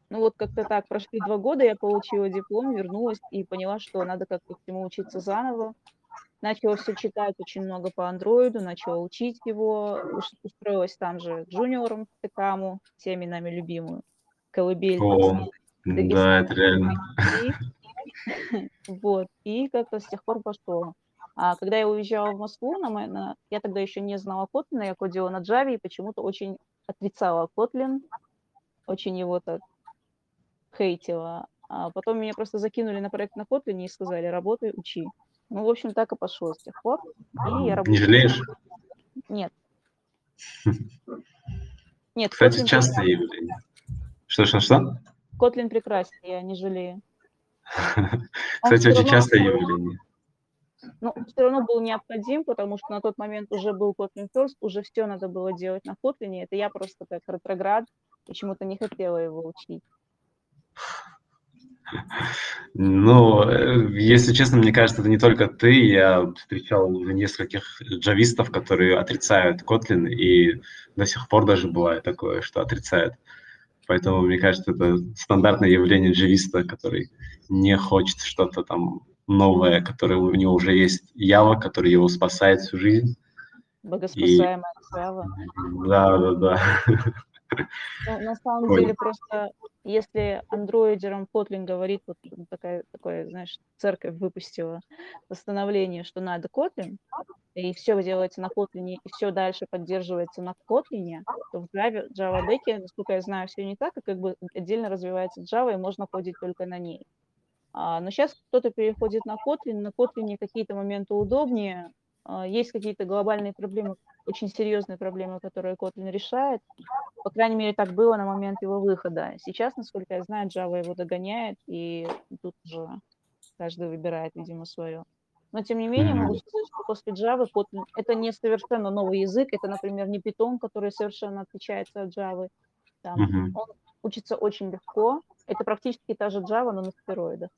Ну вот как-то так, прошли 2 года, я получила диплом, вернулась и поняла, что надо как-то всему учиться заново. Начала все читать очень много по андроиду, начала учить его, устроилась там же джуниором в Текаму, всеми нами любимую, колыбель О, да, это дагестанской реально. IT. Вот, и как-то с тех пор пошло. А когда я уезжала в Москву, я тогда еще не знала Kotlin, я кодила на Java и почему-то очень отрицала Kotlin, очень его так хейтила. А потом меня просто закинули на проект на Kotlin и сказали: "Работай, учи". Ну, в общем, так и пошло с тех пор. И я Не работаю жалеешь? сейчас. Нет, нет, Кстати, частое явление. Что? Kotlin прекрасен, я не жалею. Он Кстати, все очень равно частое явление. Ну, все равно был необходим, потому что на тот момент уже был Kotlin First, уже все надо было делать на Kotlin. Это я просто как ретроград почему-то не хотела его учить. Ну, если честно, мне кажется, это не только ты. Я встречал уже нескольких джавистов, которые отрицают Kotlin, и до сих пор даже бывает такое, что отрицают. Поэтому, мне кажется, это стандартное явление джависта, который не хочет что-то там новое, которое у него уже есть Java, который его спасает всю жизнь. И Богоспасаемая Java. да. Ну, на самом Понял. деле, просто если андроидерам Kotlin говорит, вот такое, знаешь, церковь выпустила постановление, что надо Kotlin, и все делается на Kotlin, и все дальше поддерживается на Kotlin, то в Java Backend, насколько я знаю, все не так, и как бы отдельно развивается Java, и можно кодить только на ней. Но сейчас кто-то переходит на Kotlin, на Kotlin какие-то моменты удобнее, есть какие-то глобальные проблемы, очень серьезные проблемы, которые Kotlin решает. По крайней мере, так было на момент его выхода. Сейчас, насколько я знаю, Java его догоняет, и тут уже каждый выбирает, видимо, свое. Но, тем не менее, могу Мгм. сказать, что после Java Kotlin — это не совершенно новый язык. Это, например, не Python, который совершенно отличается от Java. Там Мгм. он учится очень легко. Это практически та же Java, но на стероидах.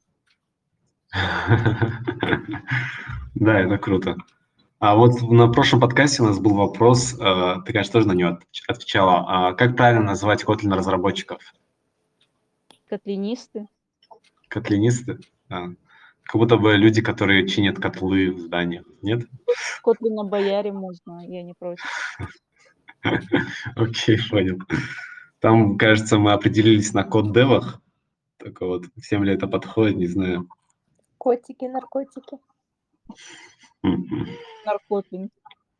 Да, это круто. А вот на прошлом подкасте у нас был вопрос, ты, конечно, тоже на него отвечала. Как правильно называть Kotlin разработчиков? Котлинисты. Котлинисты? А, как будто бы люди, которые чинят котлы в зданиях. Нет? Kotlin на бояре можно, я не против. Окей, понял. Там, кажется, мы определились на код-девах. Только вот всем ли это подходит, не знаю. Котики, наркотики. Наркотлин.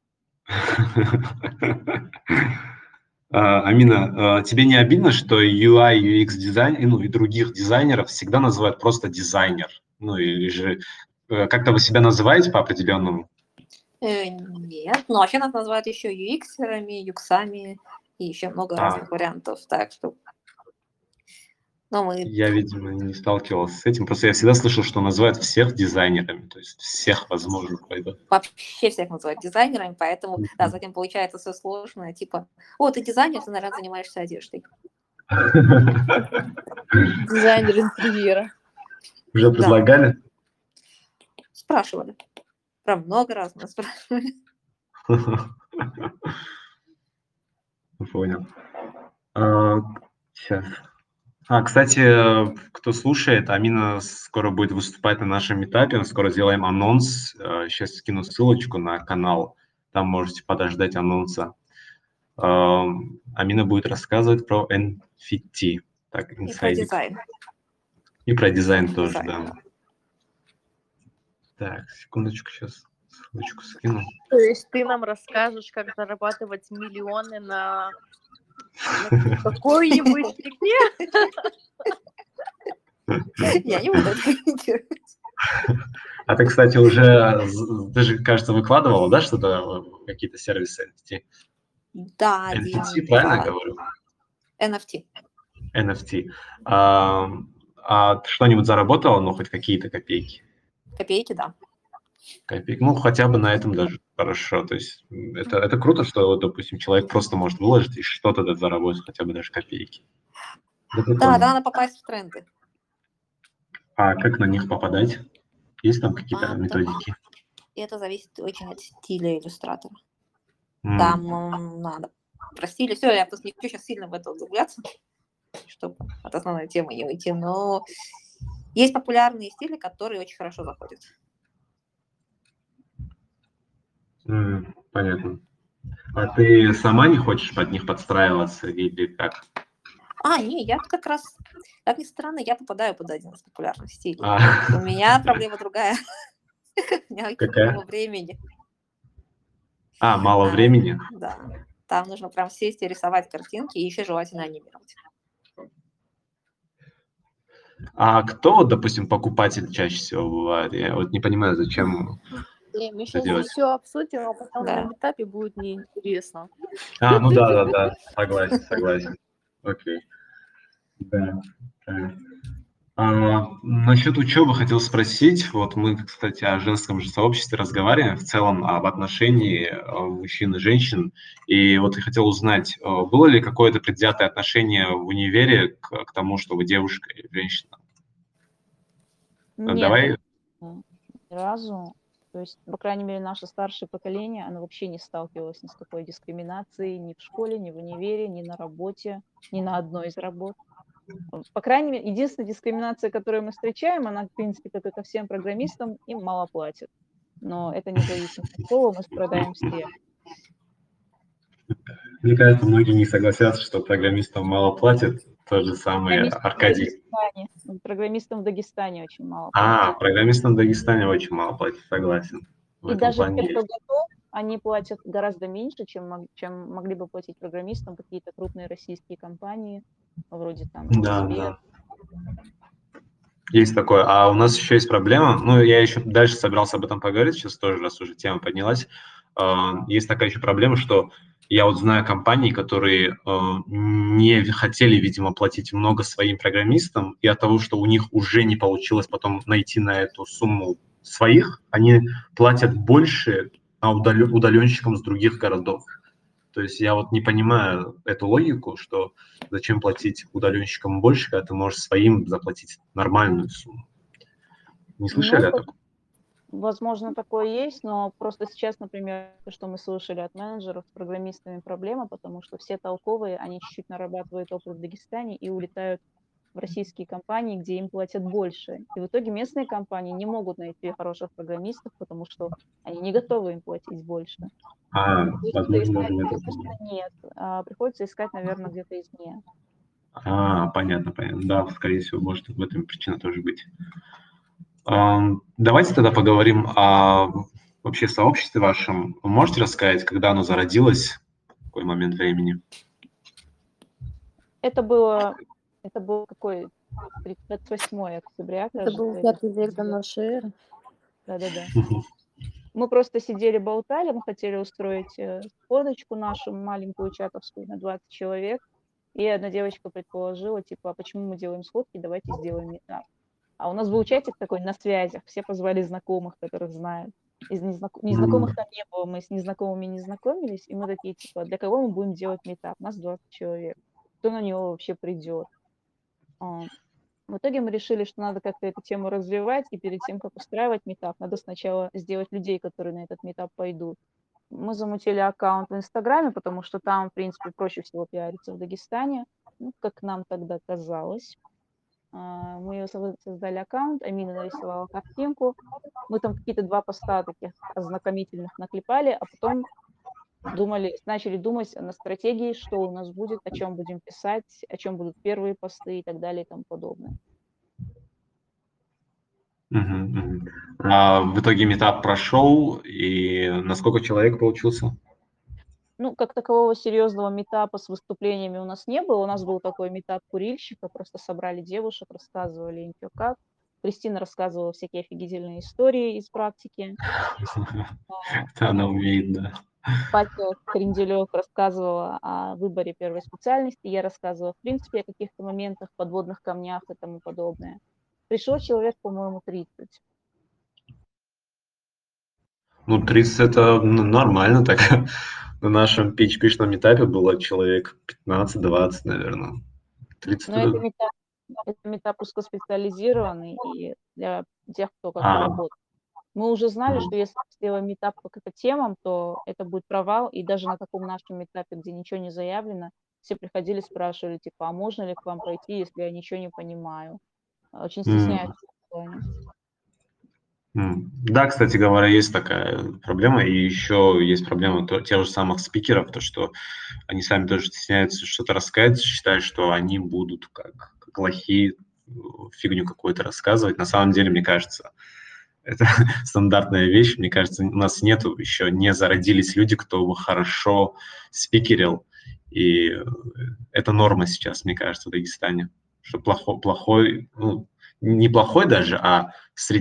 Амина, тебе не обидно, что UI, UX дизайн, ну и других дизайнеров всегда называют просто дизайнер? Ну или же как-то вы себя называете по определенному? Нет, но вообще нас называют еще UX-ерами, юксами и еще много разных вариантов. Так что, но мы Я, видимо, не сталкивался с этим. Просто я всегда слышал, что называют всех дизайнерами, то есть всех возможных. вообще всех называют дизайнерами, поэтому, да, с этим получается все сложно. Типа, о, ты дизайнер, ты, наверное, занимаешься одеждой. Дизайнер интерьера. Уже предлагали? Спрашивали. Прям много раз нас спрашивали. Понял. Сейчас. Кстати, кто слушает, Амина скоро будет выступать на нашем этапе. Скоро сделаем анонс. Сейчас скину ссылочку на канал. Там можете подождать анонса. Амина будет рассказывать про NFT. Так, И про инсайдик. дизайн. И про дизайн тоже, Дизайн, да. да. Так, секундочку, сейчас ссылочку скину. То есть ты нам расскажешь, как зарабатывать миллионы на какой-нибудь фигне? Я не буду это комментировать. А ты, кстати, уже, ты же, кажется, выкладывала, да, что-то, какие-то сервисы NFT? Да, NFT, правильно я говорю? NFT. NFT. Ты что-нибудь заработала, ну, хоть какие-то копейки? Копейки, да. Копейки. Ну, хотя бы на этом даже хорошо. То есть это круто, что, вот, допустим, человек просто может выложить и что-то заработать, хотя бы даже копейки. Да, надо попасть в тренды. А как на них попадать? Есть там какие-то методики? Это зависит очень от стиля иллюстратора. Там надо. Про стиль, все, я просто не хочу сейчас сильно в это углубляться, чтобы от основной темы не уйти, но есть популярные стили, которые очень хорошо заходят. Понятно. А ты сама не хочешь под них подстраиваться или как? Не, я как раз, как ни странно, я попадаю под один из популярных стилей. А, У меня проблема другая. У меня какая? мало времени. Мало времени? Да. Там нужно прям сесть и рисовать картинки, и еще желательно анимировать. А кто, вот, допустим, покупатель чаще всего бывает? Я вот не понимаю, зачем Мы это сейчас делать. все обсудим, а потом Да. на этапе будет неинтересно. Ну да, согласен. Окей. Да. Так. Насчет учебы хотел спросить. Вот мы, кстати, о женском же сообществе разговариваем, в целом об отношении мужчин и женщин. И вот я хотел узнать, было ли какое-то предвзятое отношение в универе к тому, чтобы девушка и женщина? Нет, Давай. ни разу. То есть, по крайней мере, наше старшее поколение, оно вообще не сталкивалось ни с какой дискриминацией ни в школе, ни в универе, ни на работе, ни на одной из работ. По крайней мере, единственная дискриминация, которую мы встречаем, она, в принципе, как и ко всем программистам, им мало платят. Но это не зависит от пола, мы страдаем все. Мне кажется, многие не согласятся, что программистам мало платят. Тот же самый Аркадий. Программистам в Дагестане очень мало платят. Программистам в Дагестане очень мало платят, согласен. В И этом даже плане те, кто есть. готов, они платят гораздо меньше, чем могли бы платить программистам какие-то крупные российские компании, вроде там Да, Сбер. да. Есть такое. А у нас еще есть проблема. Ну, я еще дальше собирался об этом поговорить, сейчас тоже, раз уже тема поднялась. Есть такая еще проблема, что я вот знаю компании, которые не хотели, видимо, платить много своим программистам, и от того, что у них уже не получилось потом найти на эту сумму своих, они платят больше удаленщикам с других городов. То есть я вот не понимаю эту логику, что зачем платить удаленщикам больше, когда ты можешь своим заплатить нормальную сумму. Не слышали о таком? Возможно, такое есть, но просто сейчас, например, то, что мы слышали от менеджеров, с программистами проблема, потому что все толковые, они чуть-чуть нарабатывают опыт в Дагестане и улетают в российские компании, где им платят больше. И в итоге местные компании не могут найти хороших программистов, потому что они не готовы им платить больше. Возможно, даже в этом. Нет, приходится искать, наверное, где-то извне. Понятно. Да, скорее всего, может в этом причина тоже быть. Давайте тогда поговорим о вообще сообществе вашем. Вы можете рассказать, когда оно зародилось, в какой момент времени? Это был какой? 28 октября, Это кажется. был 5 век до нашей эры. Да. Мы просто сидели, болтали, мы хотели устроить сходочку нашу маленькую чатовскую на 20 человек. И одна девочка предположила, типа, а почему мы делаем сходки, давайте сделаем митап. А у нас был чатик такой на связях, все позвали знакомых, которых знают. Из незнакомых там не было, мы с незнакомыми не знакомились, и мы такие, типа, для кого мы будем делать митап? Нас 20 человек. Кто на него вообще придет? В итоге мы решили, что надо как-то эту тему развивать, и перед тем, как устраивать митап, надо сначала сделать людей, которые на этот митап пойдут. Мы замутили аккаунт в Инстаграме, потому что там, в принципе, проще всего пиариться в Дагестане, как нам тогда казалось. Мы создали аккаунт, Амина нарисовала картинку, мы там какие-то 2 поста таких ознакомительных наклепали, а потом начали думать на стратегии, что у нас будет, о чем будем писать, о чем будут первые посты и так далее и тому подобное. В итоге митап прошел, и на сколько человек получился? Как такового серьезного митапа с выступлениями у нас не было. У нас был такой митап курильщика, просто собрали девушек, рассказывали им чё как. Кристина рассказывала всякие офигительные истории из практики. Это она умеет, да. Патя Кренделёв рассказывала о выборе первой специальности, я рассказывала, в принципе, о каких-то моментах, подводных камнях и тому подобное. Пришло человек, по-моему, 30. 30 это нормально так. На нашем PHP-шном этапе было человек 15-20, наверное. 30 Но это митап узкоспециализированный и для тех, кто как-то работает. Мы уже знали, что если мы сделаем митап по каким-то темам, то это будет провал, и даже на таком нашем этапе, где ничего не заявлено, все приходили, спрашивали, типа, а можно ли к вам пойти, если я ничего не понимаю. Очень М, стесняются в этом плане. Да, кстати говоря, есть такая проблема, и еще есть проблема тех же самых спикеров, то, что они сами тоже стесняются что-то рассказать, считают, что они будут как лохи фигню какую-то рассказывать. На самом деле, мне кажется, это стандартная вещь. Мне кажется, у нас нету еще, не зародились люди, кто бы хорошо спикерил. И это норма сейчас, мне кажется, в Дагестане. Что плохой, ну, не плохой даже, а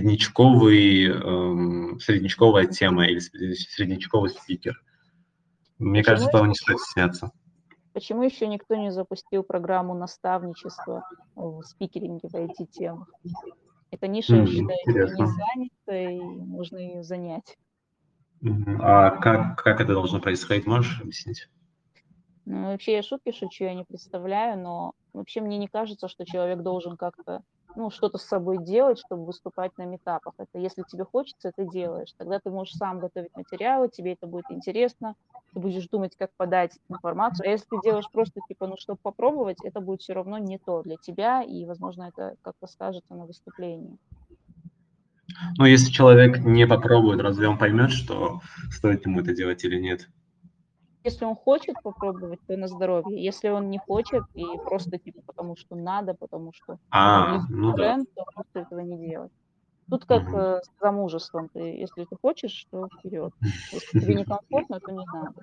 среднячковая тема или среднячковый спикер. Мне Почему кажется, этого не стоит стесняться. Почему еще никто не запустил программу наставничества в спикеринге в IT-темах? Эта ниша, я считаю, еще не Интересно. занята, и можно ее занять. А как это должно происходить, можешь объяснить? Ну, вообще я шутки шучу, я не представляю, но вообще мне не кажется, что человек должен как-то, ну, что-то с собой делать, чтобы выступать на метапах. Это если тебе хочется, ты делаешь. Тогда ты можешь сам готовить материалы, тебе это будет интересно, ты будешь думать, как подать информацию. А если ты делаешь просто, типа, ну, чтобы попробовать, это будет все равно не то для тебя, и, возможно, это как-то скажется на выступлении. Ну, если человек не попробует, разве он поймет, что стоит ему это делать или нет? Если он хочет попробовать, то на здоровье. Если он не хочет и просто, типа, потому что надо, потому что близкий Ну да. тренд, то лучше этого не делать. Тут как, Мгм. с замужеством. Если ты хочешь, то вперед. Если тебе некомфортно, то не надо.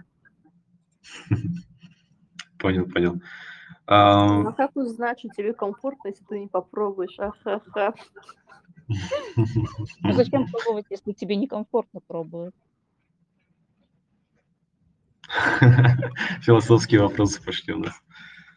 Понял. Ну, а как узнать, что тебе комфортно, если ты не попробуешь? Ахаха. Ну зачем пробовать, если тебе некомфортно пробовать? Философские вопросы пошли у нас.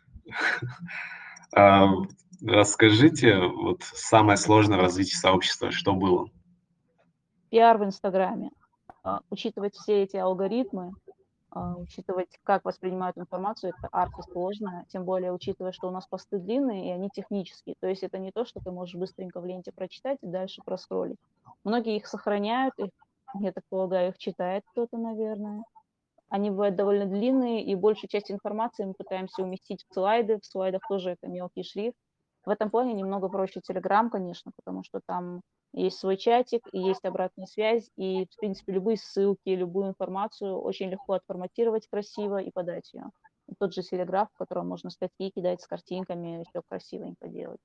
А, Расскажите, вот самое сложное в развитии сообщества, что было? Пиар в "Инстаграме". Учитывать все эти алгоритмы, учитывать, как воспринимают информацию, это архисложно. Тем более, учитывая, что у нас посты длинные и они технические. То есть это не то, что ты можешь быстренько в ленте прочитать и дальше проскроллить. Многие их сохраняют, их, я так полагаю, их читает кто-то, наверное. Они бывают довольно длинные, и большую часть информации мы пытаемся уместить в слайды. В слайдах тоже это мелкий шрифт. В этом плане немного проще Telegram, конечно, потому что там есть свой чатик, и есть обратная связь, и, в принципе, любые ссылки, любую информацию очень легко отформатировать красиво и подать ее. Тот же Телеграф, в котором можно статьи кидать с картинками, все красивенько делать.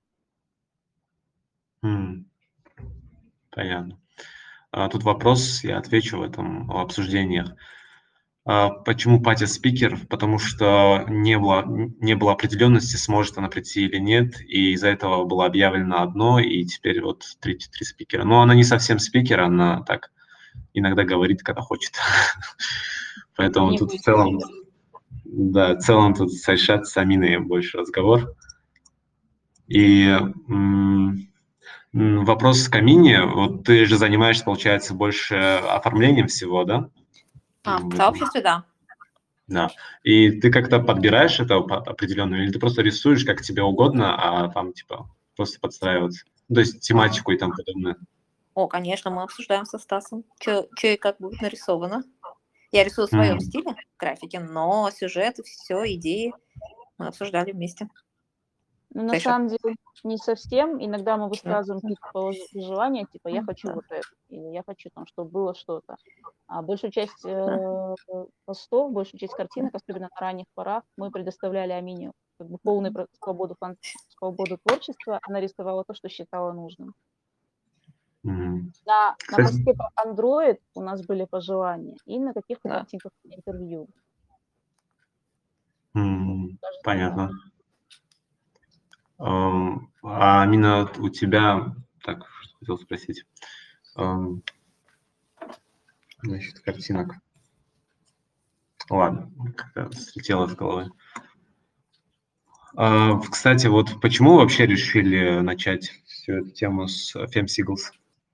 М, Понятно. Тут вопрос, я отвечу в этом обсуждениях. Почему пати-спикер? Потому что не было определенности, сможет она прийти или нет, и из-за этого было объявлено одно, и теперь вот три спикера. Но она не совсем спикер, она так иногда говорит, когда хочет. Поэтому Не тут в будет целом, спикера. да, в целом тут с Айшат, с Аминой больше разговор. И вопрос к Амине. Вот ты же занимаешься, получается, больше оформлением всего, да? В сообществе, да. Да. И ты как-то подбираешь это определенно, или ты просто рисуешь как тебе угодно, а там типа просто подстраиваться? Ну, то есть А, тематику и там подобное. Конечно, мы обсуждаем со Стасом, что и как будет нарисовано. Я рисую в своем М, стиле графики, но сюжет, все, идеи мы обсуждали вместе. Ну, на Саша. самом деле, не совсем. Иногда мы Да. высказываем какие-то желания, типа я хочу Да. вот это, или я хочу там, чтобы было что-то. А большую часть постов, большую часть картинок, особенно на ранних порах, мы предоставляли Амине как бы полную свободу творчества. Она рисовала то, что считала нужным. На Кстати, посте про Android у нас были пожелания, и на каких-то Да. картинках для интервью. Кажется, так. понятно. А именно у тебя, так, что хотел спросить, Ам, насчет картинок. Ладно, как-то слетело с головы. Кстати, вот почему вообще решили начать всю эту тему с Fem Seagulls?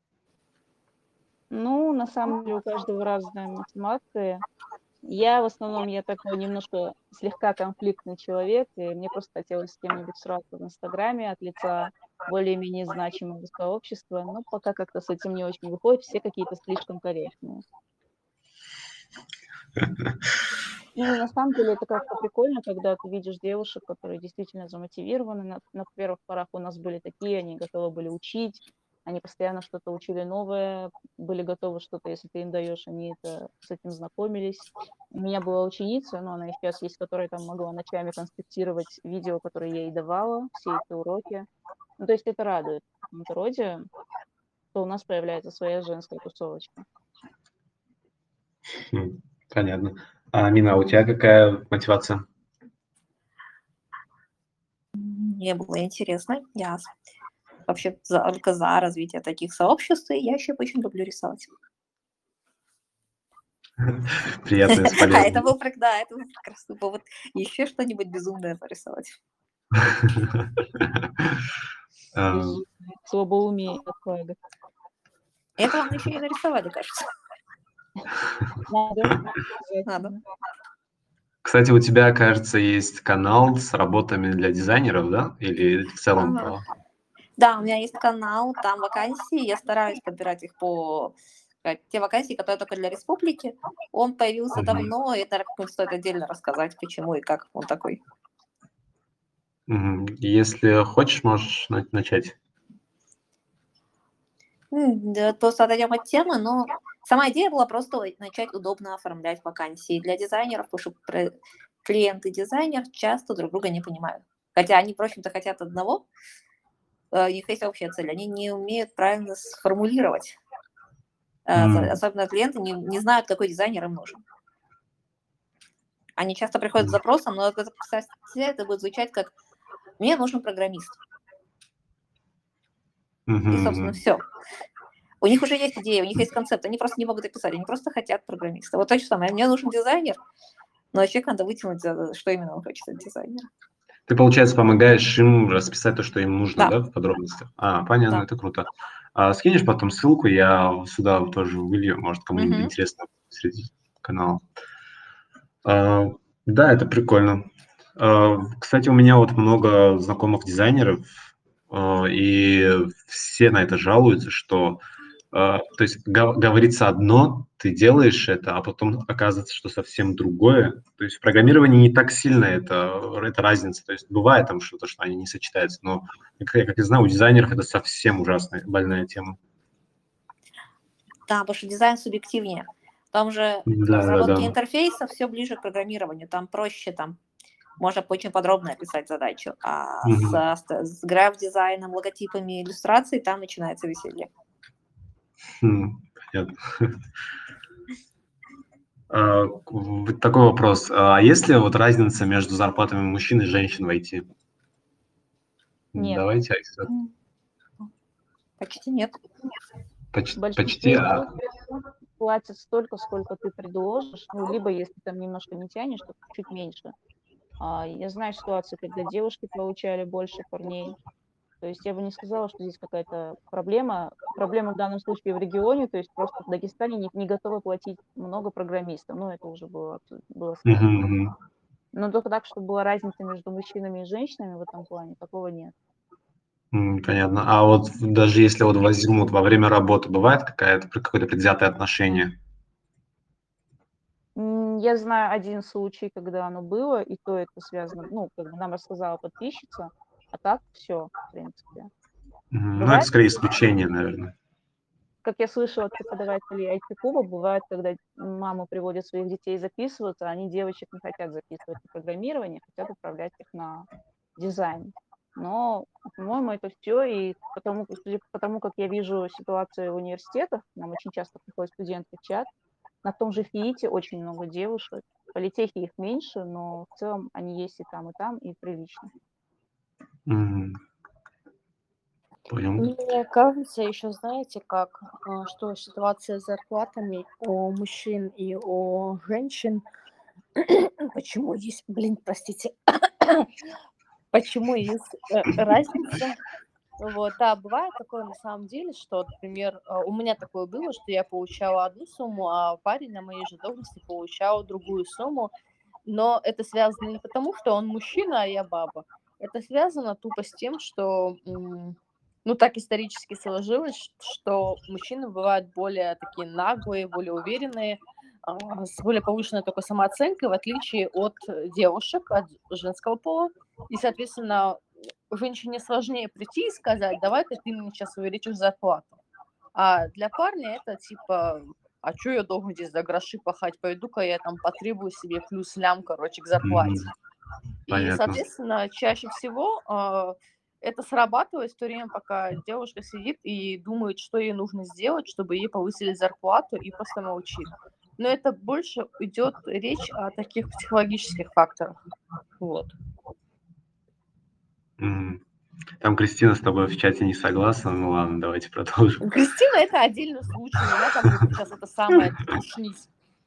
Ну, на самом деле у каждого разная мотивация. Я в основном, я такой немножко слегка конфликтный человек, и мне просто хотелось с кем-нибудь сразу в Инстаграме от лица более-менее значимого сообщества, но пока как-то с этим не очень выходит, все какие-то слишком корректные. Ну, на самом деле это как-то прикольно, когда ты видишь девушек, которые действительно замотивированы. На первых порах у нас были такие, они готовы были учить, они постоянно что-то учили новое, были готовы что-то, если ты им даешь, они с этим знакомились. У меня была ученица, но она и сейчас есть, которая там могла ночами конспектировать видео, которые я ей давала, все эти уроки. Ну, то есть это радует в каком-то роде, что у нас появляется своя женская тусовочка. Понятно. А, Мина, у тебя какая мотивация? Мне было интересно. Я вообще только за развитие таких сообществ, и я еще очень люблю рисовать. Приятно и Это полезно. был прекрасный повод еще что-нибудь безумное порисовать. Безумие, слабоумие и отвага. Этого мы еще не нарисовали, кажется. Надо, Надо. обязательно. Кстати, у тебя, кажется, есть канал с работами для дизайнеров, да? Или в целом Ага. Да, у меня есть канал, там вакансии, я стараюсь подбирать их по те вакансии, которые только для республики. Он появился давно, и это стоит отдельно рассказать, почему и как он такой. Если хочешь, можешь начать. Да, просто отойдем от темы, но сама идея была просто начать удобно оформлять вакансии для дизайнеров, потому что клиент и дизайнер часто друг друга не понимают. Хотя они, в общем-то, хотят одного, у них есть общая цель, они не умеют правильно сформулировать. Особенно клиенты не знают, какой дизайнер им нужен. Они часто приходят с запросом, но кстати, это будет звучать как «мне нужен программист». И, собственно, все. У них уже есть идея, у них есть концепт, они просто не могут описать, они просто хотят программиста. Вот то же самое, мне нужен дизайнер, но человек надо вытянуть, что именно он хочет от дизайнера. Ты, получается, помогаешь им расписать то, что им нужно, Да. да, в подробностях? Понятно, Да. это круто. Скинешь потом ссылку, я сюда тоже вылью, может, кому-нибудь интересно среди канала. Да, это прикольно. Кстати, у меня вот много знакомых дизайнеров, и все на это жалуются, что, то есть говорится одно, ты делаешь это, а потом оказывается, что совсем другое. То есть в программировании не так сильно это разница. То есть бывает там что-то, что они не сочетаются, но, как я знаю, у дизайнеров это совсем ужасная, больная тема. Да, потому что дизайн субъективнее. Там же Да, разработки интерфейса все ближе к программированию, там проще, там можно очень подробно описать задачу, а с граф-дизайном, логотипами, иллюстрацией там начинается веселье. Понятно. Такой вопрос. А есть ли вот разница между зарплатами мужчин и женщин в IT? Нет. Давайте, Айса. Почти нет. Почти. Платят столько, сколько ты предложишь, ну, либо если там немножко не тянешь, то чуть меньше. Я знаю ситуации, когда девушки получали больше парней. То есть я бы не сказала, что здесь какая-то проблема. Проблема в данном случае в регионе, то есть просто в Дагестане не готовы платить много программистам. Ну, это уже было сказано. Но только так, чтобы была разница между мужчинами и женщинами в этом плане, такого нет. Понятно. А вот даже если вот возьмут во время работы, бывает какое-то предвзятое отношение? Я знаю один случай, когда оно было, и то это связано, ну, как бы нам рассказала подписчица, а так все, в принципе. Ну, это Бывает, скорее исключение, наверное. как я слышала от преподавателей IT-клуба, бывает, когда мамы приводят своих детей записываться, они девочек не хотят записывать на программирование, хотят отправлять их на дизайн. Но, по-моему, это все, и потому как я вижу ситуацию в университетах, нам очень часто приходят студенты в чат, на том же ФИИТе очень много девушек, в политехе их меньше, но в целом они есть и там, и прилично. Понял. Мне кажется, еще знаете как, что ситуация с зарплатами у мужчин и у женщин, почему есть, простите, почему есть разница. Вот, да, бывает такое на самом деле, что, например, у меня такое было, что я получала одну сумму, а парень на моей же должности получал другую сумму, но это связано не потому, что он мужчина, а я баба. Это связано тупо с тем, что, ну, так исторически сложилось, что мужчины бывают более такие наглые, более уверенные, с более повышенной такой самооценкой, в отличие от девушек, от женского пола. И, соответственно, женщине сложнее прийти и сказать, давай-ка ты мне сейчас увеличишь зарплату. А для парня это типа, а что я должен здесь за гроши пахать? Пойду-ка я там потребую себе плюс лям, короче, к зарплате. Мгм. И, Понятно. соответственно, чаще всего это срабатывает в то время, пока девушка сидит и думает, что ей нужно сделать, чтобы ей повысили зарплату, и просто молчит. Но это больше идет речь о таких психологических факторах. Вот. Мгм. Там Кристина с тобой в чате не согласна. Ну ладно, давайте продолжим. Кристина это отдельный случай. Меня там будут сейчас это самое тушнить.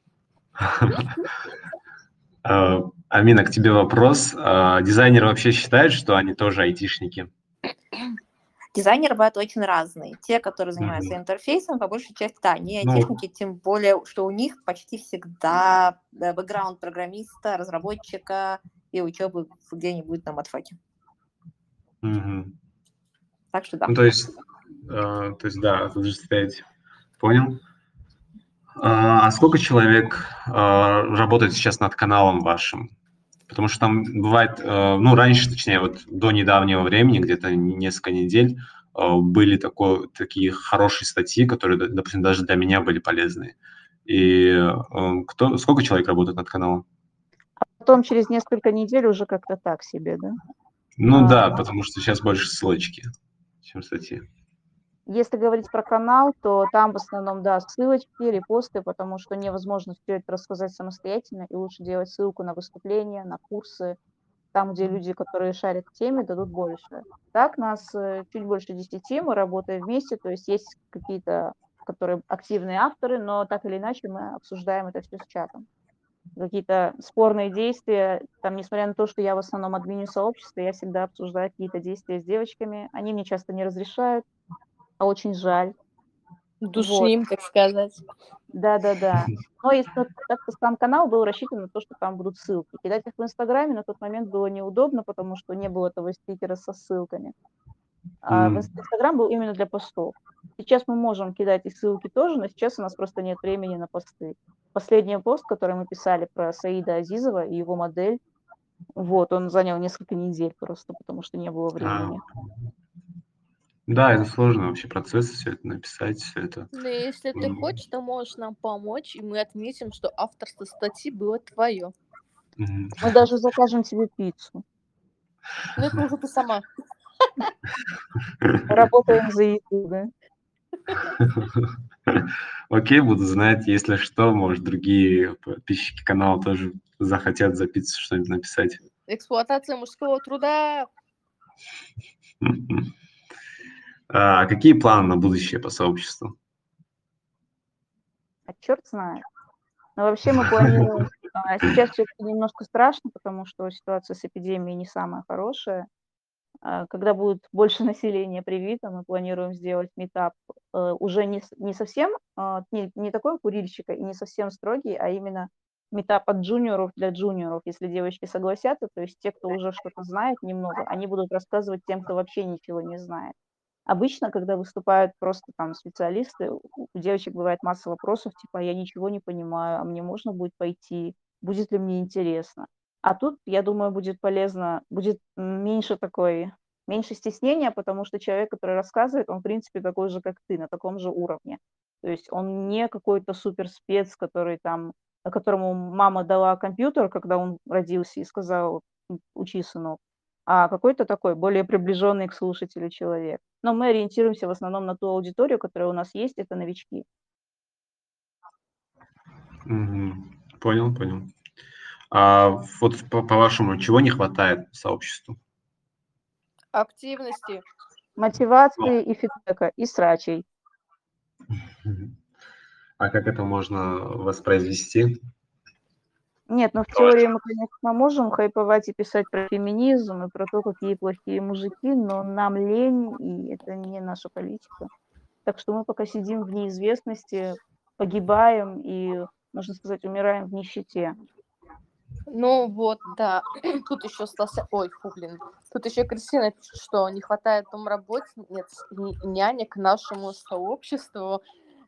Амина, к тебе вопрос. Дизайнеры вообще считают, что они тоже айтишники? Дизайнеры бывают очень разные. Те, которые занимаются Мгм. интерфейсом, по большей части, да, они Ну, айтишники, тем более, что у них почти всегда бэкграунд программиста, разработчика и учебы где-нибудь на матфаке. мгм. Так что да. Ну, то есть, да, тут же стоять. Понял. А сколько человек работает сейчас над каналом вашим? Потому что там бывает, ну, раньше, точнее, вот до недавнего времени, где-то несколько недель, были такие хорошие статьи, которые, допустим, даже для меня были полезны. И сколько человек работает над каналом? Потом через несколько недель уже как-то так себе, да? Ну А, да, потому что сейчас больше ссылочки, чем статьи. Если говорить про канал, то там в основном, да, ссылочки, репосты, потому что невозможно все это рассказать самостоятельно, и лучше делать ссылку на выступления, на курсы, там, где люди, которые шарят в теме, дадут больше. Так, нас чуть больше 10, мы работаем вместе, то есть какие-то, которые активные авторы, но так или иначе мы обсуждаем это все с чатом. Какие-то спорные действия, там, несмотря на то, что я в основном админю сообщества, я всегда обсуждаю какие-то действия с девочками. Они мне часто не разрешают, а очень жаль. Вот. Душним, так сказать. Да-да-да. Но если вот так-то сам канал был рассчитан на то, что там будут ссылки. Кидать их в «Инстаграме» на тот момент было неудобно, потому что не было того стикера со ссылками. А в «Инстаграм» был именно для постов. Сейчас мы можем кидать и ссылки тоже, но сейчас у нас просто нет времени на посты. Последний пост, который мы писали про Саида Азизова и его модель, вот, он занял несколько недель просто, потому что не было А, времени. Да, это сложно вообще процесс, все это написать, все это. Но если ты М, хочешь, то можешь нам помочь, и мы отметим, что авторство статьи было твое. мгм. Мы даже закажем тебе пиццу. Ну, это уже ты сама. Работаем за еду, да? Окей, буду знать, если что, может, другие подписчики канала тоже захотят за пиццу что-нибудь написать. Эксплуатация мужского труда. А какие планы на будущее по сообществу? А черт знает. Но вообще мы планируем, сейчас всё-таки немножко страшно, потому что ситуация с эпидемией не самая хорошая. Когда будет больше населения привито, мы планируем сделать митап, уже не совсем, не такой курильщика и не совсем строгий, а именно митап от джуниоров для джуниоров. Если девочки согласятся, то есть те, кто уже что-то знает немного, они будут рассказывать тем, кто вообще ничего не знает. Обычно, когда выступают просто там специалисты, у девочек бывает масса вопросов, типа: "Я ничего не понимаю, а мне можно будет пойти? Будет ли мне интересно?" А тут, я думаю, будет полезно, будет меньше стеснения, потому что человек, который рассказывает, он, в принципе, такой же, как ты, на таком же уровне. То есть он не какой-то суперспец, который там, которому мама дала компьютер, когда он родился, и сказала: "Учи, сынок", а какой-то такой более приближенный к слушателю человек. Но мы ориентируемся в основном на ту аудиторию, которая у нас есть, это новички. Мгм. Понял. А вот по-вашему, чего не хватает сообществу? Активности. Мотивации и фидбэка, и срачей. Мгм. А как это можно воспроизвести? Нет, ну в теории мы, конечно, можем хайповать и писать про феминизм и про то, какие плохие мужики, но нам лень, и это не наша политика. Так что мы пока сидим в неизвестности, погибаем и, можно сказать, умираем в нищете. Ну вот, да. Тут еще остался... Ой, блин. Тут еще Кристина пишет, что не хватает домработниц и нянек нашему сообществу.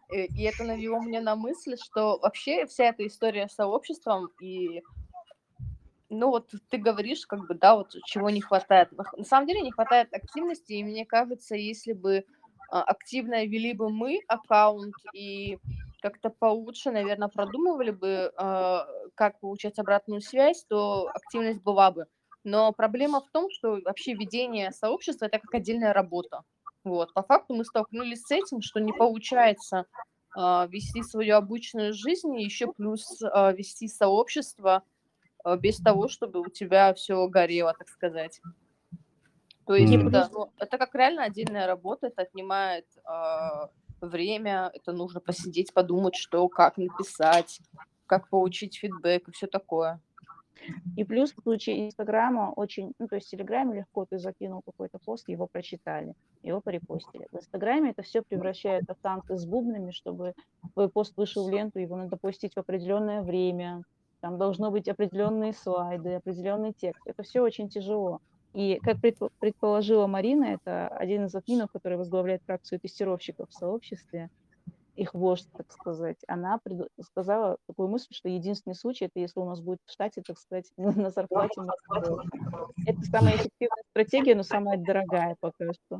И это навело меня на мысль, что вообще вся эта история с сообществом и ну вот ты говоришь, как бы, да, вот чего не хватает. На самом деле не хватает активности, и мне кажется, если бы активно вели бы мы аккаунт и как-то получше, наверное, продумывали бы, как получать обратную связь, то активность была бы. Но проблема в том, что вообще ведение сообщества – это как отдельная работа. Вот. По факту мы столкнулись с этим, что не получается вести свою обычную жизнь, и еще плюс вести сообщество без того, чтобы у тебя все горело, так сказать. То есть М, это как реально отдельная работа, это отнимает время, это нужно посидеть, подумать, что, как написать, как получить фидбэк и все такое. И плюс в случае Инстаграма очень, ну, то есть в Телеграме легко ты закинул какой-то пост, его прочитали, его порепостили. В Инстаграме это все превращается в танцы с бубнами, чтобы твой пост вышел в ленту, его надо постить в определенное время, там должно быть определенные слайды, определенный текст. Это все очень тяжело. И как предположила Марина, это один из админов, который возглавляет фракцию тестировщиков в сообществе, их вождь, так сказать, она сказала такую мысль, что единственный случай, это если у нас будет в штате, так сказать, на зарплате много. Это самая эффективная стратегия, но самая дорогая пока что,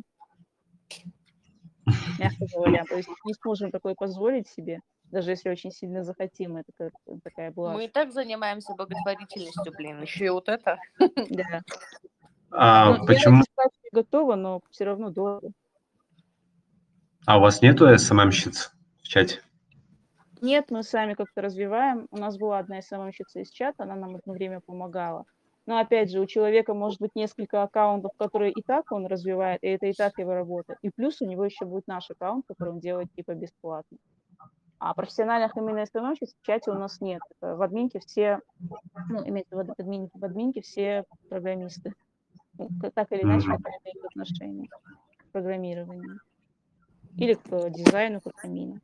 мягко говоря. То есть не сможем такое позволить себе, даже если очень сильно захотим. Это такая Мы и блажь. так занимаемся благотворительностью, блин, еще и вот это. Да. А Ну, я почему? написать готова, но все равно дорого. А у вас нету СММщиц в чате? Нет, мы сами как-то развиваем. У нас была одна СММщица из чата, она нам одно время помогала. Но опять же, у человека может быть несколько аккаунтов, которые и так он развивает, и это и так его работа. И плюс у него еще будет наш аккаунт, который он делает типа бесплатно. А профессиональных именно СММщиц в чате у нас нет. Это в админке все, ну, имеется в виду в админке все программисты. Ну, так или иначе Мгм. имеют отношение к программированию. Или к дизайну, как админа.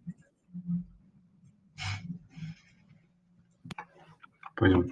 Понял.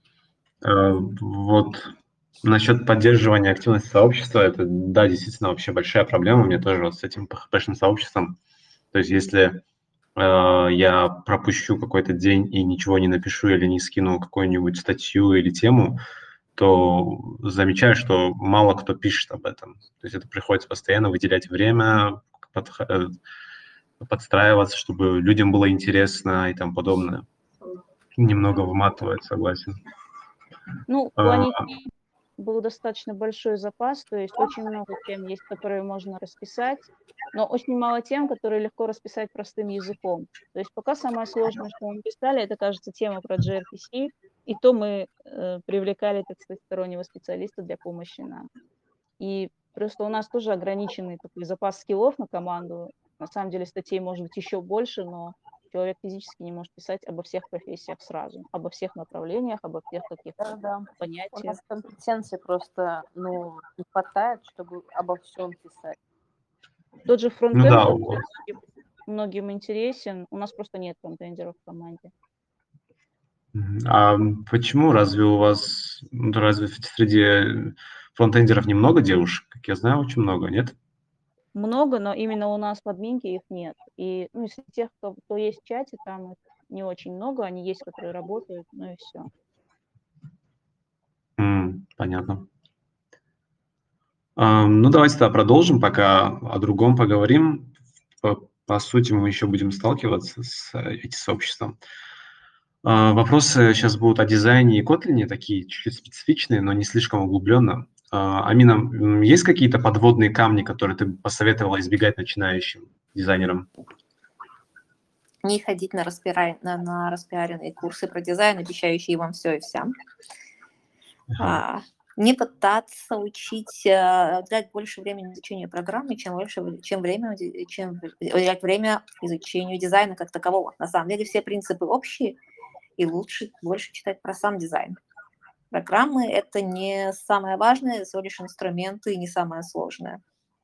Вот насчет поддерживания активности сообщества, это, да, действительно вообще большая проблема. У меня тоже вот с этим PHP-шным сообществом. То есть если я пропущу какой-то день и ничего не напишу или не скину какую-нибудь статью или тему, то замечаю, что мало кто пишет об этом. То есть это приходится постоянно выделять время, подстраиваться, чтобы людям было интересно и тому подобное. Немного выматывает, согласен. Ну, в А, плане был достаточно большой запас, то есть очень много тем есть, которые можно расписать, но очень мало тем, которые легко расписать простым языком. То есть пока самое сложное, что мы писали, это, кажется, тема про gRPC, и то мы привлекали, так сказать, стороннего специалиста для помощи нам. И просто у нас тоже ограниченный такой запас скиллов на команду. На самом деле статей может быть еще больше, но человек физически не может писать обо всех профессиях сразу, обо всех направлениях, обо всех каких-то Да. У понятиях. нас компетенции просто, не хватает, чтобы обо всем писать. Тот же ну фронтенд, да, который многим интересен, у нас просто нет фронтендеров в команде. А почему? Разве у вас, разве среди фронтендеров немного девушек? Как я знаю, очень много, нет? Много, но именно у нас в админке их нет. И ну, из тех, кто есть в чате, там их не очень много, они есть, которые работают, ну и все. Понятно. Ну, давайте тогда продолжим, пока о другом поговорим. По сути, мы еще будем сталкиваться с этим сообществом. Вопросы сейчас будут о дизайне и Kotlin, такие чуть-чуть специфичные, но не слишком углубленно. Амина, есть какие-то подводные камни, которые ты бы посоветовала избегать начинающим дизайнерам? Не ходить на распиаренные курсы про дизайн, обещающие вам все и вся. Ага. Не пытаться уделять больше времени изучению программы, чем уделять время изучению дизайна как такового. На самом деле все принципы общие, и лучше больше читать про сам дизайн. Программы – это не самое важное, всего лишь инструменты, и не самое сложное.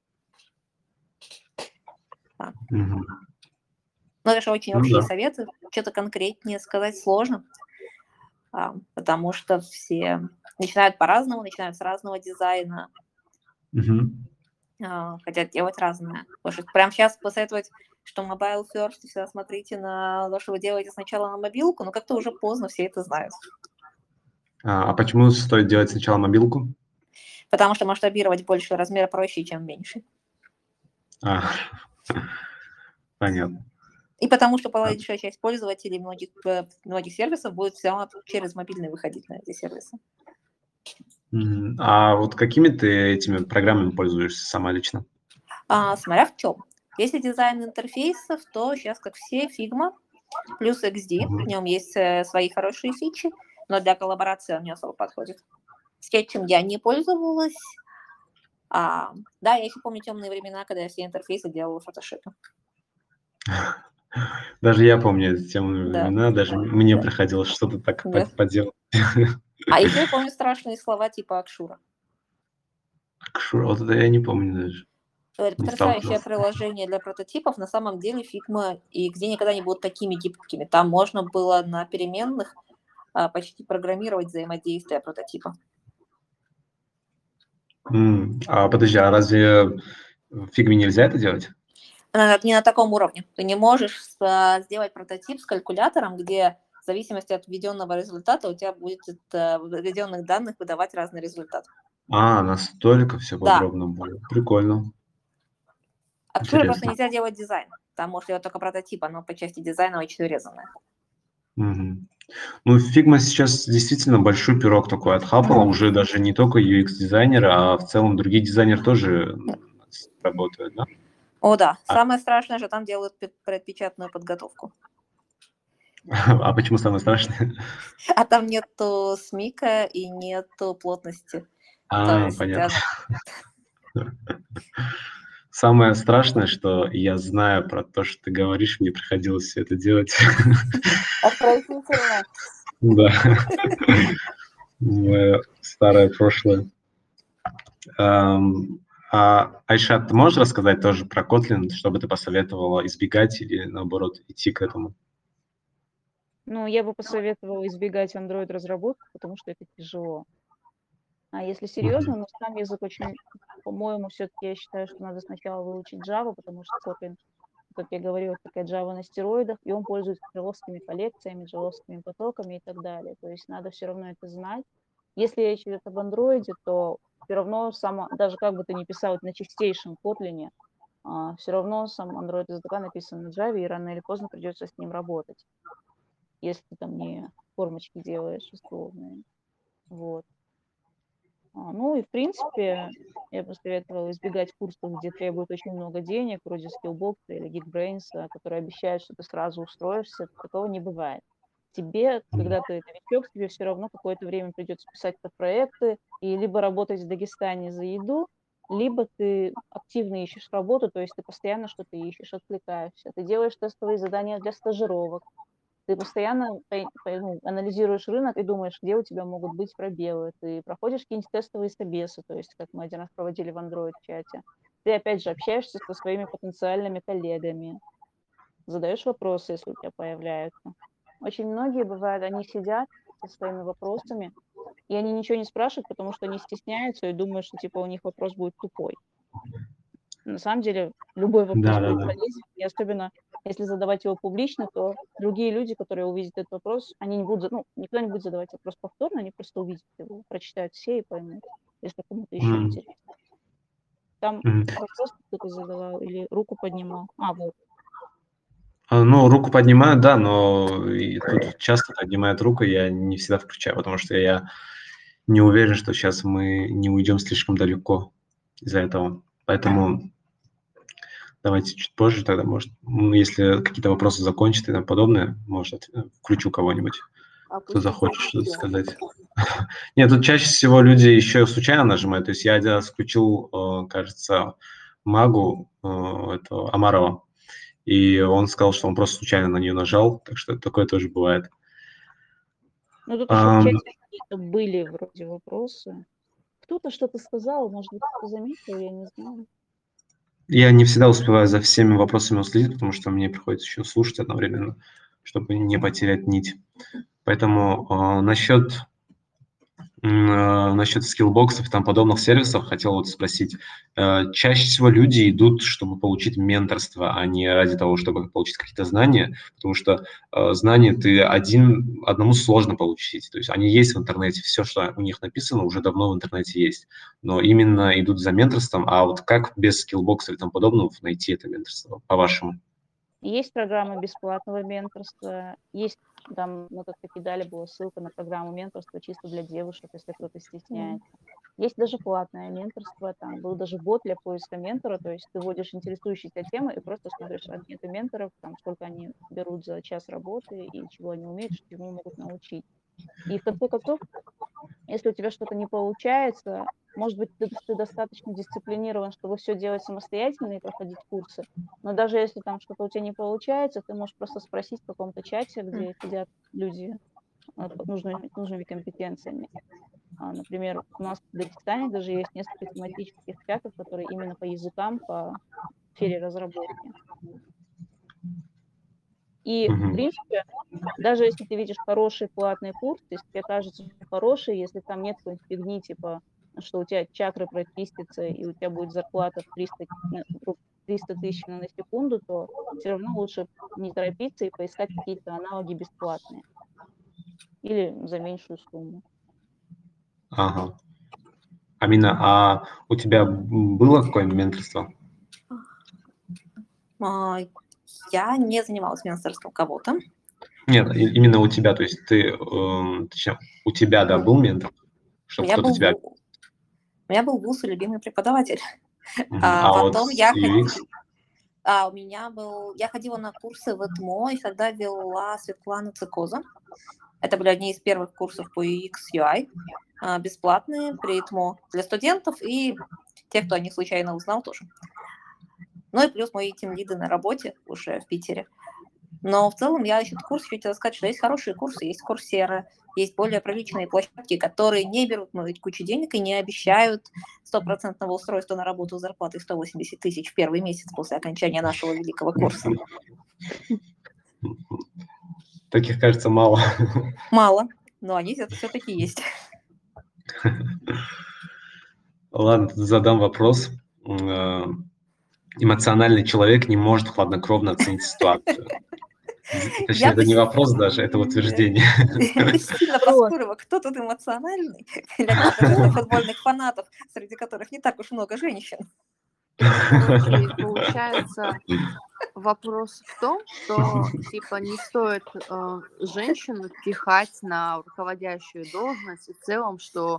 Мгм. Но это же очень Ну общие да. советы, что-то конкретнее сказать сложно, потому что все начинают по-разному, начинают с разного дизайна. Мгм. хотят делать разное. Потому что прямо сейчас посоветовать, что mobile first, и всегда смотрите на то, что вы делаете сначала на мобилку, но как-то уже поздно, все это знают. А почему стоит делать сначала мобилку? Потому что масштабировать больше размер проще, чем меньше. А, понятно. И потому что большая часть пользователей многих сервисов будет все равно через мобильный выходить на эти сервисы. А вот какими ты этими программами пользуешься сама лично? Смотря в чем. Если дизайн интерфейсов, то сейчас, как все, Figma плюс XD. В нем есть свои хорошие фичи, но для коллаборации он не особо подходит. Скетчем я не пользовалась. Да, я еще помню темные времена, когда я все интерфейсы делала в фотошопе. Даже я помню эти темные Да. времена, даже мне Да. приходилось что-то так Да. поделать. Еще я помню страшные слова типа Акшура. Акшура, вот это я не помню даже. Это Не потрясающее сталкивался. приложение для прототипов. На самом деле Figma и где никогда не будут такими гибкими. Там можно было на переменных почти программировать взаимодействие прототипа. Подожди, а разве в Figma нельзя это делать? Не на таком уровне. Ты не можешь сделать прототип с калькулятором, где в зависимости от введенного результата у тебя будет введенных данных выдавать разный результат. Настолько все Да. подробно было. Прикольно. Акшуре просто Интересно. нельзя делать дизайн. Там может делать только прототип, оно по части дизайна очень урезанное. Мгм. Ну, Figma сейчас действительно большой пирог такой отхапала, уже даже не только UX-дизайнеры, а в целом другие дизайнеры тоже работают, да? О, да. Самое страшное, что там делают предпечатную подготовку. А почему самое страшное? А там нету смика и нету плотности. То есть Понятно. Самое страшное, что я знаю про то, что ты говоришь, мне приходилось все это делать. Отвратительно. Да. Мое старое прошлое. Айшат, ты можешь рассказать тоже про Kotlin, чтобы ты посоветовала избегать или, наоборот, идти к этому? Ну, я бы посоветовала избегать Android-разработки, потому что это тяжело. А если серьезно, но сам язык очень, по-моему, все-таки я считаю, что надо сначала выучить Java, потому что Kotlin, как я говорила, такая Java на стероидах, и он пользуется джавовскими коллекциями, джавовскими потоками и так далее. То есть надо все равно это знать. Если речь идет об андроиде, то все равно даже как бы ты ни писал это на чистейшем Kotlin, все равно сам Android SDK написан на Java, и рано или поздно придется с ним работать, если ты там не формочки делаешь условные. Вот. Ну и, в принципе, я бы советовала избегать курсов, где требуют очень много денег, вроде Skillbox или Geekbrains, которые обещают, что ты сразу устроишься. Такого не бывает. Тебе, когда ты новичок, тебе все равно какое-то время придется писать под проекты и либо работать в Дагестане за еду, либо ты активно ищешь работу, то есть ты постоянно что-то ищешь, отвлекаешься. Ты делаешь тестовые задания для стажировок, ты постоянно анализируешь рынок и думаешь, где у тебя могут быть пробелы. Ты проходишь какие-нибудь тестовые собесы, то есть как мы один раз проводили в Android-чате. Ты опять же общаешься со своими потенциальными коллегами, задаешь вопросы, если у тебя появляются. Очень многие бывают, они сидят со своими вопросами, и они ничего не спрашивают, потому что они стесняются и думают, что типа у них вопрос будет тупой. На самом деле любой вопрос будет Да. полезен, и особенно если задавать его публично, то другие люди, которые увидят этот вопрос, они не будут, никто не будет задавать вопрос повторно, они просто увидят его, прочитают все и поймут, если кому-то еще интересно. Там вопрос кто-то задавал или руку поднимал? Вот. Ну, руку поднимают, да, но и тут часто поднимают руку, я не всегда включаю, потому что я не уверен, что сейчас мы не уйдем слишком далеко из-за этого. Поэтому давайте чуть позже тогда, может, если какие-то вопросы закончат и тому подобное, может, включу кого-нибудь, кто захочет что-то сказать. Нет, тут чаще всего люди еще случайно нажимают. То есть я один раз включил, кажется, Магу, этого Амарова, и он сказал, что он просто случайно на нее нажал, так что такое тоже бывает. Ну, тут еще в чате какие-то были вроде вопросы. Кто-то что-то сказал, может быть, кто заметил, я не знаю. Я не всегда успеваю за всеми вопросами уследить, потому что мне приходится еще слушать одновременно, чтобы не потерять нить. Поэтому насчет Насчет скиллбоксов и там подобных сервисов хотел вот спросить. Чаще всего люди идут, чтобы получить менторство, а не ради того, чтобы получить какие-то знания, потому что знания одному сложно получить. То есть они есть в интернете, все, что у них написано, уже давно в интернете есть. Но именно идут за менторством, а вот как без скиллбоксов и тому подобного найти это менторство, по-вашему? Есть программа бесплатного менторства, есть там, мы как-то кидали, была ссылка на программу менторства чисто для девушек, если кто-то стесняется. Есть даже платное менторство, там был даже бот для поиска ментора, то есть ты вводишь интересующиеся темы и просто смотришь анкеты менторов, там, сколько они берут за час работы и чего они умеют, чему могут научить. И в конце концов, если у тебя что-то не получается, может быть, ты достаточно дисциплинирован, чтобы все делать самостоятельно и проходить курсы, но даже если там что-то у тебя не получается, ты можешь просто спросить в каком-то чате, где сидят люди нужными компетенциями. Например, у нас в Дагестане даже есть несколько тематических чатов, которые именно по языкам, по сфере разработки. И, в принципе, даже если ты видишь хороший платный курс, если тебе кажется, что хороший, если там нет какой-нибудь фигни, типа, что у тебя чакры прочистятся и у тебя будет зарплата в 300 тысяч на секунду, то все равно лучше не торопиться и поискать какие-то аналоги бесплатные или за меньшую сумму. Ага. Амина, а у тебя было какое-нибудь менторство? Я не занималась менторством кого-то. Нет, именно у тебя, то есть точнее, у тебя, да, был ментор, У чтобы меня кто-то был тебя... у меня был вуз и любимый преподаватель. А вот Потом с я UX? я ходила на курсы в ЭТМО, и тогда вела Светлана Цикоза. Это были одни из первых курсов по UX, UI, бесплатные при ЭТМО для студентов и тех, кто о них случайно узнал тоже. Ну и плюс мои тимлиды на работе уже в Питере. Но в целом я еще курс хотела сказать, что есть хорошие курсы, есть Coursera, есть более приличные площадки, которые не берут кучу денег и не обещают 100% устройства на работу с зарплатой 180 тысяч в первый месяц после окончания нашего великого курса. Таких, кажется, мало. Мало, но они все-таки есть. Ладно, задам вопрос. Эмоциональный человек не может хладнокровно оценить ситуацию. Точнее, это не вопрос даже, это утверждение. Сильно поспорила, кто тут эмоциональный, глядя на футбольных фанатов, среди которых не так уж много женщин. Смотри, получается, вопрос в том, что типа не стоит женщину пихать на руководящую должность, и в целом, что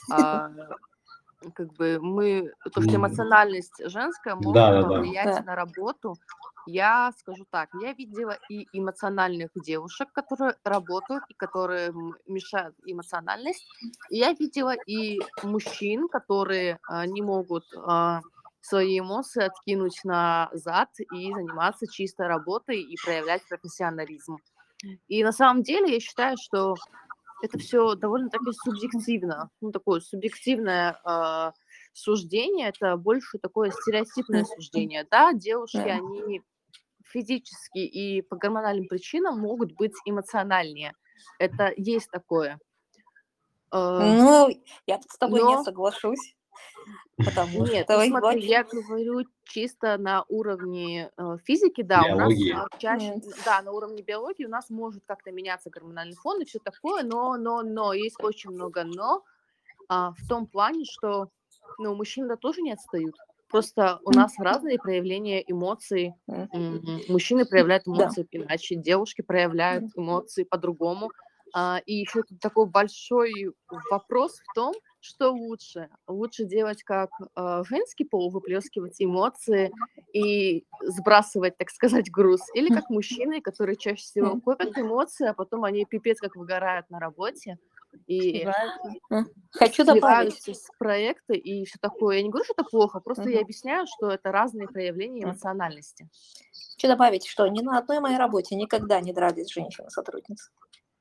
как бы то, что эмоциональность женская может повлиять на работу. Я скажу так, я видела и эмоциональных девушек, которые работают и которые мешают эмоциональность. И я видела и мужчин, которые не могут свои эмоции откинуть назад и заниматься чистой работой и проявлять профессионализм. И на самом деле я считаю, что это все довольно-таки субъективно. Ну, такое субъективное суждение, это больше такое стереотипное суждение. Да, девушки, они физически и по гормональным причинам могут быть эмоциональнее. Это есть такое. Ну, я тут с тобой не соглашусь. Потому Нет, что смотри, я говорю чисто на уровне физики, да, биологии. у нас чаще, да, на уровне биологии у нас может как-то меняться гормональный фон и все такое, но, есть очень много но, в том плане, что, мужчины тоже не отстают. Просто у нас разные проявления эмоций. Мужчины проявляют эмоции иначе, девушки проявляют эмоции по-другому. И еще тут такой большой вопрос в том, что лучше? Лучше делать как женский пол, выплескивать эмоции и сбрасывать, так сказать, груз? Или как мужчины, которые чаще всего копят эмоции, а потом они пипец как выгорают на работе и сливаются с проекта и все такое. Я не говорю, что это плохо, просто я объясняю, что это разные проявления эмоциональности. Хочу добавить, что ни на одной моей работе никогда не дрались женщины-сотрудницы.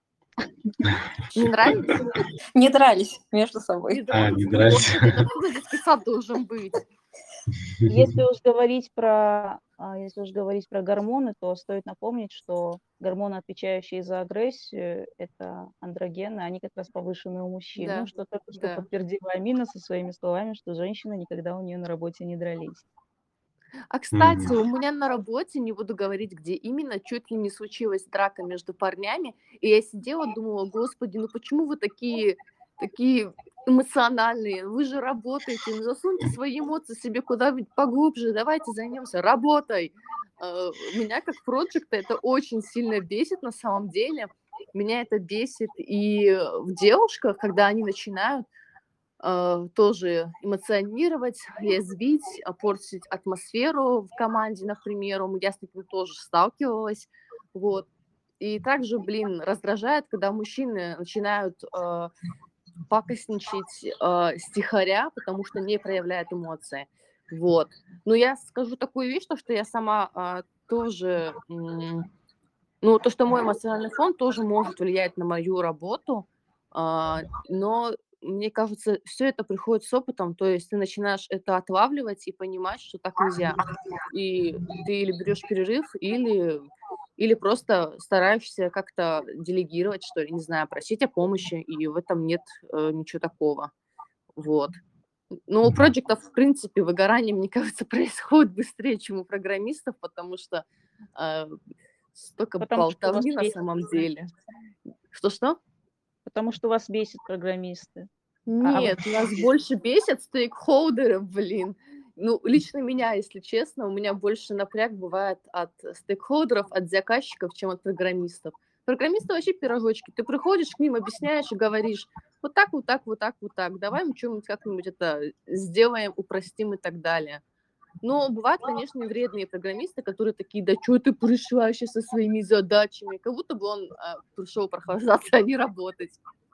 Не нравится? Не дрались между собой. Не дрались. Откуда детский сад должен быть? Если уж говорить если уж говорить про гормоны, то стоит напомнить, что гормоны, отвечающие за агрессию, это андрогены, они как раз повышены у мужчин. Ну, Да, что только что да. подтвердила Амина со своими словами, что женщины никогда у нее на работе не дрались. А, кстати, Мгм. у меня на работе, не буду говорить, где именно, чуть ли не случилась драка между парнями, и я сидела, думала, господи, ну почему вы такие эмоциональные? Вы же работаете, ну засуньте свои эмоции себе куда-нибудь поглубже, давайте займемся работой. Меня как проекта это очень сильно бесит на самом деле. Меня это бесит и в девушках, когда они начинают тоже эмоционировать, язвить, портить атмосферу в команде, например. Я с таким тоже сталкивалась. Вот. И также, блин, раздражает, когда мужчины начинают пакостничать стихаря, потому что не проявляют эмоции. Вот. Но я скажу такую вещь, что я сама тоже, ну, то, что мой эмоциональный фон тоже может влиять на мою работу, но мне кажется, все это приходит с опытом, то есть ты начинаешь это отлавливать и понимать, что так нельзя. И ты или берешь перерыв, или просто стараешься как-то делегировать, что ли, не знаю, просить о помощи, и в этом нет ничего такого. Вот. Но у Мгм. проектов, в принципе, выгорание, мне кажется, происходит быстрее, чем у программистов, потому что э, столько Потому что вас болтовни на бесит самом деле. программисты. Что-что? Потому что вас бесит программисты. А вы Нет, нас больше бесят стейкхолдеры, блин. Ну, лично меня, если честно, у меня больше напряг бывает от стейкхолдеров, от заказчиков, чем от программистов. Программисты вообще пирожочки. Ты приходишь к ним, объясняешь и говоришь, вот так, вот так, вот так, вот так. Давай мы что-нибудь как-нибудь это сделаем, упростим и так далее. Но бывают, конечно, и вредные программисты, которые такие, да что ты пришла сейчас со своими задачами, как будто бы он пришел прохлаждаться, а не работать.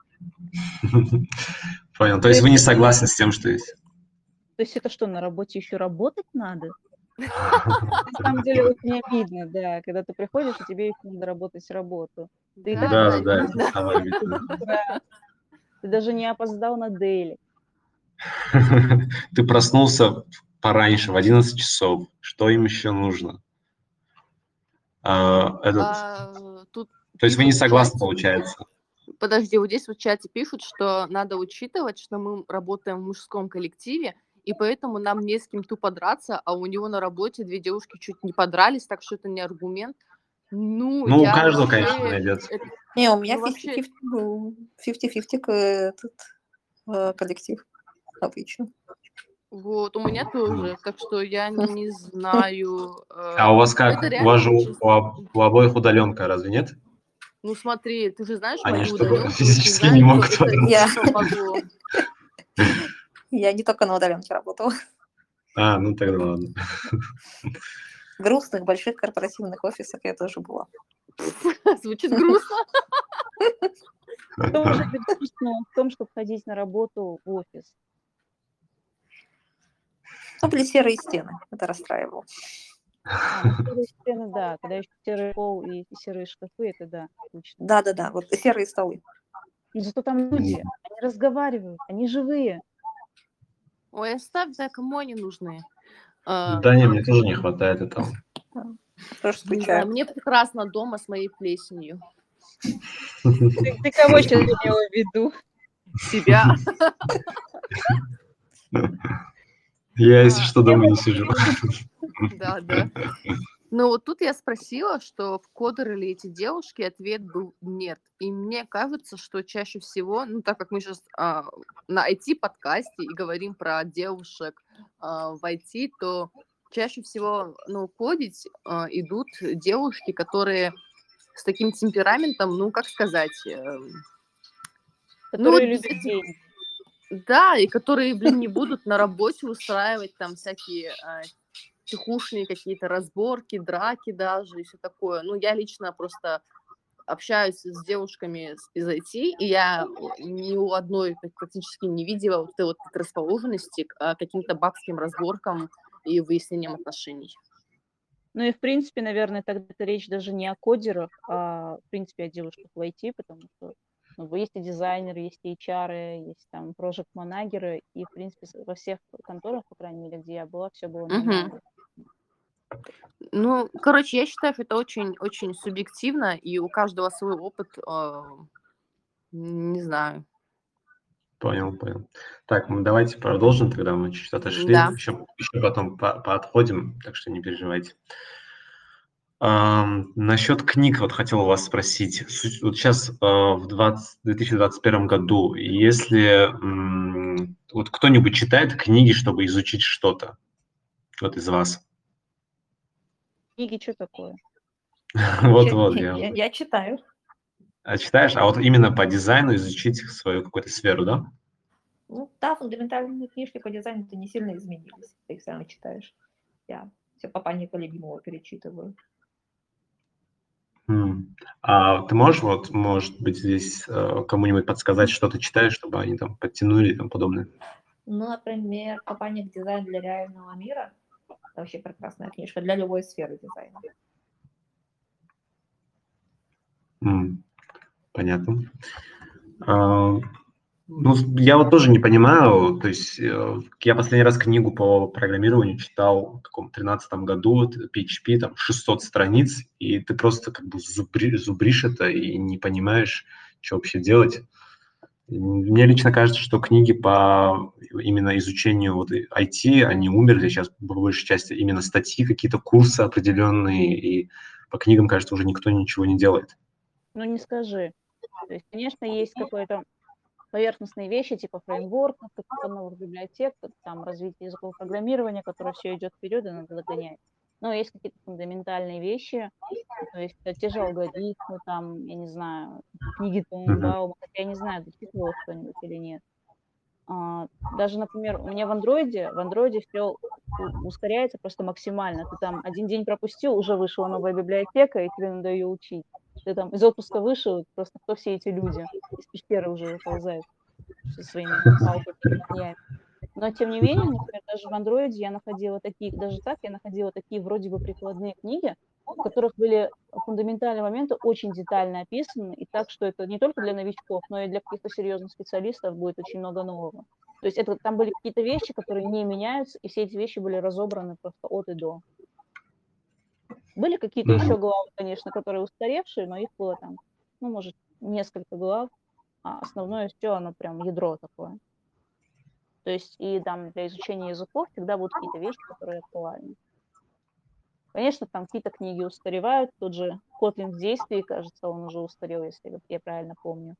Понял. То то есть есть вы не это согласны с тем, что есть? то есть это что, на работе еще работать надо? На самом деле очень обидно, да, когда ты приходишь, и тебе еще надо работать работу. Ты и так Да, это Да-да-да, это обидно. самое ты обидное. с утра, ты даже не опоздал на дейли. Ты проснулся пораньше, в 11 часов. Что им еще нужно? Тут То есть вы не пишут в согласны, чате, получается? подожди, вот здесь вот в чате пишут, что надо учитывать, что мы работаем в мужском коллективе, и поэтому нам не с кем тупо драться, а у него на работе две девушки чуть не подрались, так что это не аргумент. Ну, Ну, у я каждого, конечно, вообще, найдется. Не, у меня ну, вообще, 50-50 был. 50-50 коллектив. Обычно. вот, у меня тоже, так что я не знаю, А у вас это как? У вас реально же очень... у обоих удаленка, разве нет? Ну, смотри, ты же знаешь Они мою что, удаленку, и ты физически не знаешь, что могут это Я, не помогло. я не только на удаленке работала. А, ну тогда ладно. В грустных, больших корпоративных офисах я тоже была. Звучит грустно. Что может быть грустного в том, чтобы ходить на работу в офис? Ну, были серые стены. Это расстраивало. Ну серые стены, да, когда еще серый пол и эти серые шкафы, это да, скучно. Да-да-да, вот серые столы. Но зато там люди, они разговаривают, они живые. Ой, оставь, да, кому они нужны? А, Да не, мне тоже не хватает этого. Тоже не знаю, скучаю. мне прекрасно дома с моей плесенью. Ты кого сейчас имела в виду? Себя. Я, если А, что, дома не сижу. Да, да. Ну вот тут я спросила, что в кодеры ли эти девушки, ответ был нет. И мне кажется, что чаще всего, ну так как мы сейчас на IT-подкасте и говорим про девушек в IT, то чаще всего, ну, кодить идут девушки, которые с таким темпераментом, ну, как сказать, ну вот Которые без любят этих, деньги. да, и которые, блин, не будут на работе устраивать там всякие тихушные какие-то разборки, драки даже и все такое. Ну, я лично просто общаюсь с девушками из IT, и я ни у одной практически не видела вот этой вот предрасположенности к каким-то бабским разборкам и выяснениям отношений. Ну и в принципе, наверное, тогда это речь даже не о кодерах, а в принципе о девушках в IT, потому что Ну, есть и дизайнеры, есть и HR, есть там проект-манагеры, и, в принципе, во всех конторах, по крайней мере, где я была, все было Мгм. нормально. Ну, короче, я считаю, что это очень-очень субъективно, и у каждого свой опыт, не знаю. Понял. Так, давайте продолжим, тогда мы чуть отошли. Да. Еще потом поотходим, так что не переживайте. Насчет книг вот хотел у вас спросить. Вот сейчас в 2021 году, если вот кто-нибудь читает книги, чтобы изучить что-то, вот из вас? Книги, что такое? Вот, я... Я читаю. А читаешь? А вот именно по дизайну изучить свою какую-то сферу, да? Ну да, фундаментальные книжки по дизайну-то не сильно изменились. Ты их все равно читаешь. Я все по непоколебимого перечитываю. А ты можешь, вот, может быть, здесь кому-нибудь подсказать, что ты читаешь, чтобы они там подтянули и тому подобное? Ну, например, «Папаник дизайн для реального мира». Это вообще прекрасная книжка для любой сферы дизайна. Понятно. Ну, я вот тоже не понимаю, то есть я последний раз книгу по программированию читал в каком 13-м году, PHP, там 600 страниц, и ты просто как бы зубришь это и не понимаешь, что вообще делать. Мне лично кажется, что книги по именно изучению вот IT, они умерли сейчас по большей части, именно статьи, какие-то курсы определенные, и по книгам, кажется, уже никто ничего не делает. Ну, не скажи. То есть, конечно, есть какое-то поверхностные вещи, типа фреймворков, каких-то новых библиотек, там развитие языков программирования, которое все идет вперед и надо догонять. Но есть какие-то фундаментальные вещи, то есть те же алгоритмы, там, я не знаю, книги Тоненбаума, хотя я не знаю, дочитывал кто-нибудь или нет. Даже, например, у меня в андроиде все ускоряется просто максимально. Ты там один день пропустил, уже вышла новая библиотека, и тебе надо ее учить. Ты там из отпуска вышел, просто кто все эти люди? Из пещеры уже выползают со своими палками и камнями. Но тем не менее, например, даже в андроиде я находила такие, даже так я находила такие вроде бы прикладные книги, в которых были фундаментальные моменты очень детально описаны, и так, что это не только для новичков, но и для каких-то серьезных специалистов будет очень много нового. То есть это там были какие-то вещи, которые не меняются, и все эти вещи были разобраны просто от и до. Были какие-то еще главы, конечно, которые устаревшие, но их было там, ну, может, несколько глав, а основное все, оно прям ядро такое. То есть и там для изучения языков всегда будут какие-то вещи, которые актуальны. Конечно, там какие-то книги устаревают. Тот же Kotlin в действии, кажется, он уже устарел, если вот я правильно помню.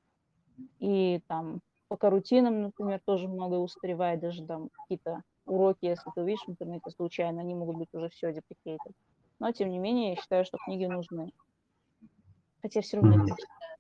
И там по карутинам, например, тоже многое устаревает. Даже там какие-то уроки, если ты увидишь в интернете случайно, они могут быть уже все deprecated. Но, тем не менее, я считаю, что книги нужны. Хотя все равно их не читаю.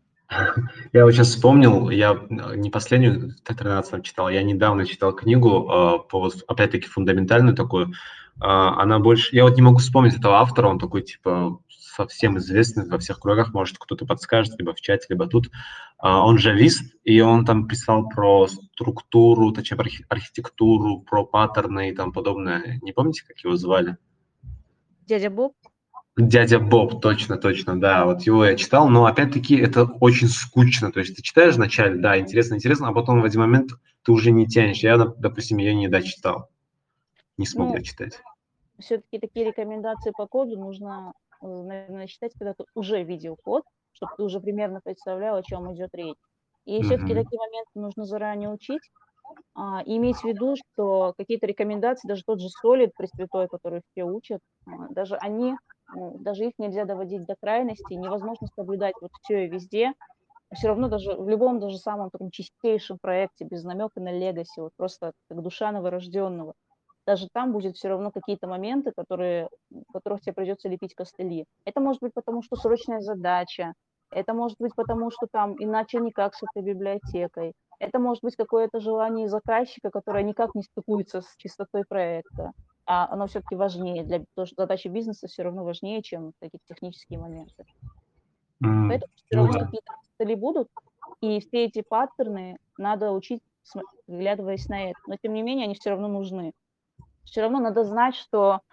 Я вот сейчас вспомнил, я не последнюю в 13 читал, я недавно читал книгу, по, опять-таки, фундаментальную такую. Она больше... Я вот не могу вспомнить этого автора, он такой, типа, совсем известный во всех кругах, может, кто-то подскажет, либо в чате, либо тут. Он джавист, и он там писал про структуру, точнее, про архитектуру, про паттерны и тому подобное. Не помните, как его звали? Дядя Боб? Дядя Боб, точно, да, вот его я читал, но опять-таки это очень скучно, то есть ты читаешь вначале, да, интересно, а потом в один момент ты уже не тянешь. Я, допустим, ее не дочитал, не смог Ну, дочитать. все-таки такие рекомендации по коду нужно, наверное, читать, когда ты уже видел код, чтобы ты уже примерно представлял, о чем идет речь. И все-таки Мгм. такие моменты нужно заранее учить, и иметь в виду, что какие-то рекомендации, даже тот же Solid Пресвятой, который все учат, даже они, даже их нельзя доводить до крайности, невозможно соблюдать вот все и везде. Все равно даже в любом, даже самом таком чистейшем проекте, без намека на легаси, вот просто как душа новорожденного, даже там будет все равно какие-то моменты, которых тебе придется лепить костыли. Это может быть потому, что срочная задача, это может быть потому, что там иначе никак с этой библиотекой, это может быть какое-то желание заказчика, которое никак не стыкуется с чистотой проекта, а оно все-таки важнее, потому что задача бизнеса все равно важнее, чем такие технические моменты. Поэтому все Ну равно да. какие-то костыли будут, и все эти паттерны надо учить, вглядываясь на это. Но тем не менее они все равно нужны. Все равно надо знать, что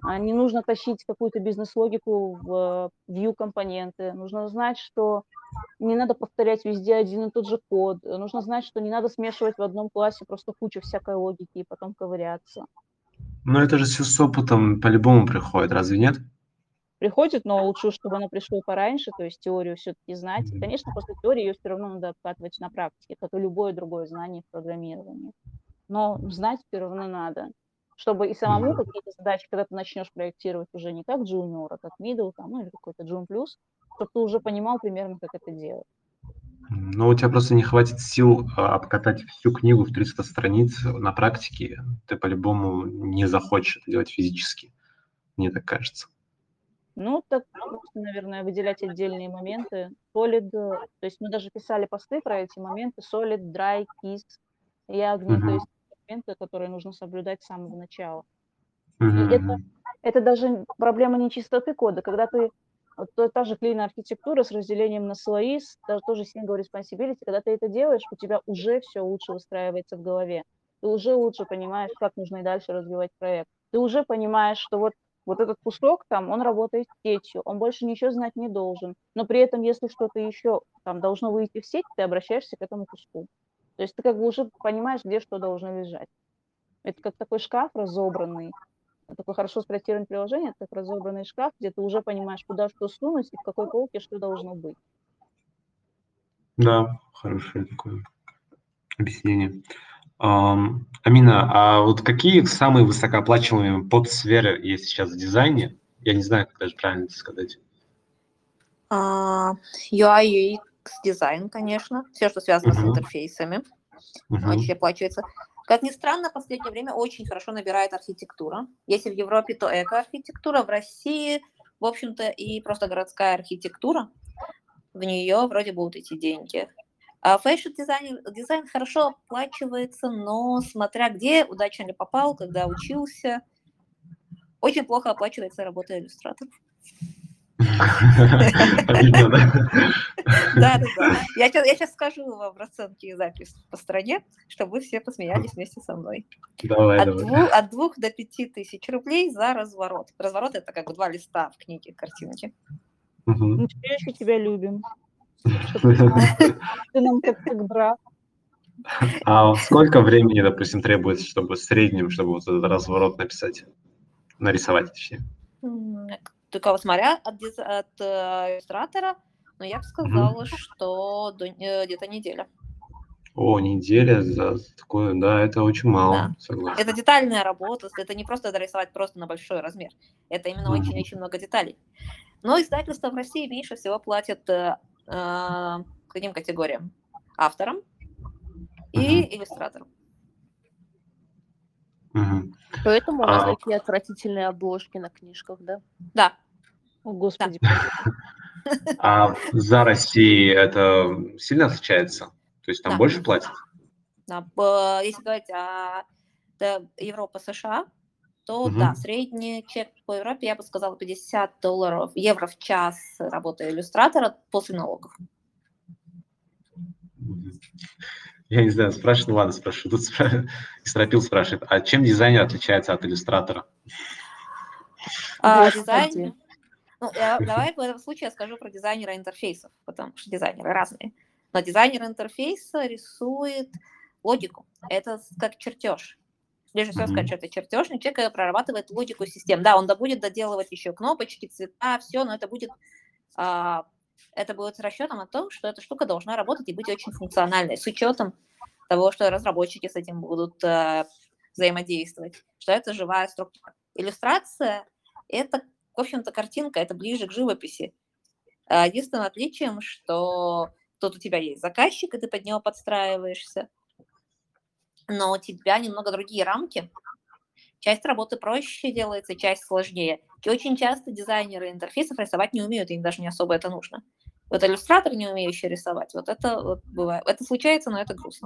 Не нужно тащить какую-то бизнес-логику в view-компоненты. Нужно знать, что не надо повторять везде один и тот же код. Нужно знать, что не надо смешивать в одном классе просто кучу всякой логики и потом ковыряться. Но это же все с опытом по-любому приходит, разве нет? Приходит, но лучше, чтобы она пришла пораньше, то есть теорию все-таки знать. И, Мгм. конечно, после теории ее все равно надо обкатывать на практике, как и любое другое знание в программировании. Но знать все равно надо, чтобы и самому Мгм. какие-то задачи, когда ты начнешь проектировать уже не как junior, а как middle, там, ну или какой-то jun плюс, чтобы ты уже понимал примерно, как это делать. Но у тебя просто не хватит сил обкатать всю книгу в 300 страниц на практике. Ты по-любому не захочешь это делать физически, мне так кажется. Ну, так просто, наверное, выделять отдельные моменты. Solid, то есть мы даже писали посты про эти моменты. Solid, dry, kiss, ягни, то Мгм. есть моменты, которые нужно соблюдать с самого начала. Мгм, И мгм. это даже проблема не чистоты кода. Когда ты, вот та же clean архитектура с разделением на слои, тоже single responsibility, когда ты это делаешь, у тебя уже все лучше выстраивается в голове. Ты уже лучше понимаешь, как нужно и дальше развивать проект. Ты уже понимаешь, что вот этот кусок там, он работает с сетью, он больше ничего знать не должен. Но при этом, если что-то еще там должно выйти в сеть, ты обращаешься к этому куску. То есть ты как бы уже понимаешь, где что должно лежать. Это как такой шкаф разобранный, такое хорошо спроектированное приложение, это как разобранный шкаф, где ты уже понимаешь, куда что сунуть и в какой полке что должно быть. Да, хорошее такое объяснение. Амина, а вот какие самые высокооплачиваемые подсферы есть сейчас в дизайне? Я не знаю, как даже правильно это сказать. UI, UX дизайн, конечно, все, что связано с Мгм. интерфейсами, Мгм. очень оплачивается. Как ни странно, в последнее время очень хорошо набирает архитектура. Если в Европе, то эко-архитектура, в России, в общем-то, и просто городская архитектура. В нее вроде будут идти деньги. А фэшн-дизайн хорошо оплачивается, но смотря где, удачно ли попал, когда учился, очень плохо оплачивается работа иллюстраторов. Обидно, да? Да. Я сейчас скажу вам расценки и запись по стране, чтобы вы все посмеялись вместе со мной. Давай. От 2 до 5 тысяч рублей за разворот. Разворот – это как бы 2 листа в книге, картинки. Мгм. Мы все еще тебя любим, чтобы ты знал. Ты нам как брат. А сколько времени, допустим, требуется, чтобы в среднем, чтобы вот этот разворот написать, нарисовать, точнее? Только смотря от иллюстратора, но я бы сказала, что где-то неделя. О, неделя за такое, да, это очень мало, Да. согласен. Это детальная работа, это не просто дорисовать просто на большой размер. Это именно Мгм. очень-очень много деталей. Но издательства в России меньше всего платят каким категориям? Авторам и иллюстраторам. Мгм. Поэтому у нас А, такие отвратительные обложки на книжках, да? Да. О, Господи. а за Россией это сильно отличается? То есть там Да. больше платят? Да. Если говорить о Европа, США, то Мгм. да, средний чек по Европе, я бы сказала, $50 евро в час работы иллюстратора после налогов. Мгм. Я не знаю, спрашиваю, ну ладно, спрошу. Тут Исрапил спрашивает, а чем дизайнер отличается от иллюстратора? Дизайн. Давай в этом случае я скажу про дизайнера интерфейсов, потому что дизайнеры разные. Но дизайнер интерфейса рисует логику. Это как чертеж. Прежде всего сказать, что это чертежник, человек прорабатывает логику систем. Да, он будет доделывать еще кнопочки, цвета, все, но это будет с расчетом о том, что эта штука должна работать и быть очень функциональной, с учетом того, что разработчики с этим будут взаимодействовать, что это живая структура. Иллюстрация – это, в общем-то, картинка, это ближе к живописи. Единственным отличием, что тут у тебя есть заказчик, и ты под него подстраиваешься, но у тебя немного другие рамки. Часть работы проще делается, часть сложнее. И очень часто дизайнеры интерфейсов рисовать не умеют, им даже не особо это нужно. Вот иллюстратор, не умеющий рисовать, вот это вот бывает. Это случается, но это грустно.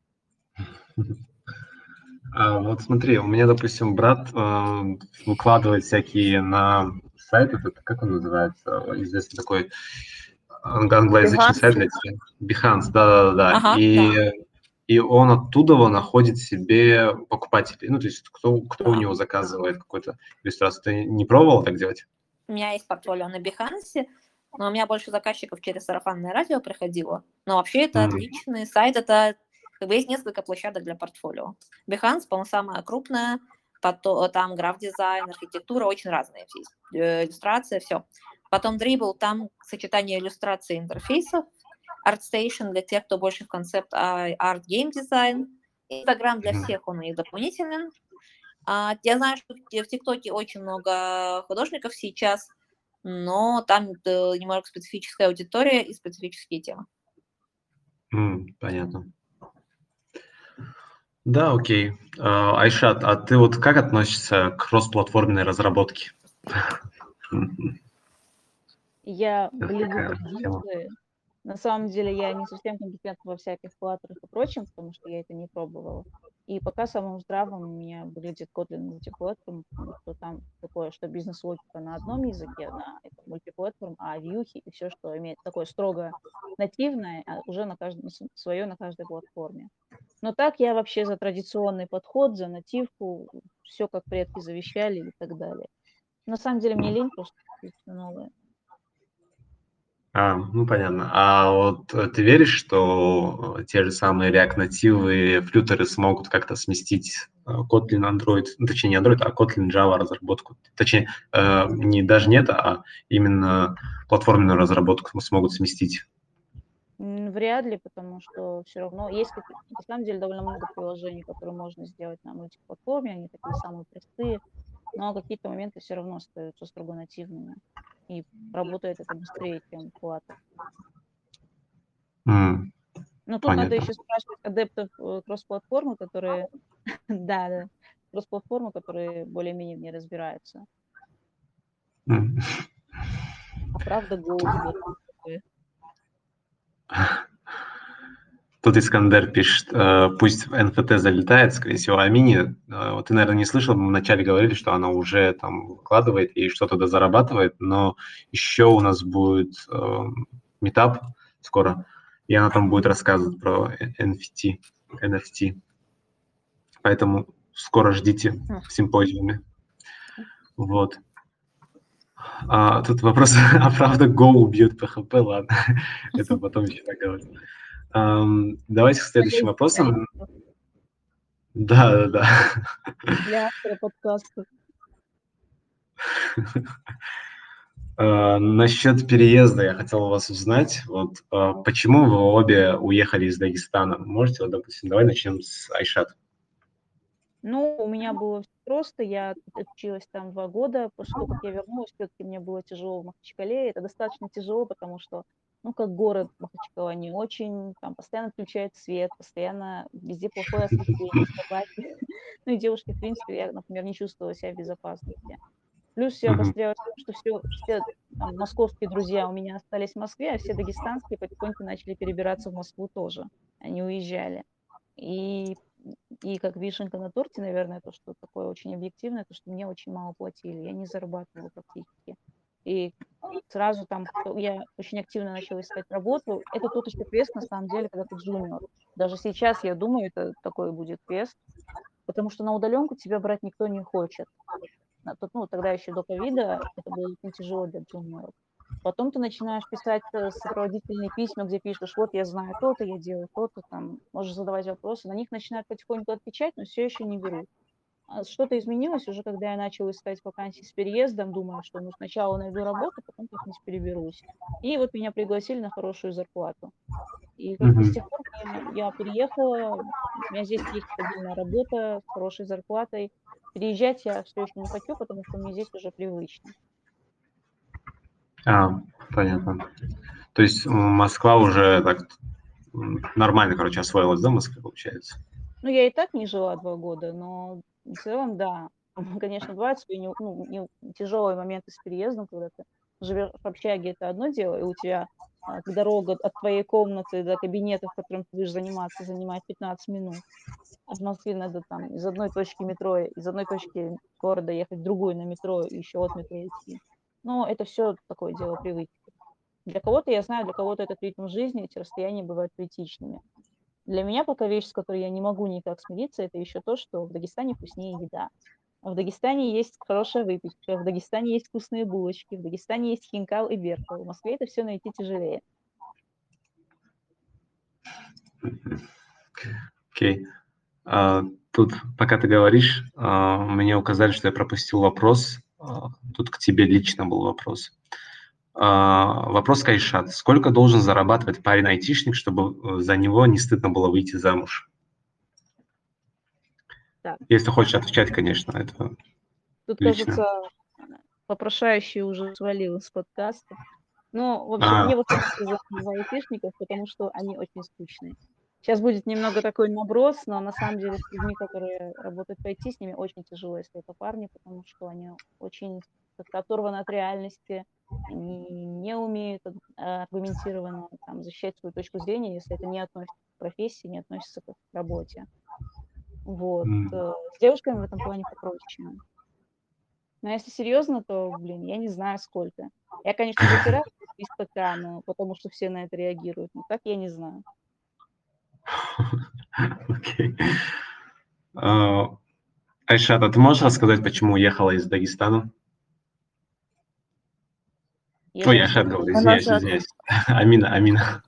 Вот смотри, у меня, допустим, брат выкладывает всякие на сайт, это как он называется, известный такой англоязычный сайт для тебя. Behance, да. Ага, И да. и он оттуда находит себе покупателей. Ну, то есть кто у Да. него заказывает какую-то иллюстрацию. Ты не пробовал так делать? У меня есть портфолио на Behance, но у меня больше заказчиков через сарафанное радио приходило. Но вообще это отличный сайт, это как бы есть несколько площадок для портфолио. Behance, по-моему, самая крупная, потом, там граф-дизайн, архитектура, очень разные есть, иллюстрация, все. Потом Dribble, там сочетание иллюстраций и интерфейсов. ArtStation для тех, кто больше в концепт арт гейм дизайн. Instagram для всех, он у них дополнителен. Я знаю, что в ТикТоке очень много художников сейчас, но там немного специфическая аудитория и специфические темы. Понятно. Да, окей. Айшат, а ты вот как относишься к кросс-платформенной разработке? Я Это гляжу такая тема. позиции. На самом деле я не совсем компетентна во всяких флаттерах и прочем, потому что я это не пробовала. И пока самым здравым у меня выглядит Kotlin мультиплатформ, потому что там такое, что бизнес-логика на одном языке, на это мультиплатформ, а вьюхи и все, что имеет такое строго нативное, уже на каждом свое на каждой платформе. Но так я вообще за традиционный подход, за нативку, все как предки завещали и так далее. На самом деле мне лень просто учить всё новое. Ну понятно. А вот ты веришь, что те же самые React-нативы, флютеры смогут как-то сместить Kotlin Android, ну, точнее не Android, а Kotlin Java разработку? Точнее, даже не это, а именно платформенную разработку смогут сместить? Вряд ли, потому что все равно есть на самом деле довольно много приложений, которые можно сделать на мультиплатформе, они такие самые простые, но какие-то моменты все равно остаются строго нативными, и работает это быстрее, чем Flutter. Но тут надо Понятно. еще спрашивать адептов кросс-платформы, которые, да, кросс-платформы, которые более-менее в ней разбираются. М. А правда Go убьет PHP? Тут Искандер пишет, пусть в NFT залетает, скорее всего, Амини. Вот ты, наверное, не слышал, мы вначале говорили, что она уже там выкладывает и что туда зарабатывает, но еще у нас будет митап скоро, и она там будет рассказывать про NFT. Поэтому скоро ждите в симпозиуме. Вот. Тут вопрос, а правда Go убьет PHP? Ладно, это потом еще договорим. Давайте к следующим вопросам. Да. Для автора подкаста. Насчет переезда я хотел у вас узнать. Вот почему вы обе уехали из Дагестана? Можете, вот, допустим, давай начнем с Айшат. Ну, у меня было всё просто. Я училась там 2 года. После того, как я вернулась, всё-таки мне было тяжело в Махачкале. Это достаточно тяжело, потому что, ну, как город Махачкала не очень, там постоянно отключают свет, постоянно везде плохое освещение, собаки. Ну и девушки, в принципе, я, например, не чувствовала себя в безопасности. Плюс всё обострялось тем, что все там московские друзья у меня остались в Москве, а все дагестанские потихоньку начали перебираться в Москву тоже. Они уезжали. И и как вишенка на торте, наверное, то, что такое очень объективное, то, что мне очень мало платили. Я не зарабатывала практически. И сразу там я очень активно начала искать работу. Это тот еще квест, на самом деле, когда ты джуниор. Даже сейчас, я думаю, это такой будет квест, потому что на удаленку тебя брать никто не хочет. Ну, тогда еще до ковида это было очень тяжело для джуниоров. Потом ты начинаешь писать сопроводительные письма, где пишешь, вот я знаю то-то, я делаю то-то, там, можешь задавать вопросы. На них начинают потихоньку отвечать, но все еще не берут. Что-то изменилось уже, когда я начала искать вакансии с переездом, думаю, что ну, сначала найду работу, потом как-нибудь переберусь. И вот меня пригласили на хорошую зарплату. И как бы с тех пор я переехала, у меня здесь есть стабильная работа с хорошей зарплатой. Переезжать я все еще не хочу, потому что мне здесь уже привычно. Понятно. То есть Москва уже так нормально, короче, освоилась, да, Москва, получается? Ну, я и так не жила 2 года, но в целом, да. Конечно, бывают свои тяжелые моменты с переездом, когда ты живешь в общаге, это одно дело, и у тебя дорога от твоей комнаты до кабинета, в котором ты будешь заниматься, занимает 15 минут. А в Москве надо там из одной точки метро, из одной точки города ехать в другую на метро и еще от метро идти. Но это все такое дело привычки. Для кого-то, я знаю, для кого-то этот ритм жизни, эти расстояния бывают критичными. Для меня пока вещь, с которой я не могу никак смириться, это еще то, что в Дагестане вкуснее еда. В Дагестане есть хорошая выпечка, в Дагестане есть вкусные булочки, в Дагестане есть хинкал и беркал. В Москве это все найти тяжелее. Окей. Тут, пока ты говоришь, мне указали, что я пропустил вопрос. Тут к тебе лично был вопрос. Вопрос к Айшат. Сколько должен зарабатывать парень-айтишник, чтобы за него не стыдно было выйти замуж? Так, Если хочешь отвечать, конечно, это тут, лично. кажется, вопрошающий уже свалил из подкаста. Ну, в общем, мне вот хочется за айтишников, потому что они очень скучные. Сейчас будет немного такой наброс, но на самом деле с людьми, которые работают по IT, с ними очень тяжело, если это парни, потому что они очень как-то оторваны от реальности, они не умеют аргументированно там, защищать свою точку зрения, если это не относится к профессии, не относится к работе. Вот. С девушками в этом плане попроще. Но если серьезно, то, блин, я не знаю сколько. Я, конечно, затираю 300К, но потому что все на это реагируют. Но так я не знаю. Окей. Айшат, а ты можешь рассказать, почему уехала из Дагестана? Я Ой, же Айшат, рассказала. говорю, Она извиняюсь. Амина.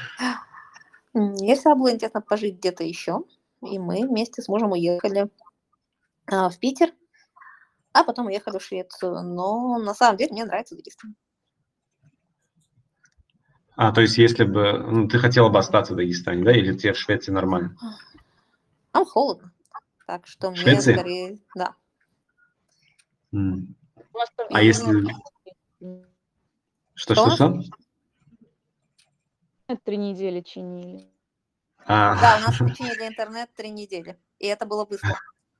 Если было интересно пожить где-то еще, и мы вместе с мужем уехали в Питер, а потом уехали в Швецию. Но на самом деле мне нравится Дагестан. То есть если бы ты хотела бы остаться в Дагестане, да, или тебе в Швеции нормально? Там холодно, так что В мне Швеции? скорее, да. У нас там А И- если... Что у нас? Что? 3 недели чинили. Да, у нас починили интернет 3 недели, и это было быстро.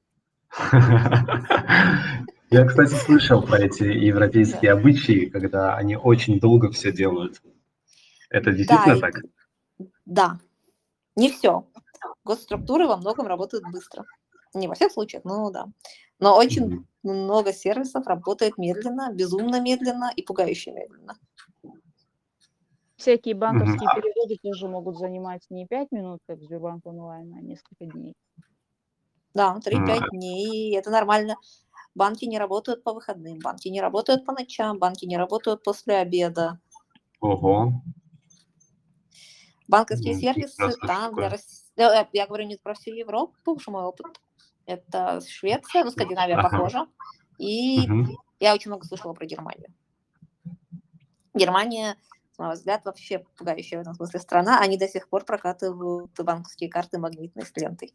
Я, кстати, слышал про эти европейские обычаи, когда они очень долго все делают. Это действительно так? Да, не все. Госструктуры во многом работают быстро. Не во всех случаях, но да. Но очень много сервисов работает медленно, безумно медленно и пугающе медленно. Всякие банковские переводы тоже могут занимать не 5 минут, как в Сбербанк онлайн, а несколько дней. Да, 3-5 дней, это нормально. Банки не работают по выходным, банки не работают по ночам, банки не работают после обеда. Ого. Банковские сервисы там для России... Я говорю не про всю Европу, потому что мой опыт. Это Швеция, ну, Скандинавия похожа. И я очень много слышала про Германию. Германия, на мой взгляд, вообще пугающая в этом смысле страна. Они до сих пор прокатывают банковские карты магнитной с лентой.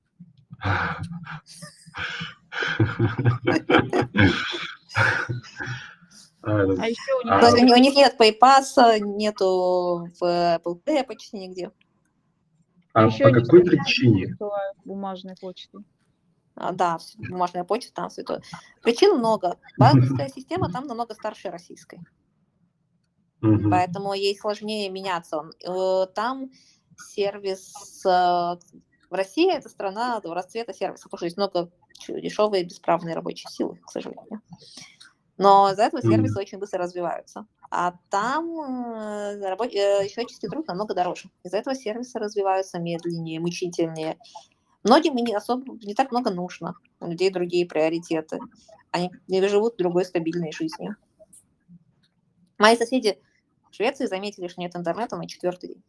А еще у них нет PayPass, нету в Apple Pay почти нигде. А по какой причине? Бумажной почты. Да, бумажная почта там святое. Причин много. Банковская система там намного старше российской. Поэтому ей сложнее меняться. Там сервис... В России это страна расцвета сервисов, потому что есть много дешевой и бесправной рабочей силы, к сожалению. Но из-за этого сервисы очень быстро развиваются. А там человеческий труд намного дороже. Из-за этого сервисы развиваются медленнее, мучительнее. Многим не так много нужно. У людей другие приоритеты. Они живут другой стабильной жизнью. Мои соседи в Швеции заметили, что нет интернета на 4-й день.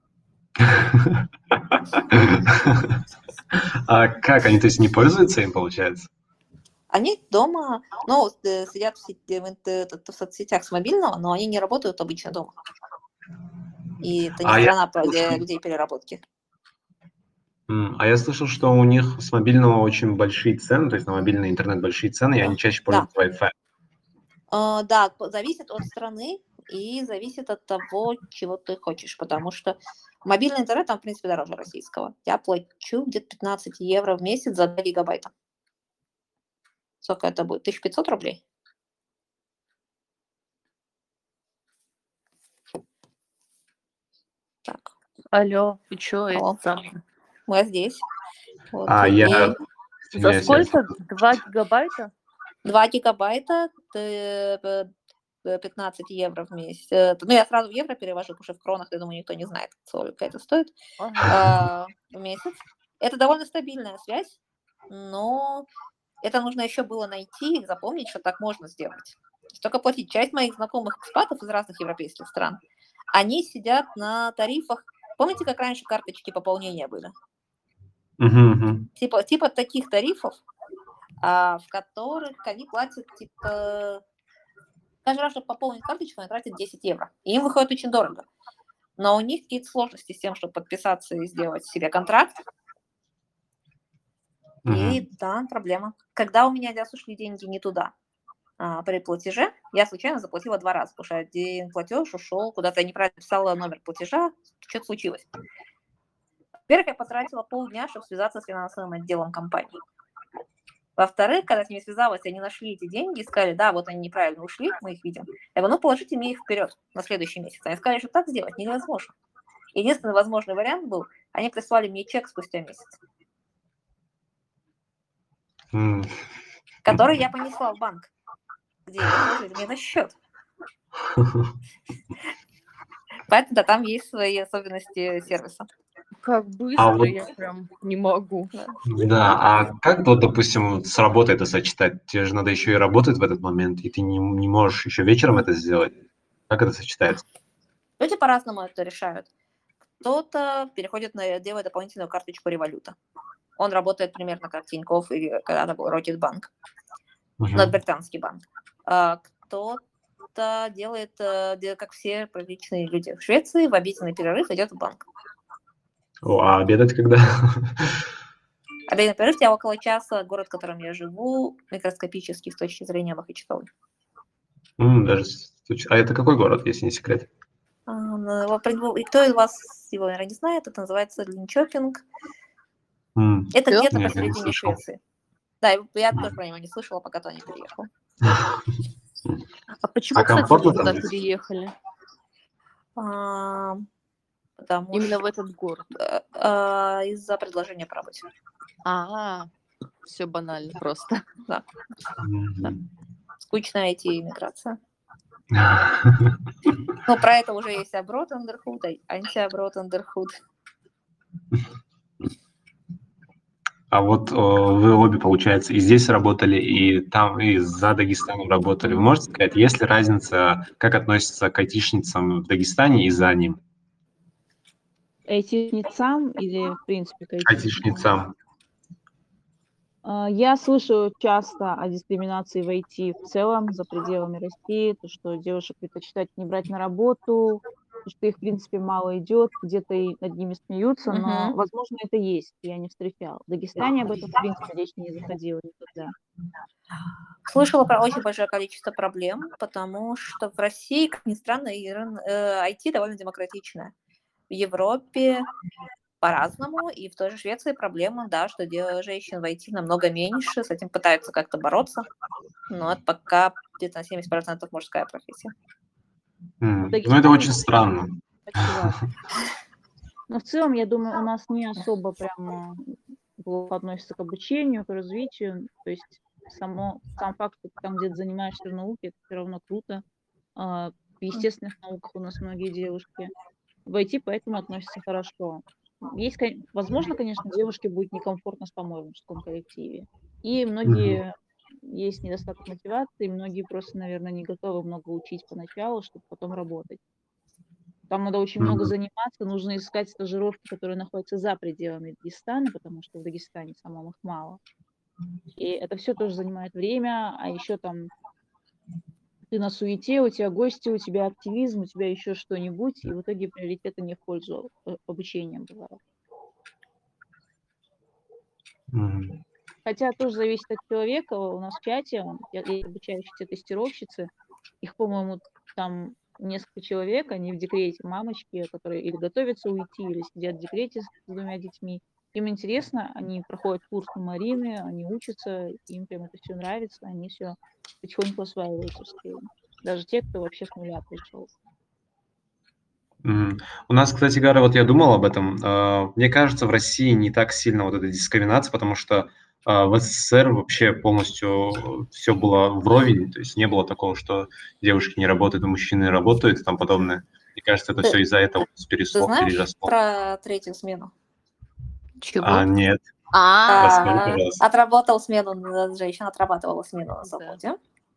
А как? Они, то есть, не пользуются им, получается? Они дома, сидят в соцсетях с мобильного, но они не работают обычно дома. И это не страна для людей переработки. А я слышал, что у них с мобильного очень большие цены, то есть на мобильный интернет большие цены, и они чаще пользуются Wi-Fi. Да, зависит от страны и зависит от того, чего ты хочешь, потому что мобильный интернет там, в принципе, дороже российского. Я плачу где-то 15 евро в месяц за 2 гигабайта. Сколько это будет? 1500 рублей? Так. Алло, ты что? Мы здесь. Вот. За сколько? 2 гигабайта? 2 гигабайта 15 евро в месяц. Ну, я сразу в евро перевожу, потому что в кронах, я думаю, никто не знает, сколько это стоит Ага. в месяц. Это довольно стабильная связь, но это нужно еще было найти и запомнить, что так можно сделать. Только платить. Часть моих знакомых экспатов из разных европейских стран, они сидят на тарифах. Помните, как раньше карточки пополнения были? Типа таких тарифов, в которых они платят, типа, каждый раз, чтобы пополнить карточку, они тратят 10 евро. И им выходит очень дорого. Но у них какие-то сложности с тем, чтобы подписаться и сделать себе контракт. И да, проблема. Когда у меня ушли деньги не туда, при платеже, я случайно заплатила 2 раза, потому что один платеж ушел куда-то, я неправильно писала номер платежа, что-то случилось. Во-первых, я потратила полдня, чтобы связаться с финансовым отделом компании. Во-вторых, когда с ними связалась, они нашли эти деньги и сказали, да, вот они неправильно ушли, мы их видим. Я говорю, ну, положите мне их вперед на следующий месяц. Они сказали, что так сделать невозможно. Единственный возможный вариант был, они прислали мне чек спустя месяц, который я понесла в банк, где его положили мне на счет. Поэтому да, там есть свои особенности сервиса. Как быстро, я прям не могу. Да, а как вот, допустим, с работой это сочетать? Тебе же надо еще и работать в этот момент, и ты не можешь еще вечером это сделать. Как это сочетается? Люди по-разному это решают. Кто-то переходит делает дополнительную карточку революта. Он работает примерно как Тинькофф или когда-то был Рокетбанк, но это британский банк. Кто-то делает, как все приличные люди в Швеции, в обеденный перерыв идет в банк. А обедать когда? Обеденный перерыв, я около часа, город, в котором я живу, микроскопический с точки зрения Махачкалы. А это какой город, если не секрет? И кто из вас его, наверное, не знает, это называется Линчопинг. Это где-то посередине Швеции. Да, я тоже про него не слышала, пока туда не переехала. А почему, кстати, вы туда переехали? Именно в этот город? Из-за предложения по работе. Все банально просто. Да. Скучная IT-иммиграция. Но про это уже есть Abroad Underhood, анти-Abroad Underhood. А вот вы обе, получается, и здесь работали, и там, и за Дагестаном работали. Вы можете сказать, есть ли разница, как относятся к айтишницам в Дагестане и за ним? Айтишницам или, в принципе, к айтишницам? Я слышу часто о дискриминации в IT в целом за пределами России, то, что девушек предпочитают не брать на работу, что их, в принципе, мало идет, где-то и над ними смеются, но, возможно, это есть, я не встречала. В Дагестане об этом, в принципе, речь не заходила никогда. Слышала про очень большое количество проблем, потому что в России, как ни странно, IT довольно демократичное. В Европе по-разному, и в той же Швеции проблема, да, что женщин в IT намного меньше, с этим пытаются как-то бороться, но это пока где-то на 70% мужская профессия. Ну, это очень странно. Но в целом, я думаю, у нас не особо прям плохо относятся к обучению, к развитию, то есть сам факт, что ты там где-то занимаешься в науке, это все равно круто. В естественных науках у нас многие девушки в IT, поэтому относятся хорошо. Возможно, конечно, девушке будет некомфортно с помоей в мужском коллективе. И многие есть недостаток мотивации, многие просто, наверное, не готовы много учить поначалу, чтобы потом работать. Там надо очень много заниматься, нужно искать стажировки, которые находятся за пределами Дагестана, потому что в Дагестане самом их мало. И это все тоже занимает время, а еще там ты на суете, у тебя гости, у тебя активизм, у тебя еще что-нибудь, и в итоге приоритеты не в пользу обучения бывают. Хотя тоже зависит от человека. У нас в чате есть обучающиеся тестировщицы, их, по-моему, там несколько человек, они в декрете, мамочки, которые или готовятся уйти, или сидят в декрете с 2 детьми. Им интересно, они проходят курс у Марины, они учатся, им прям это все нравится, они все потихоньку осваиваются в скилле. Даже те, кто вообще с нуля пришел. У нас, кстати говоря, вот я думал об этом. Мне кажется, в России не так сильно вот эта дискриминация, потому что в СССР вообще полностью все было вровень, то есть не было такого, что девушки не работают, а мужчины работают и тому подобное. Мне кажется, это Ты, все из-за этого ты переросло. знаешь про третью смену? Чего? Нет, А, расскажи, пожалуйста. Отработал смену, женщина отрабатывала смену на да. заводе.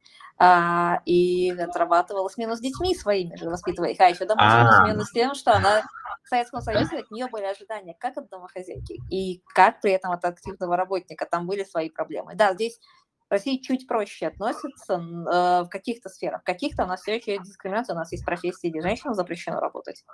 И отрабатывала смену с детьми своими же, воспитывая их, а еще домашнюю смену с тем, что она в Советском Союзе, от нее были ожидания как от домохозяйки и как при этом от активного работника. Там были свои проблемы. Да, здесь в России чуть проще относятся в каких-то сферах. В каких-то у нас все еще есть дискриминация, у нас есть профессии, где женщинам запрещено работать.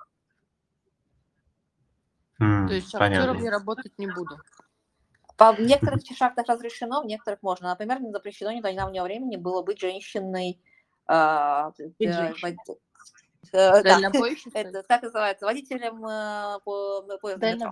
То есть актером Понятно. я работать не буду. В некоторых шахтах разрешено, в некоторых можно. Например, не запрещено до недавнего времени было быть женщиной. Быть женщиной. Да, Дальнобойщицей? это как называется, водителем поезда метро.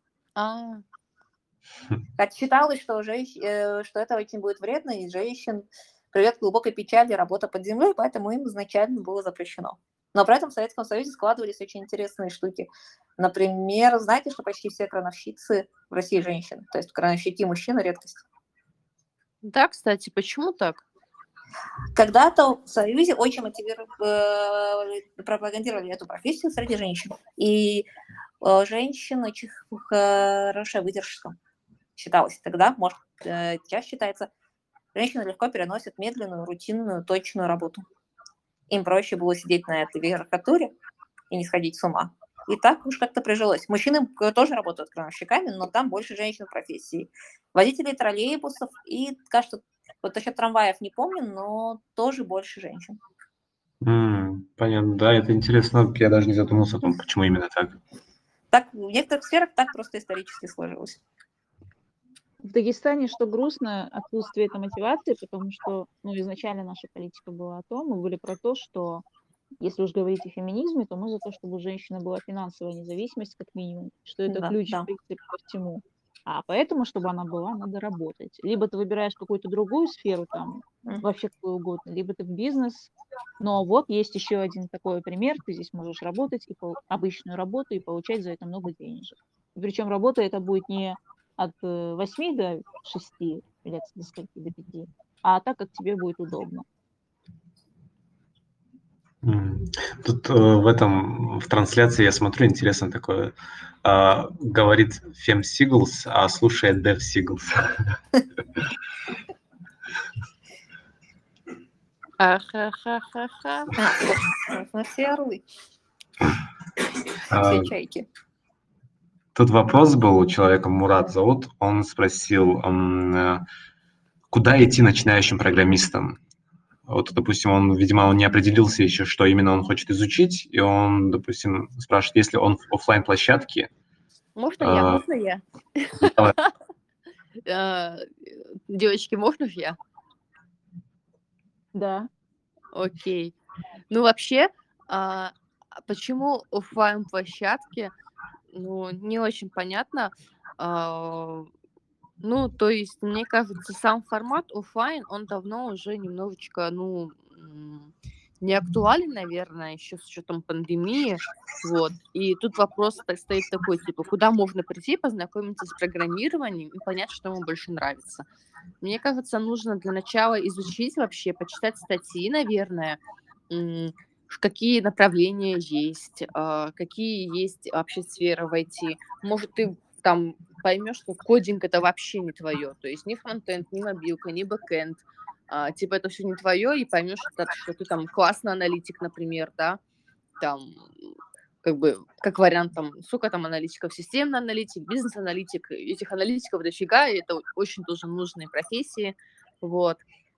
Хотя считалось, что это очень будет вредно, и женщин приведет к глубокой печали работа под землей, поэтому им изначально было запрещено. Но при этом в Советском Союзе складывались очень интересные штуки. Например, знаете, что почти все крановщицы в России женщины? То есть крановщики мужчины редкость. Да, кстати, почему так? Когда-то в Союзе очень пропагандировали эту профессию среди женщин. И женщина очень хорошая выдержка считалось тогда, может, сейчас считается, женщины легко переносят медленную, рутинную, точную работу. Им проще было сидеть на этой верхотуре и не сходить с ума. И так уж как-то прижилось. Мужчины тоже работают крановщиками, но там больше женщин в профессии. Водители троллейбусов и, кажется, вот насчет трамваев не помню, но тоже больше женщин. Понятно, да, это интересно. Я даже не задумался о том, почему именно так. Так, в некоторых сферах так просто исторически сложилось. В Дагестане, что грустно, отсутствие этой мотивации, потому что изначально наша политика была о том, мы были про то, что если уж говорить о феминизме, то мы за то, чтобы у женщины была финансовая независимость как минимум, что это ключ, в принципе, ко всему. А поэтому, чтобы она была, надо работать. Либо ты выбираешь какую-то другую сферу, там, вообще какую угодно, либо ты в бизнес. Но вот есть еще один такой пример. Ты здесь можешь работать, обычную работу, и получать за это много денежек. Причем работа это будет не от 8 до 6 лет, до скольки, до 5, а так, как тебе будет удобно. Тут в трансляции я смотрю, интересно такое. Говорит Фем Сиглс, а слушает Дев Сиглс. Ха-ха-ха-ха-ха. Все орлы. Все чайки. Тут вопрос был у человека, Мурат зовут, он спросил, куда идти начинающим программистам? Вот, допустим, он не определился еще, что именно он хочет изучить, и он, допустим, спрашивает, если он в офлайн-площадке. Можно я? Давай. Девочки, можно я? Да. Окей. Ну, вообще, почему офлайн-площадки, не очень понятно. То есть, мне кажется, сам формат офлайн, он давно уже немножечко, не актуален, наверное, еще с учетом пандемии. Вот. И тут вопрос стоит такой, типа, куда можно прийти, познакомиться с программированием и понять, что ему больше нравится. Мне кажется, нужно для начала изучить вообще, почитать статьи, наверное, какие направления есть, какие есть вообще сферы в IT. Может, ты там поймешь, что кодинг это вообще не твое, то есть ни фронтенд, ни мобилка, ни бэкенд, типа это все не твое, и поймешь, что ты там классный аналитик, например, да, там как вариант, там, сколько там аналитиков, системный аналитик, бизнес-аналитик, этих аналитиков дофига, и это очень тоже нужные профессии, вот.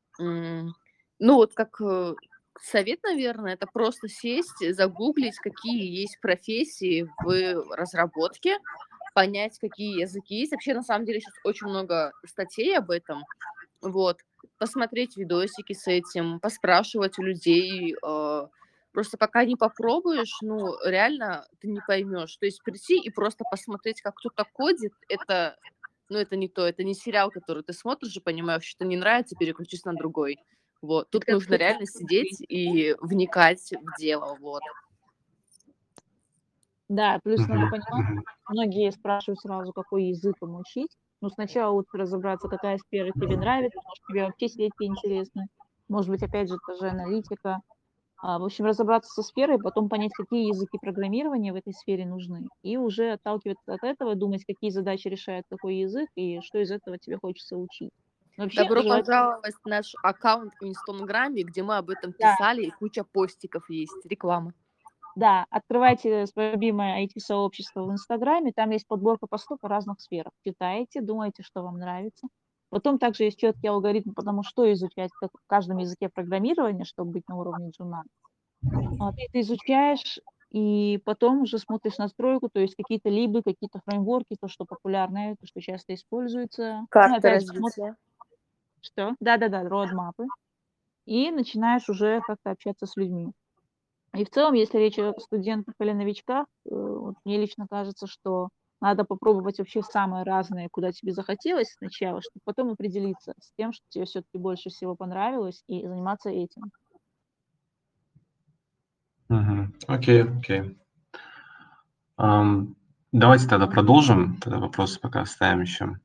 Как совет, наверное, это просто сесть, загуглить, какие есть профессии в разработке, понять, какие языки есть. Вообще, на самом деле, сейчас очень много статей об этом, вот. Посмотреть видосики с этим, поспрашивать у людей, просто пока не попробуешь, реально ты не поймешь. То есть прийти и просто посмотреть, как кто-то кодит, это не то, это не сериал, который ты смотришь и понимаешь, что не нравится, переключись на другой. Вот. Тут нужно реально сидеть и вникать в дело, вот. Да, плюс надо понимать, многие спрашивают сразу, какой язык им учить. Ну, сначала лучше разобраться, какая сфера тебе нравится, может, тебе вообще сети интересны, может быть, опять же, та же аналитика. В общем, разобраться со сферой, потом понять, какие языки программирования в этой сфере нужны, и уже отталкиваться от этого, думать, какие задачи решает какой язык и что из этого тебе хочется учить. Но вообще, Добро желательно, пожаловать в наш аккаунт в Инстаграме, где мы об этом да, писали, и куча постиков есть, реклама. да, открывайте свое любимое IT-сообщество в Инстаграме, там есть подборка постов о разных сферах. Читайте, думайте, что вам нравится. Потом также есть четкий алгоритм, потому что изучать как в каждом языке программирования, чтобы быть на уровне джуна. Ты это изучаешь, и потом уже смотришь настройку, то есть какие-то либы, какие-то фреймворки, то, что популярное, то, что часто используется. Ну, Карты опять же, смотришь, развития. что? Да-да-да, роадмапы. И начинаешь уже как-то общаться с людьми. И в целом, если речь о студентах или новичках, вот мне лично кажется, что надо попробовать вообще самое разное, куда тебе захотелось сначала, чтобы потом определиться с тем, что тебе все-таки больше всего понравилось, и заниматься этим. Окей, окей. Давайте тогда продолжим, тогда вопросы пока оставим еще.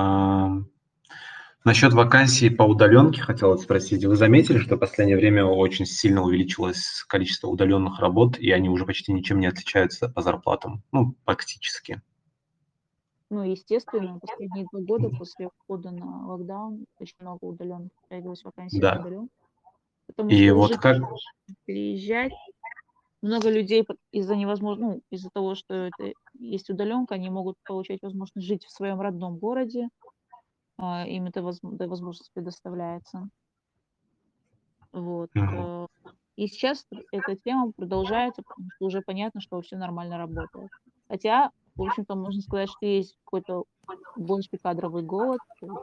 Насчет вакансий по удаленке хотел спросить. Вы заметили, что в последнее время очень сильно увеличилось количество удаленных работ, и они уже почти ничем не отличаются по зарплатам? Ну, практически. Ну, естественно, последние 2 года после ухода на локдаун очень много удаленных появилось вакансий по Да. удаленке, потому И что вот уже как... переезжать много людей из-за ну, из-за того, что это есть удаленка, они могут получать возможность жить в своем родном городе, им эта возможность предоставляется. Вот. Мгм. И сейчас эта тема продолжается, потому что уже понятно, что все нормально работает. Хотя, в общем-то, можно сказать, что есть какой-то больше кадровый голод. То есть,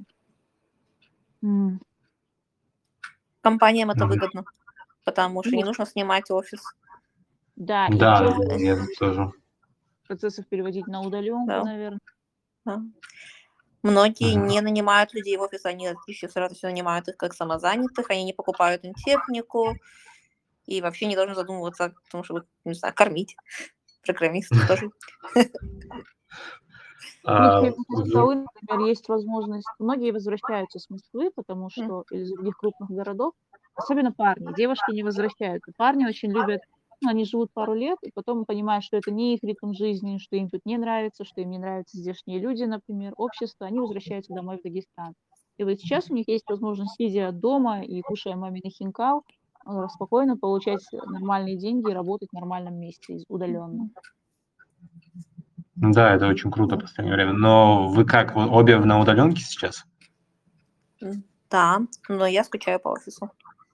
м, Компаниям это Мгм. выгодно, потому что ну не нужно снимать офис. да, и Да, часть я тоже. процессов переводить на удаленку, Да, наверное. да. Многие Мгм. не нанимают людей в офис, они еще сразу все нанимают их как самозанятых, они не покупают им технику и вообще не должны задумываться о том, чтобы, не знаю, кормить программистов тоже. Ну, А, например, в вы- Москвы, например, есть возможность. Многие возвращаются с Москвы, потому М, что из других крупных городов, особенно парни. Девушки не возвращаются. Парни очень любят, ну, они живут пару лет, и потом понимают, что это не их ритм жизни, что им тут не нравится, что им не нравятся здешние люди, например, общество. Они возвращаются домой в Дагестан. И вот сейчас у них есть возможность, сидя дома и кушая маминый хинкал, спокойно получать нормальные деньги и работать в нормальном месте удаленно. Да, это очень круто в последнее время. Но вы как, вы обе на удаленке сейчас? Да, но я скучаю по офису.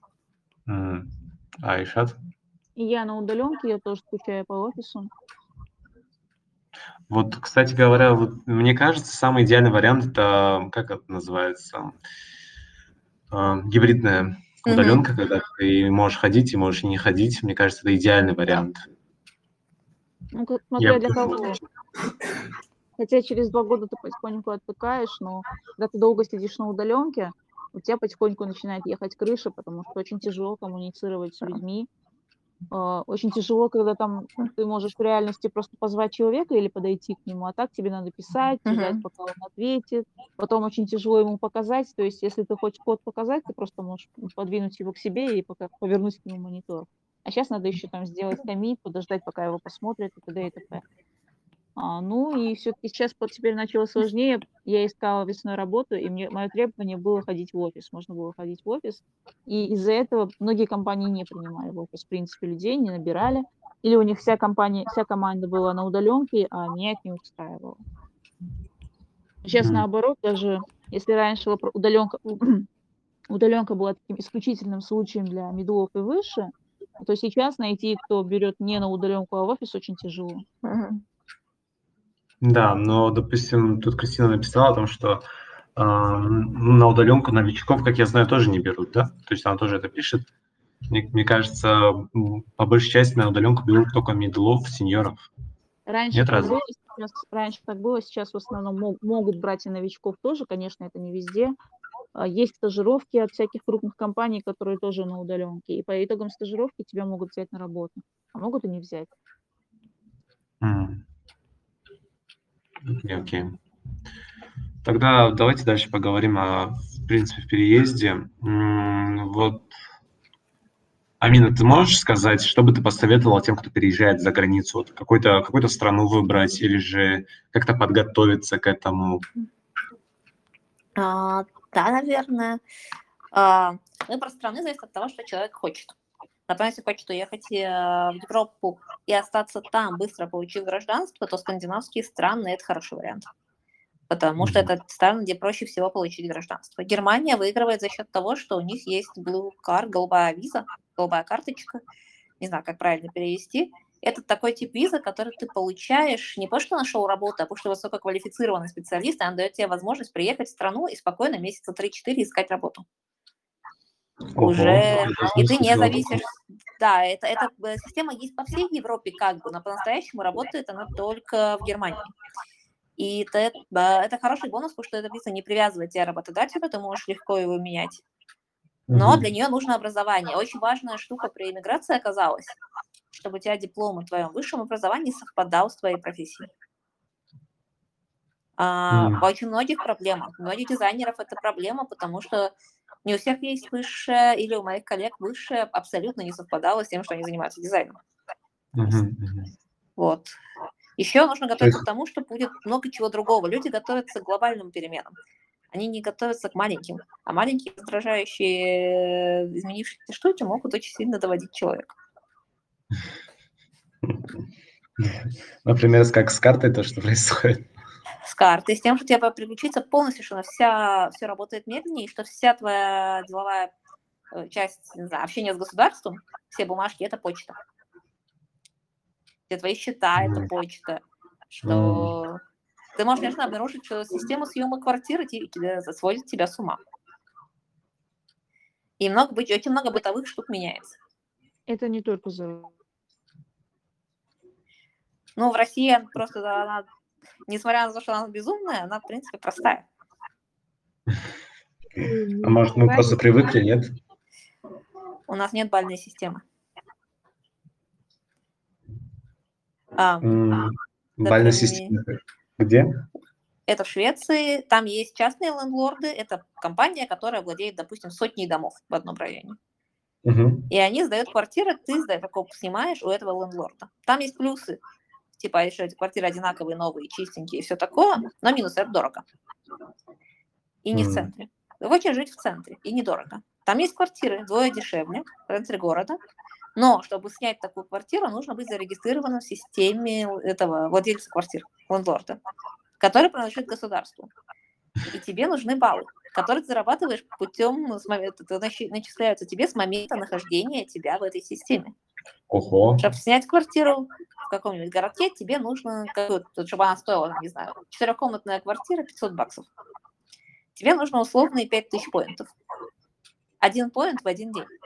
А Ишат? И я на удаленке, я тоже скучаю по офису. Вот, кстати говоря, вот мне кажется, самый идеальный вариант это, как это называется, гибридная Мгм. удаленка, когда ты можешь ходить и можешь не ходить. Мне кажется, это идеальный Да. вариант. Ну, как, Я смотря бы для тоже кого. вот- Хотя через 2 года ты потихоньку отвыкаешь, но когда ты долго сидишь на удаленке, у тебя потихоньку начинает ехать крыша, потому что очень тяжело коммуницировать с людьми. Очень тяжело, когда там ты можешь в реальности просто позвать человека или подойти к нему, а так тебе надо писать, ждать, Мгм. пока он ответит. Потом очень тяжело ему показать. То есть, если ты хочешь код показать, ты просто можешь подвинуть его к себе и пока повернуть к нему монитор. А сейчас надо еще там сделать коммит, подождать, пока его посмотрят и т.д. и т.п. Ну и все-таки сейчас теперь начало сложнее. Я искала весной работу, и мое требование было ходить в офис. Можно было ходить в офис. И из-за этого многие компании не принимали в офис, в принципе, людей, не набирали. Или у них вся команда была на удаленке, а меня это не устраивало. Сейчас М. наоборот, даже если раньше удаленка была таким исключительным случаем для мидлов и выше, то сейчас найти, кто берет не на удаленку, а в офис, очень тяжело. Мгм. Да, но, допустим, тут Кристина написала о том, что на удаленку новичков, как я знаю, тоже не берут, да? То есть она тоже это пишет. Мне кажется, по большей части на удаленку берут только мидлов, сеньоров. Раньше Нет, так разве? было, сейчас в основном могут брать и новичков тоже, конечно, это не везде. Есть стажировки от всяких крупных компаний, которые тоже на удаленке, и по итогам стажировки тебя могут взять на работу, а могут и не взять. М. Окей, окей. Тогда давайте дальше поговорим в принципе, в переезде. Вот, Амина, ты можешь сказать, что бы ты посоветовала тем, кто переезжает за границу? Вот какую-то страну выбрать или же как-то подготовиться к этому? Да, наверное. Выбор страны зависит от того, что человек хочет. Например, если хочет уехать в Европу и остаться там, быстро получив гражданство, то скандинавские страны – это хороший вариант. Потому что это страны, где проще всего получить гражданство. Германия выигрывает за счет того, что у них есть Blue Card, голубая виза, голубая карточка. Не знаю, как правильно перевести. Это такой тип визы, который ты получаешь не потому, что нашел работу, а потому что высококвалифицированный специалист, и он дает тебе возможность приехать в страну и спокойно месяца 3-4 искать работу. Уже, и ты не зависишь. Да, эта система есть по всей Европе, как бы, но по-настоящему работает она только в Германии. И это хороший бонус, потому что эта виза не привязывает тебя к работодателю, ты можешь легко его менять. Но для нее нужно образование. Очень важная штука при иммиграции оказалась, чтобы у тебя диплом о твоем высшем образовании совпадал с твоей профессией. Очень многих проблема. У многих дизайнеров это проблема, потому что не у всех есть высшее, или у моих коллег высшее абсолютно не совпадало с тем, что они занимаются дизайном. Вот. Еще нужно готовиться к тому, что будет много чего другого. Люди готовятся к глобальным переменам. Они не готовятся к маленьким. А маленькие раздражающие, изменившиеся штуки могут очень сильно доводить человека. Например, как с картой то, что происходит. С картой, с тем, что тебе приключиться полностью, что все работает медленнее, и что вся твоя деловая часть, не знаю, общения с государством, все бумажки – это почта. Все твои счета – это почта. Что ты можешь, конечно, обнаружить, что система съема квартиры сводит тебя с ума. И очень много бытовых штук меняется. Это не только за... Ну, в России просто она, несмотря на то, что она безумная, она, в принципе, простая. А может, мы просто привыкли, нет? У нас нет бальной системы. Бальная система где? Это в Швеции. Там есть частные лендлорды. Это компания, которая владеет, допустим, сотней домов в одном районе. И они сдают квартиры, ты снимаешь у этого лендлорда. Там есть плюсы. Типа, если эти квартиры одинаковые, новые, чистенькие и все такое, но минус – это дорого. И не в центре. Ты хочешь жить в центре, и недорого. Там есть квартиры вдвое дешевле в центре города, но чтобы снять такую квартиру, нужно быть зарегистрированным в системе этого владельца квартир, лендлорда, который принадлежит государству. И тебе нужны баллы, которые ты зарабатываешь путем, начисляются тебе с момента нахождения тебя в этой системе. Ого. Чтобы снять квартиру в каком-нибудь городке, тебе нужно, чтобы она стоила, не знаю, 4-комнатная квартира $500. Тебе нужно условные 5000 поинтов. 1 поинт в 1 день.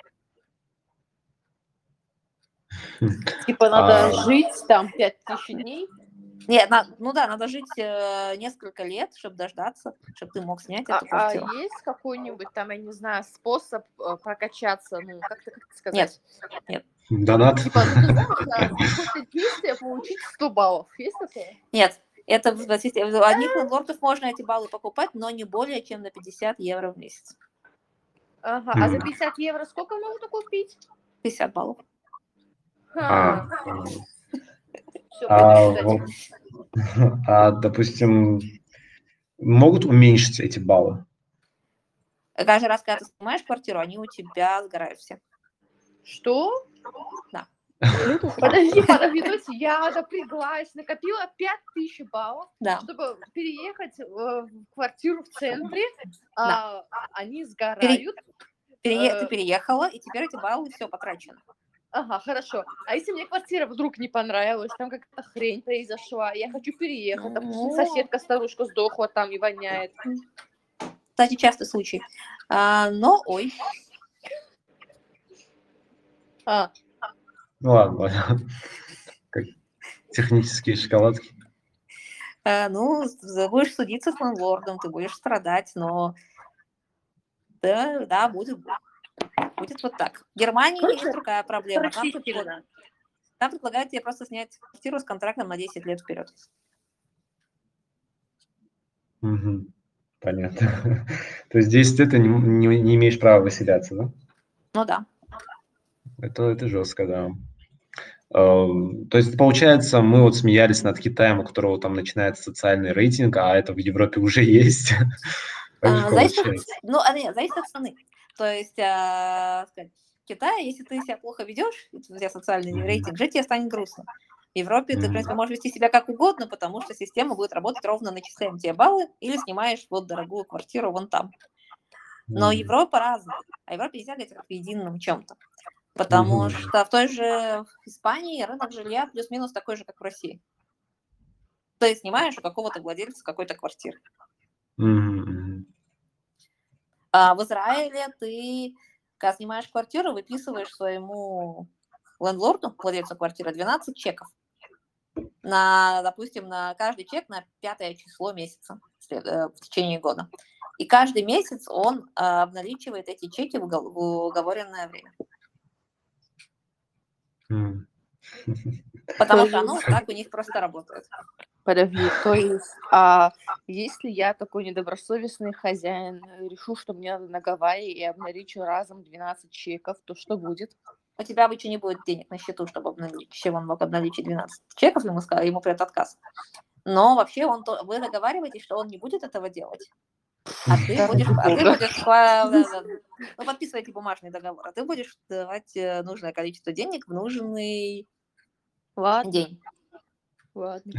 Типа надо жить там 5000 дней? Нет, надо жить несколько лет, чтобы дождаться, чтобы ты мог снять эту квартиру. А есть какой-нибудь там, я не знаю, способ прокачаться, ну, как сказать? Нет. Донат? Типа, ну, ты знаешь, какое-то действие получить 100 баллов. Есть такое? Нет. Это у одних лендлордов можно эти баллы покупать, но не более чем на 50 евро в месяц. Ага. А за 50 евро сколько можно купить? 50 баллов. Допустим, могут уменьшить эти баллы? Каждый раз, когда ты снимаешь квартиру, они у тебя сгорают все. Что? Да. Подожди, я напряглась, накопила 5000 баллов, чтобы переехать в квартиру в центре, а они сгорают. Ты переехала, и теперь эти баллы все потрачено. Ага, хорошо. А если мне квартира вдруг не понравилась, там какая-то хрень произошла, я хочу переехать, допустим, соседка-старушка сдохла там и воняет. Кстати, частый случай. Но, ой. Ну ладно, как технические шоколадки. Будешь судиться с лендлордом, ты будешь страдать, но да, будет вот так. В Германии есть другая проблема. Там предлагают тебе просто снять квартиру с контрактом на 10 лет вперед. Понятно. То есть 10 лет ты не имеешь права выселяться, да? Ну да. Это жестко, да. То есть, получается, мы вот смеялись над Китаем, у которого там начинается социальный рейтинг, а это в Европе уже есть. Так же Зависит от, получается. нет, зависит от страны. То есть, сказать, в Китае, если ты себя плохо ведешь, у тебя социальный Мгм. рейтинг, жить тебе станет грустно. В Европе ты, в принципе, Мгм. можешь вести себя как угодно, потому что система будет работать ровно, начисляем тебе баллы или снимаешь вот дорогую квартиру вон там. Но Мгм. Европа разная. А Европе нельзя говорить как в едином чем-то. Потому Мгм. что в той же Испании рынок жилья плюс-минус такой же, как в России. Ты снимаешь у какого-то владельца какой-то квартиры. Мгм. Мгм. А в Израиле ты, когда снимаешь квартиру, выписываешь своему лендлорду, владельцу квартиры, 12 чеков. Допустим, на каждый чек на 5 число месяца в течение года. И каждый месяц он обналичивает эти чеки в уговоренное время. М. Потому То что оно есть, так у них просто работает. подожди, то есть, если я такой недобросовестный хозяин, решу, что мне надо на Гавайи и обналичу разом 12 чеков, то что будет? У тебя обычно не будет денег на счету, чтобы обналичить. Чем он мог обналичить 12 чеков, ему придет отказ. Но вообще вы договариваетесь, что он не будет этого делать. А ты будешь подписываете бумажный договор, а ты будешь давать нужное количество денег в нужный Ладно, день. ладно,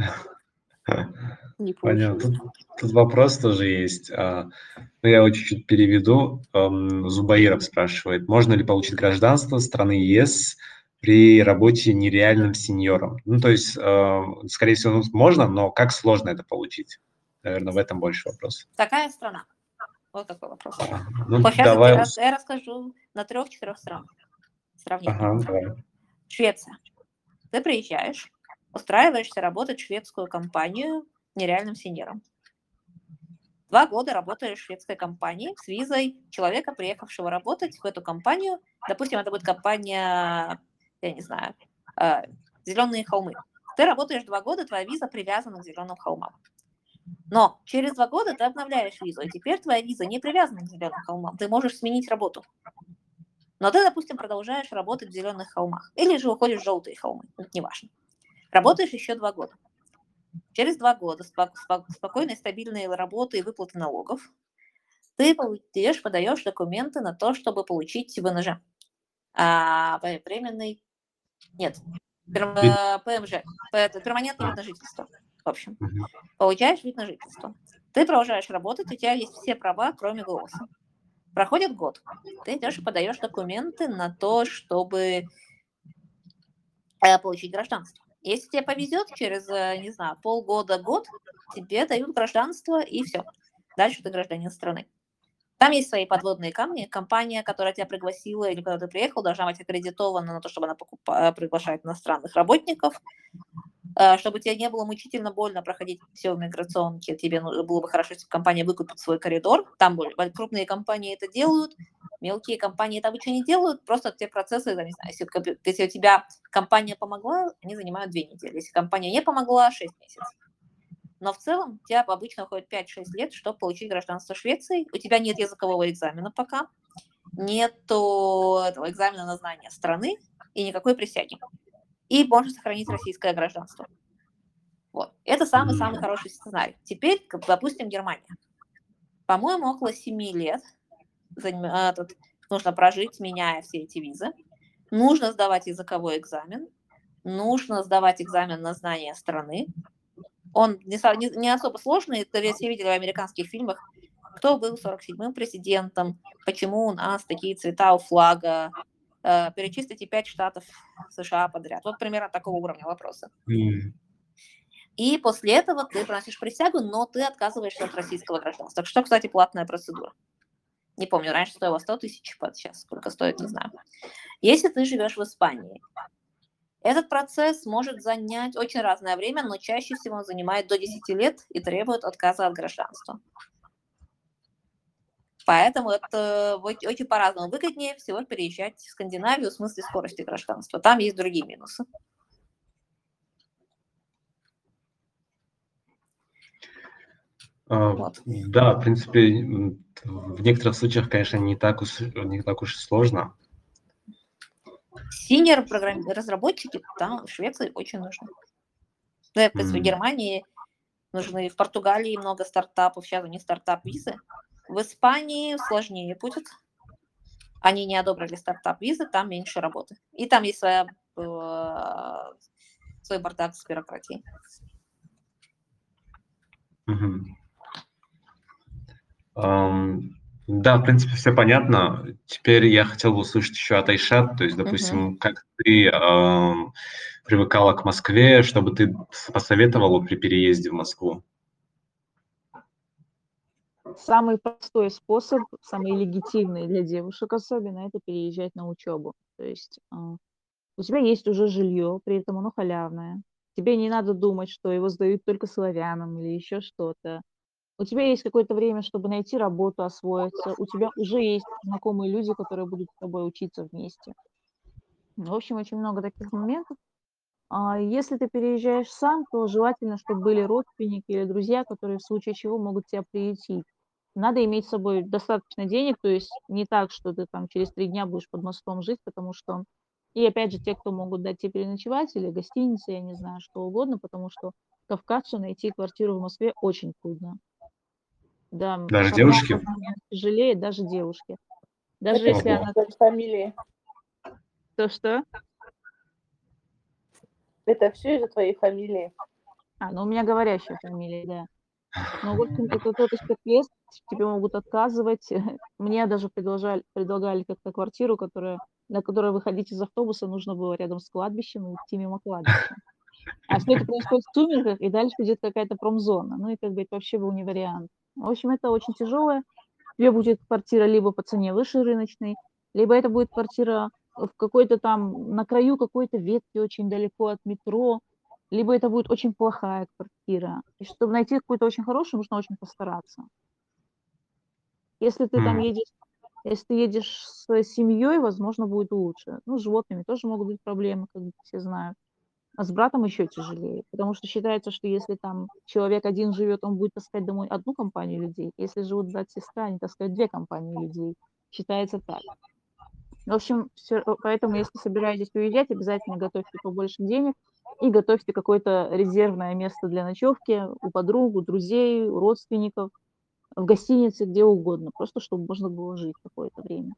не Понятно. получилось. Тут вопрос тоже есть. Ну, я его чуть-чуть переведу. Зубаиров спрашивает, можно ли получить гражданство страны ЕС при работе нереальным сеньором? Ну, то есть, скорее всего, можно, но как сложно это получить? Наверное, в этом больше вопрос. Такая страна. Вот такой вопрос. Ну, Сейчас давай. я расскажу на 3-4 странах сравнение. Ага, давай. Швеция. Ты приезжаешь, устраиваешься работать в шведскую компанию нереальным сеньором. 2 года работаешь в шведской компании с визой человека, приехавшего работать в эту компанию. Допустим, это будет компания, я не знаю, «Зеленые холмы». Ты работаешь 2 года, твоя виза привязана к «Зеленым холмам». Но через 2 года ты обновляешь визу, и теперь твоя виза не привязана к «Зеленым холмам». Ты можешь сменить работу. Но ты, допустим, продолжаешь работать в «Зеленых холмах». Или же уходишь в «Желтые холмы». Это неважно. Работаешь еще 2 года. Через 2 года спокойной, стабильной работы и выплаты налогов ты подаешь документы на то, чтобы получить ВНЖ. Временный... Нет. ПМЖ. Это перманентный вид на жительство. В общем. Мгм. Получаешь вид на жительство. Ты продолжаешь работать, у тебя есть все права, кроме голоса. Проходит год. Ты идешь и подаешь документы на то, чтобы получить гражданство. Если тебе повезет, через, не знаю, полгода-год тебе дают гражданство, и все. Дальше ты гражданин страны. Там есть свои подводные камни. Компания, которая тебя пригласила или когда ты приехал, должна быть аккредитована на то, чтобы она приглашает иностранных работников. Чтобы тебе не было мучительно больно проходить все в миграционке, тебе было бы хорошо, если компания выкупит свой коридор. Там крупные компании это делают, мелкие компании это обычно не делают, просто те процессы, не знаю, если у тебя компания помогла, они занимают 2 недели. Если компания не помогла, 6 месяцев. Но в целом у тебя обычно уходит 5-6 лет, чтобы получить гражданство Швеции. У тебя нет языкового экзамена пока, нету этого экзамена на знание страны и никакой присяги. И можно сохранить российское гражданство. Вот. Это самый-самый хороший сценарий. Теперь, допустим, Германия. По-моему, около 7 лет нужно прожить, меняя все эти визы. Нужно сдавать языковой экзамен. Нужно сдавать экзамен на знание страны. Он не особо сложный. Это все видели в американских фильмах. Кто был 47-м президентом? Почему у нас такие цвета у флага? Перечислите 5 штатов США подряд. Вот примерно такого уровня вопроса. И после этого ты приносишь присягу, но ты отказываешься от российского гражданства. Что, кстати, платная процедура. Не помню, раньше стоило 100 тысяч, сейчас сколько стоит, не знаю. Если ты живешь в Испании, этот процесс может занять очень разное время, но чаще всего он занимает до 10 лет и требует отказа от гражданства. Поэтому это очень по-разному. Выгоднее всего переезжать в Скандинавию в смысле скорости гражданства. Там есть другие минусы. Вот. Да, в принципе, в некоторых случаях, конечно, не так уж сложно. Синер разработчики там в Швеции очень нужны. Да, в принципе, в М, Германии нужны, в Португалии много стартапов, сейчас у них стартап-визы. В Испании сложнее будет. Они не одобрили стартап-визы, там меньше работы. И там есть свой бардак с бюрократией. мгм. Да, в принципе, все понятно. Теперь я хотел бы услышать еще от Айшат, то есть, Мгм. допустим, как ты привыкала к Москве, что бы ты посоветовала при переезде в Москву? Самый простой способ, самый легитимный для девушек особенно, это переезжать на учебу. То есть у тебя есть уже жилье, при этом оно халявное. Тебе не надо думать, что его сдают только славянам или еще что-то. У тебя есть какое-то время, чтобы найти работу, освоиться. У тебя уже есть знакомые люди, которые будут с тобой учиться вместе. В общем, очень много таких моментов. Если ты переезжаешь сам, то желательно, чтобы были родственники или друзья, которые в случае чего могут тебя приютить. Надо иметь с собой достаточно денег, то есть не так, что ты там через 3 дня будешь под мостом жить, потому что и опять же те, кто могут дать тебе переночевать или гостиницы, я не знаю, что угодно, потому что кавказцу найти квартиру в Москве очень трудно. Да, Даже оформлять девушки? документы тяжелее даже девушке. Даже Это если все Ого. она из-за фамилии. то что? Это все из-за твоей фамилии. Ну у меня говорящая фамилия, да. Но, в общем, это тот еще квест, тебе могут отказывать. Мне даже предлагали как-то квартиру, на которой выходить из автобуса нужно было рядом с кладбищем и идти мимо кладбища. А всё это происходит в сумерках, и дальше идет какая-то промзона. Ну и как бы это вообще был не вариант. В общем, это очень тяжелое. Тебе будет квартира либо по цене выше рыночной, либо это будет квартира в какой-то там на краю какой-то ветки, очень далеко от метро, либо это будет очень плохая квартира. И чтобы найти какую-то очень хорошую, нужно очень постараться. Если ты там М, едешь Если ты едешь с семьей, возможно, будет лучше. Ну, с животными тоже могут быть проблемы, как бы все знают. А с братом еще тяжелее, потому что считается, что если там человек один живет, он будет таскать домой одну компанию людей. Если живут брат-сестра, они таскают 2 компании людей. Считается так. В общем, поэтому, если собираетесь уезжать, обязательно готовьте побольше денег и готовьте какое-то резервное место для ночевки у подруг, у друзей, у родственников, в гостинице, где угодно, просто чтобы можно было жить какое-то время.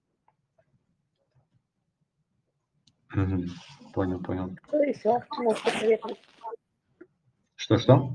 мгм. Понял. Что еще можешь посоветовать? Что-что?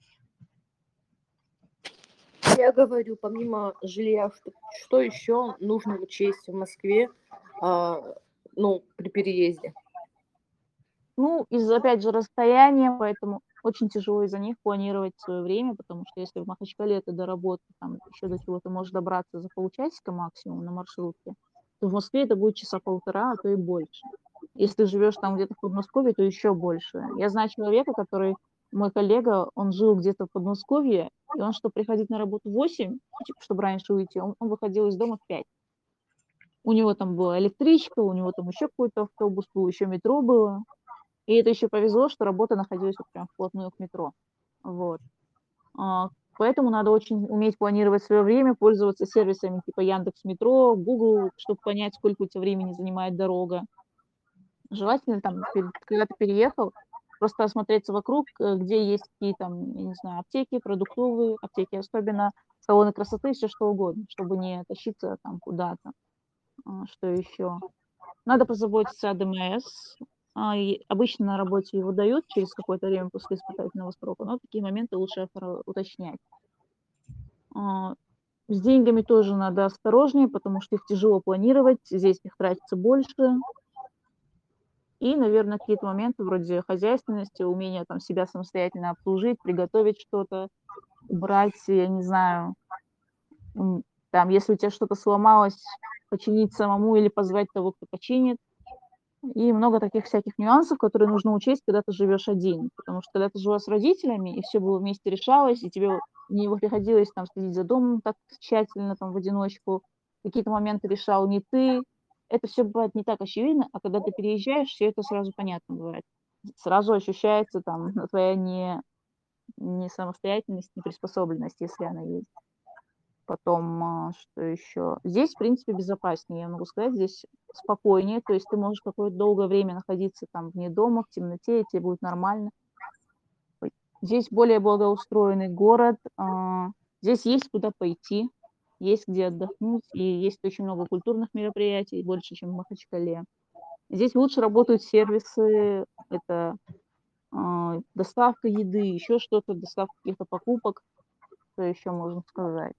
Я говорю, помимо жилья, что еще нужно учесть в Москве, при переезде? Ну, из-за, опять же, расстояния, поэтому очень тяжело из-за них планировать свое время, потому что если в Махачкале ты до работы, там еще до чего ты можешь добраться за полчасика максимум на маршрутке, то в Москве это будет часа полтора, а то и больше. Если ты живешь там где-то в Подмосковье, то еще больше. Я знаю человека, мой коллега, он жил где-то в Подмосковье, и он, чтобы приходить на работу в 8, типа, чтобы раньше уйти, он выходил из дома в 5. У него там была электричка, у него там еще какой-то автобус был, еще метро было. И это еще повезло, что работа находилась вот прям вплотную к метро. Вот. А, Поэтому надо очень уметь планировать свое время, пользоваться сервисами типа Яндекс.Метро, Google, чтобы понять, сколько у тебя времени занимает дорога. Желательно там, когда ты переехал, просто осмотреться вокруг, где есть какие там, я не знаю, аптеки, продуктовые аптеки, особенно салоны красоты, все что угодно, чтобы не тащиться там куда-то. Что еще? Надо позаботиться о ДМС. И обычно на работе его дают через какое-то время после испытательного срока, но такие моменты лучше уточнять. А, с деньгами тоже надо осторожнее, потому что их тяжело планировать, здесь их тратится больше. И, наверное, какие-то моменты вроде хозяйственности, умения там себя самостоятельно обслужить, приготовить что-то, убрать, я не знаю, там, если у тебя что-то сломалось, починить самому или позвать того, кто починит. И много таких всяких нюансов, которые нужно учесть, когда ты живешь один. Потому что когда ты жила с родителями, и все было вместе решалось, и тебе не приходилось там следить за домом так тщательно, там, в одиночку, какие-то моменты решал не ты, это все бывает не так очевидно, а когда ты переезжаешь, все это сразу понятно бывает. Сразу ощущается там твоя не самостоятельность, не приспособленность, если она есть. Потом, что еще? Здесь, в принципе, безопаснее, я могу сказать, здесь спокойнее, то есть ты можешь какое-то долгое время находиться там вне дома, в темноте, и тебе будет нормально. Ой. Здесь более благоустроенный город, здесь есть куда пойти, есть где отдохнуть, и есть очень много культурных мероприятий, больше, чем в Махачкале. Здесь лучше работают сервисы, это доставка еды, еще что-то, доставка каких-то покупок, что еще можно сказать.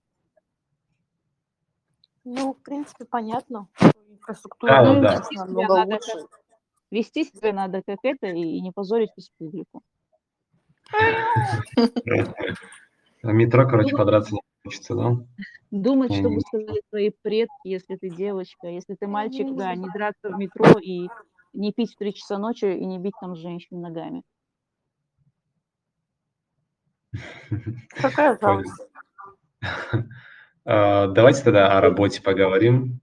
Ну, в принципе, понятно, что инфраструктура Да, Ну да, и да. здесь намного лучше. вести себя надо как это и не позорить республику. Метро, короче, Думать, подраться не хочется, да? думать, что бы М. сказали твои предки, если ты девочка, если ты мальчик, да, не драться в метро и не пить в 3 часа ночи и не бить там женщин ногами. Какая Понял. жалость. Давайте тогда о работе поговорим.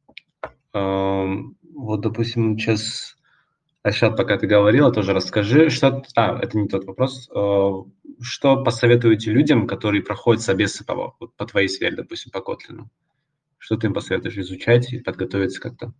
Вот, допустим, сейчас, Айшат, пока ты говорила, тоже расскажи, что... это не тот вопрос. Что посоветуете людям, которые проходят собесы по твоей сфере, допустим, по Котлину? Что ты им посоветуешь изучать и подготовиться как-то?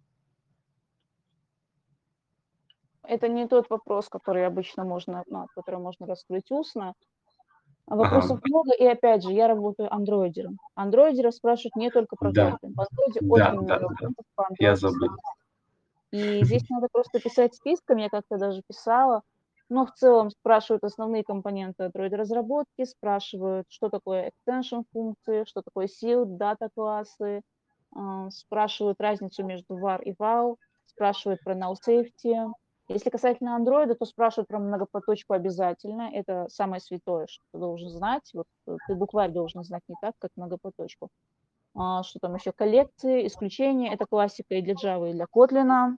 Это не тот вопрос, который обычно можно, который можно раскрыть устно. Ага, Вопросов много, и опять же, я работаю андроидером. Андроидеров спрашивают не только про да, Kotlin. В андроиде да, очень да, много да, вопросов по я андроиду. забыл. И здесь надо просто писать списком, я как-то даже писала. Но в целом спрашивают основные компоненты Android-разработки, спрашивают, что такое extension функции, что такое shield, дата-классы, спрашивают разницу между var и val, спрашивают про null safety. Если касательно Android, то спрашивают про многопоточку обязательно. Это самое святое, что ты должен знать. Вот ты букварь должен знать не так, как многопоточку. Что там еще? Коллекции, исключения. Это классика и для Java, и для Kotlin.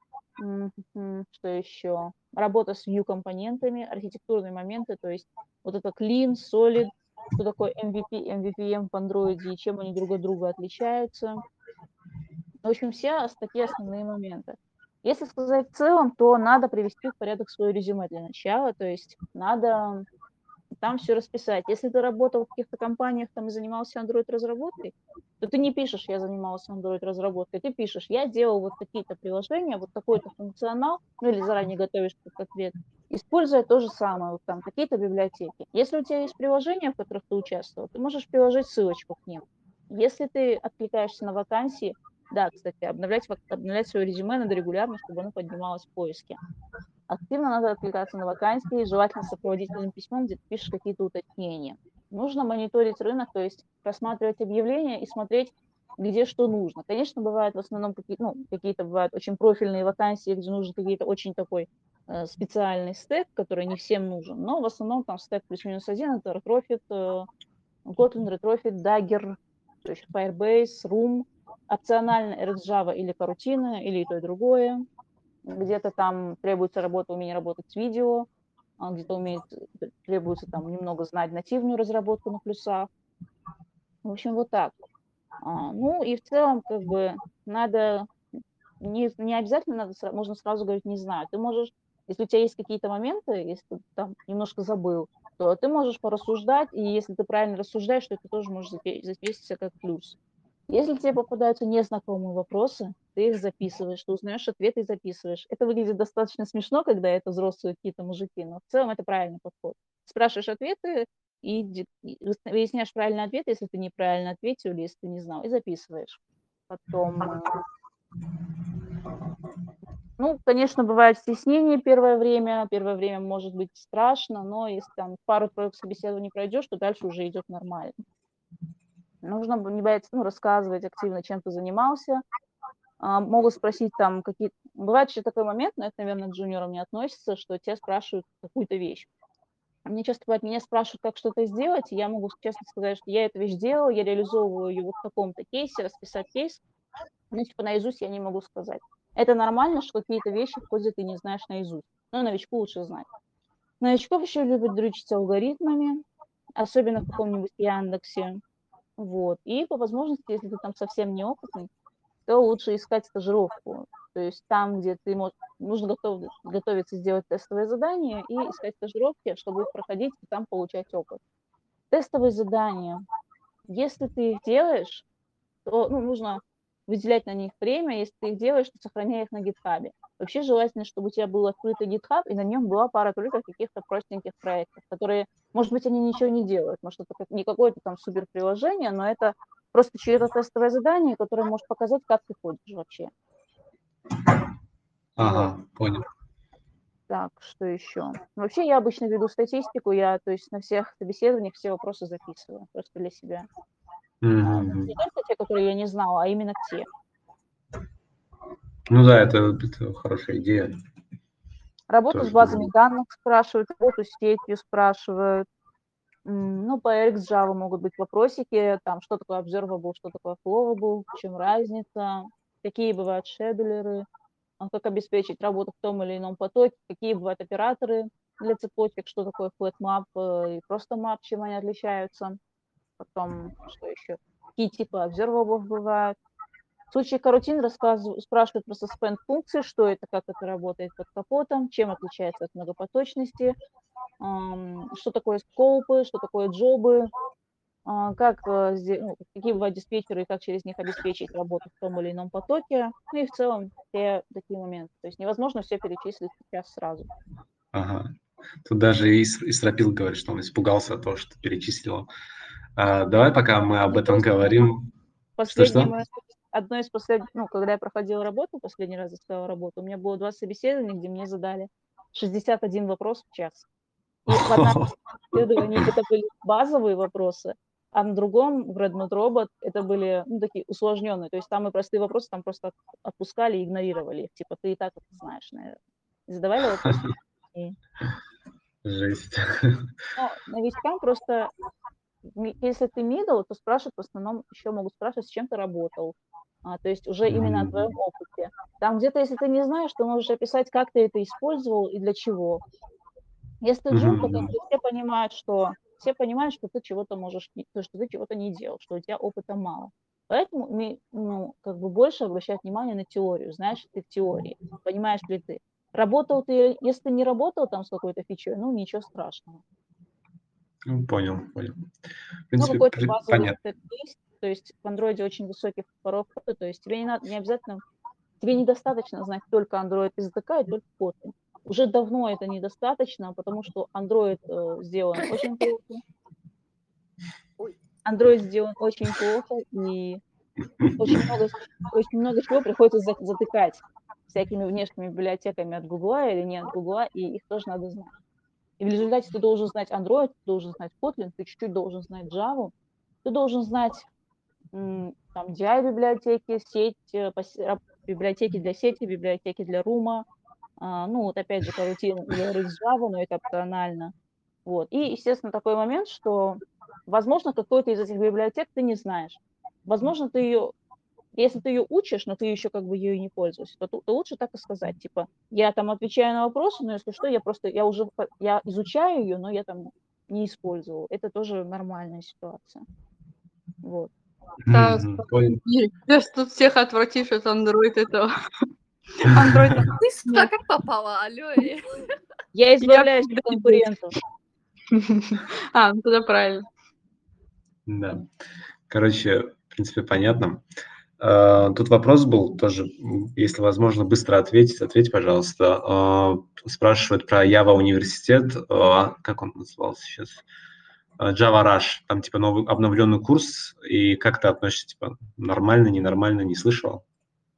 Что еще? Работа с view-компонентами, архитектурные моменты, то есть вот это clean, solid, что такое MVP, MVVM в Android и чем они друг от друга отличаются. В общем, все такие основные моменты. Если сказать в целом, то надо привести в порядок свое резюме для начала, то есть надо там все расписать. Если ты работал в каких-то компаниях там и занимался Android-разработкой, то ты не пишешь: "Я занимался Android-разработкой", ты пишешь: "Я делал вот такие-то приложения, вот такой-то функционал", ну или заранее готовишь этот ответ, используя то же самое, вот там такие-то библиотеки. Если у тебя есть приложения, в которых ты участвовал, ты можешь приложить ссылочку к ним. Если ты откликаешься на вакансии, да, кстати, обновлять свое резюме надо регулярно, чтобы оно поднималось в поиске. Активно надо откликаться на вакансии, желательно с сопроводительным письмом, где ты пишешь какие-то уточнения. Нужно мониторить рынок, то есть просматривать объявления и смотреть, где что нужно. Конечно, бывают в основном какие-то бывают очень профильные вакансии, где нужен какие-то очень такой специальный стек, который не всем нужен, но в основном там стек плюс-минус один, это Retrofit, Kotlin, Retrofit, Dagger, что еще, Firebase, Room, опционально RxJava или Coroutine, или и то, и другое. Где-то там требуется умение работать с видео, где-то требуется там немного знать нативную разработку на плюсах. В общем, вот так. Ну и в целом, как бы, надо, не обязательно можно сразу говорить «не знаю». Ты можешь, если у тебя есть какие-то моменты, если ты там немножко забыл, то ты можешь порассуждать, и если ты правильно рассуждаешь, то это тоже может засвестися как плюс. Если тебе попадаются незнакомые вопросы, ты их записываешь, ты узнаешь ответы и записываешь. Это выглядит достаточно смешно, когда это взрослые какие-то мужики, но в целом это правильный подход. Спрашиваешь ответы и выясняешь правильный ответ, если ты неправильно ответил или если ты не знал, и записываешь. Потом, ну, конечно, бывает стеснение первое время. Первое время может быть страшно, но если там пару-тройку собеседований пройдешь, то дальше уже идет нормально. Нужно не бояться, рассказывать активно, чем ты занимался. Могут спросить там какие... Бывает еще такой момент, но это, наверное, к джуниорам не относится, что тебя спрашивают какую-то вещь. Мне часто бывает, меня спрашивают, как что-то сделать, и я могу честно сказать, что я эту вещь делала, я реализовываю ее вот в таком-то кейсе, расписать кейс, но типа наизусть я не могу сказать. Это нормально, что какие-то вещи входят и не знаешь наизусть. Но новичку лучше знать. Новичков еще любят дрючить алгоритмами, особенно в каком-нибудь Яндексе. Вот. И по возможности, если ты там совсем неопытный, то лучше искать стажировку. То есть там, где ты нужно готовиться сделать тестовые задания и искать стажировки, чтобы их проходить и там получать опыт. Тестовые задания, если ты их делаешь, то нужно выделять на них время. Если ты их делаешь, то сохраняй их на GitHub. Вообще желательно, чтобы у тебя был открытый GitHub, и на нем была пара-тройка каких-то простеньких проектов, которые, может быть, они ничего не делают, может, это не какое-то там супер приложение, но это просто чье-то тестовое задание, которое может показать, как ты ходишь вообще. Ага, понял. Так, что еще? Вообще я обычно веду статистику, то есть на всех собеседованиях все вопросы записываю просто для себя. Мгм. Не только те, которые я не знала, а именно те. Ну да, это хорошая идея. Работу с Тоже базами люблю. данных спрашивают, работу с сетью спрашивают. Ну, по RxJava могут быть вопросики, там, что такое observable, что такое flowable, в чем разница, какие бывают шедулеры, как обеспечить работу в том или ином потоке, какие бывают операторы для цепочек, что такое flat map и просто map, чем они отличаются. Потом, что еще? Какие типы observable бывают. В случае карутин спрашивают про suspend функции, что это, как это работает под капотом, чем отличается от многопоточности, что такое скопы, что такое джобы, какие бывают диспетчеры и как через них обеспечить работу в том или ином потоке. Ну и в целом все такие моменты. То есть невозможно все перечислить сейчас сразу. Ага. Тут даже Исрапил говорит, что он испугался от того, что перечислила. Давай, пока мы об этом говорим. Что-что? Одно из последних, когда я проходила работу, последний раз искала работу, у меня было 2 собеседования, где мне задали 61 вопрос в час. И в одном исследовании это были базовые вопросы, а на другом, в Redmond Robot, это были, такие усложненные. То есть там и простые вопросы, там просто отпускали и игнорировали их. Типа, ты и так это знаешь, наверное. Задавали вопросы. Жесть. Но новичкам просто, если ты middle, то спрашивают в основном, еще могут спрашивать, с чем ты работал. То есть уже именно о твоем опыте. Там где-то, если ты не знаешь, то можешь описать, как ты это использовал и для чего. Если джун, то как бы все понимают, что ты чего-то можешь, что ты чего-то не делал, что у тебя опыта мало. Поэтому как бы больше обращать внимание на теорию. Знаешь ты в теории, понимаешь ли ты. Работал ты, если ты не работал там с какой-то фичой, ничего страшного. Понял. В принципе, Какой-то базовый понятно. стек есть, то есть в андроиде очень высокий порог входа, то есть тебе не обязательно, тебе недостаточно знать только Android SDK и только Kotlin. Уже давно это недостаточно, потому что Android сделан очень плохо. Android сделан очень плохо, и очень много чего приходится затыкать всякими внешними библиотеками от Гугла или не от Гугла, и их тоже надо знать. И в результате ты должен знать Android, ты должен знать Kotlin, ты чуть-чуть должен знать Java, ты должен знать там DI-библиотеки, библиотеки для сети, библиотеки для рума, опять же, карутин или RxJava, но это опционально. Вот. И, естественно, такой момент, что, возможно, какой-то из этих библиотек ты не знаешь. Возможно, если ты ее учишь, но ты еще как бы ею не пользуешься, то лучше так и сказать, типа, я там отвечаю на вопросы, но если что, я изучаю ее, но я там не использовал. Это тоже нормальная ситуация. Вот. Да, Понял. сейчас тут всех отвратишь от Android этого. Android. Ты сюда как попала, алло? Я избавляюсь от конкурентов. Ну тогда правильно. Да. Короче, в принципе, понятно. Тут вопрос был тоже, если возможно, быстро ответь, пожалуйста. Спрашивают про Java университет, как он назывался сейчас? Java Rush, там типа новый обновленный курс, и как ты относишься, типа нормально, ненормально, не слышал?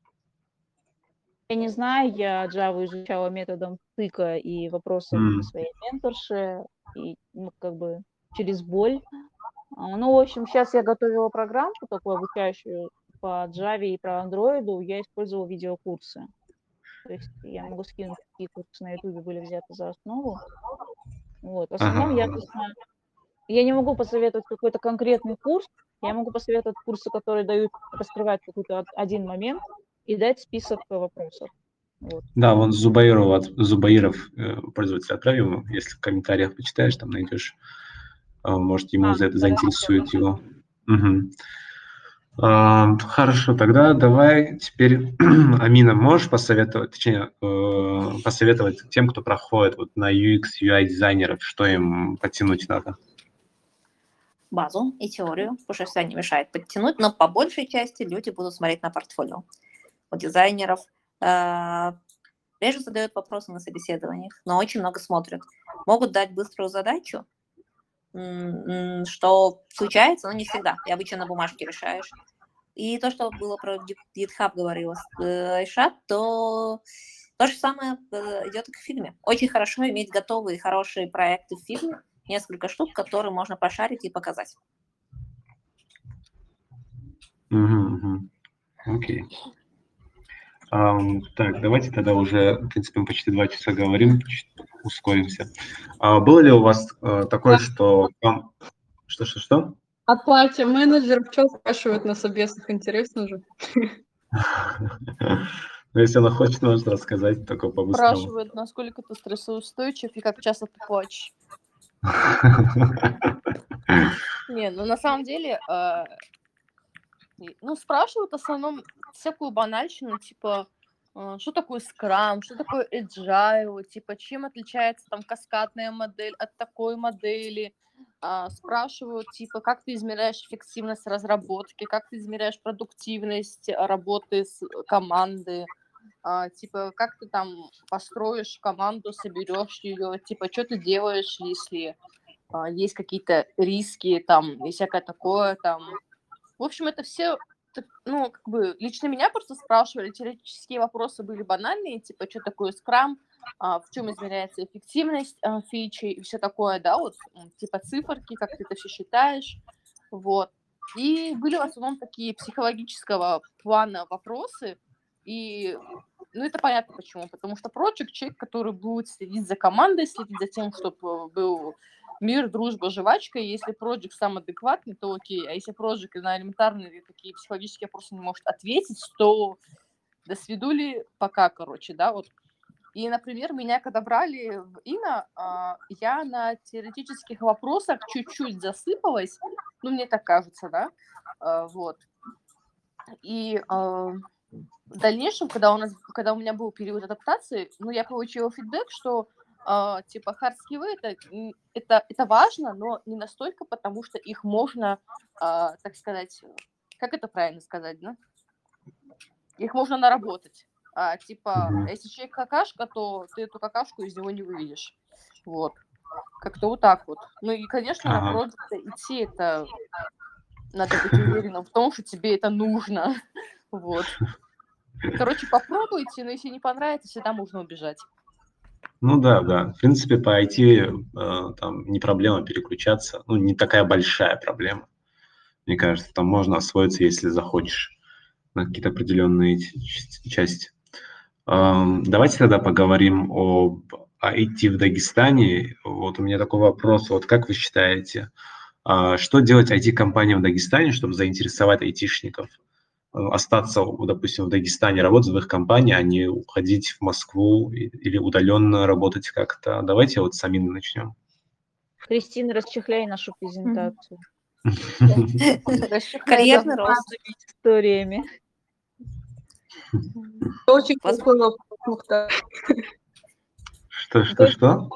Я не знаю, я Java изучала методом тыка и вопросами своей менторши, и как бы через боль. В общем, сейчас я готовила программку такую обучающую по Java и про Android, я использовала видеокурсы. То есть я могу скинуть, какие курсы на YouTube были взяты за основу. Вот. В основном я не могу посоветовать какой-то конкретный курс, я могу посоветовать курсы, которые раскрывают какой-то один момент и дать список вопросов. Вот. Да, вон Зубаиров пользователь отправил ему, если в комментариях почитаешь, там найдешь, может, ему за это заинтересует его. Хорошо, тогда давай теперь, Амина, можешь посоветовать, точнее, посоветовать тем, кто проходит вот на UX, UI дизайнеров, что им подтянуть надо? Базу и теорию, потому что всегда не мешает подтянуть, но по большей части люди будут смотреть на портфолио. У дизайнеров реже задают вопросы на собеседованиях, но очень много смотрят. Могут дать быструю задачу, что случается, но не всегда. И обычно на бумажке решаешь. И то, что было про GitHub говорила Айшат, то то же самое идет и к фигме. Очень хорошо иметь готовые хорошие проекты в фигме, несколько штук, которые можно пошарить и показать. Окей. Так, давайте тогда уже, в принципе, мы почти 2 часа говорим, чуть ускоримся. Было ли у вас такое, что... Что? О плате менеджеров что спрашивают на собесах? Интересно же. Ну, если она хочет, может рассказать, только по-быстрому. Спрашивают, насколько ты стрессоустойчив и как часто ты плачешь. Не, ну на самом деле, ну спрашивают в основном всякую банальщину, типа, что такое скрам, что такое agile, типа, чем отличается там каскадная модель от такой модели. Спрашивают, типа, как ты измеряешь эффективность разработки, как ты измеряешь продуктивность работы с команды, типа, как ты там построишь команду, соберешь ее, типа, что ты делаешь, если есть какие-то риски там и всякое такое там. В общем, это все, ну, как бы, лично меня просто спрашивали, теоретические вопросы были банальные, типа, что такое скрам, в чем измеряется эффективность фичи и все такое, да, вот, типа, циферки, как ты это все считаешь, вот. И были в основном такие психологического плана вопросы, и, ну, это понятно почему, потому что проект человек, который будет следить за командой, следить за тем, чтобы был мир, дружба, жвачка. И если проект сам адекватный, то окей. А если проект на элементарные такие психологические вопросы не может ответить, то до свидули пока, короче, да, вот. И, например, меня когда брали в ИНА, я на теоретических вопросах чуть-чуть засыпалась, ну, мне так кажется, да, вот. И в дальнейшем, когда у меня был период адаптации, ну, я получила фидбэк, что типа хардскиллы это важно, но не настолько, потому что их можно, так сказать, как это правильно сказать, да? Их можно наработать. Типа, если человек какашка, то ты эту какашку из него не выведешь. Вот. Как-то вот так вот. Ну и, конечно, на проекты идти это надо быть уверенным в том, что тебе это нужно. Вот. Короче, попробуйте, но если не понравится, всегда можно убежать. Ну да. В принципе, по IT там не проблема переключаться. Ну, не такая большая проблема. Мне кажется, там можно освоиться, если захочешь, на какие-то определенные части. Давайте тогда поговорим об IT в Дагестане. Вот у меня такой вопрос. Вот как вы считаете, что делать IT-компаниям в Дагестане, чтобы заинтересовать айтишников? Остаться, допустим, в Дагестане, работать в их компании, а не уходить в Москву или удаленно работать как-то. Давайте вот с Амины начнем. Кристина, расчехляй нашу презентацию. Карьерный рост. Историями. Очень плохой вопрос, Мухтар. Что?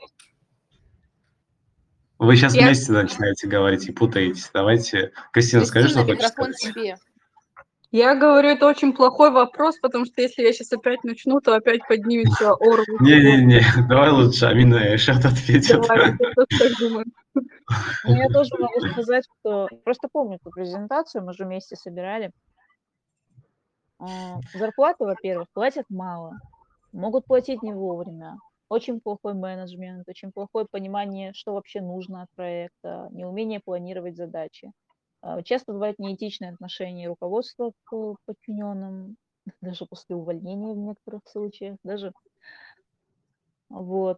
Вы сейчас вместе начинаете говорить и путаетесь. Давайте, Кристина, скажи, что хочешь микрофон сказать. тебе. Я говорю, это очень плохой вопрос, потому что если я сейчас опять начну, то опять поднимется ор. Не, давай лучше Амина и Айшат ответят. Давай, я тоже так думаю. Ну, я тоже могу сказать, что... Просто помню эту презентацию, мы же вместе собирали. Зарплаты, во-первых, платят мало, могут платить не вовремя. Очень плохой менеджмент, очень плохое понимание, что вообще нужно от проекта, неумение планировать задачи. Часто бывает неэтичное отношение руководства к подчиненным, даже после увольнения в некоторых случаях. Даже вот.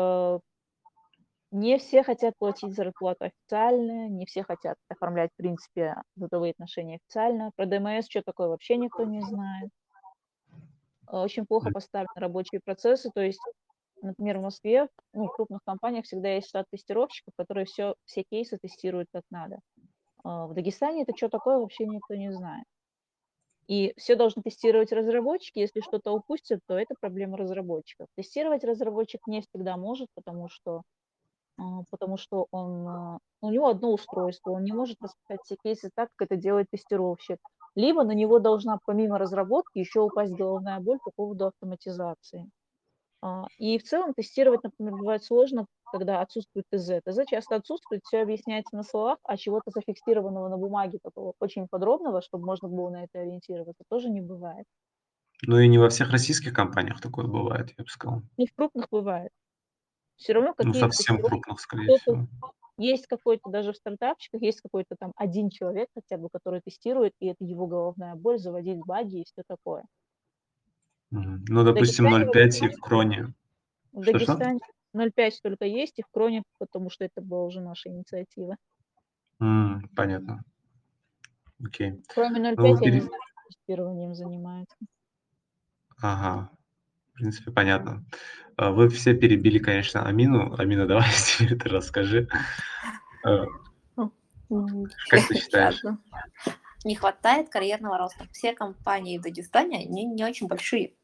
Не все хотят платить зарплату официально, не все хотят оформлять, в принципе, трудовые отношения официально. Про ДМС что такое вообще никто не знает. Очень плохо поставлены рабочие процессы. То есть, например, в Москве, ну, в крупных компаниях всегда есть штат тестировщиков, которые все кейсы тестируют как надо. В Дагестане это что такое, вообще никто не знает. И все должны тестировать разработчики. Если что-то упустят, то это проблема разработчиков. Тестировать разработчик не всегда может, потому что у него одно устройство, он не может расписать все кейсы так, как это делает тестировщик. Либо на него должна помимо разработки еще упасть головная боль по поводу автоматизации. И в целом тестировать, например, бывает сложно, когда отсутствует ТЗ. ТЗ часто отсутствует, все объясняется на словах, а чего-то зафиксированного на бумаге, такого очень подробного, чтобы можно было на это ориентироваться, тоже не бывает. Ну и не во всех российских компаниях такое бывает, я бы сказал. И в крупных бывает. Все равно Ну, какие-то совсем тестировки, крупных, скорее кто-то всего. есть какой-то, даже в стартапчиках, есть какой-то там один человек хотя бы, который тестирует, и это его головная боль, заводить баги и все такое. Мгм. Ну, В допустим, Дагестане 0,5 и в Кроне. В Что-что? Дагестане 0,5 только есть, и в Кроне, потому что это была уже наша инициатива. Понятно. Окей. Кроме Ну, 0,5 я не знаю, кто тестированием занимается. Ага, в принципе, понятно. Вы все перебили, конечно, Амину. Амина, давай теперь ты расскажи. Э, Как ты Сейчас, считаешь? не хватает карьерного роста. Все компании в Дагестане, они не очень большие.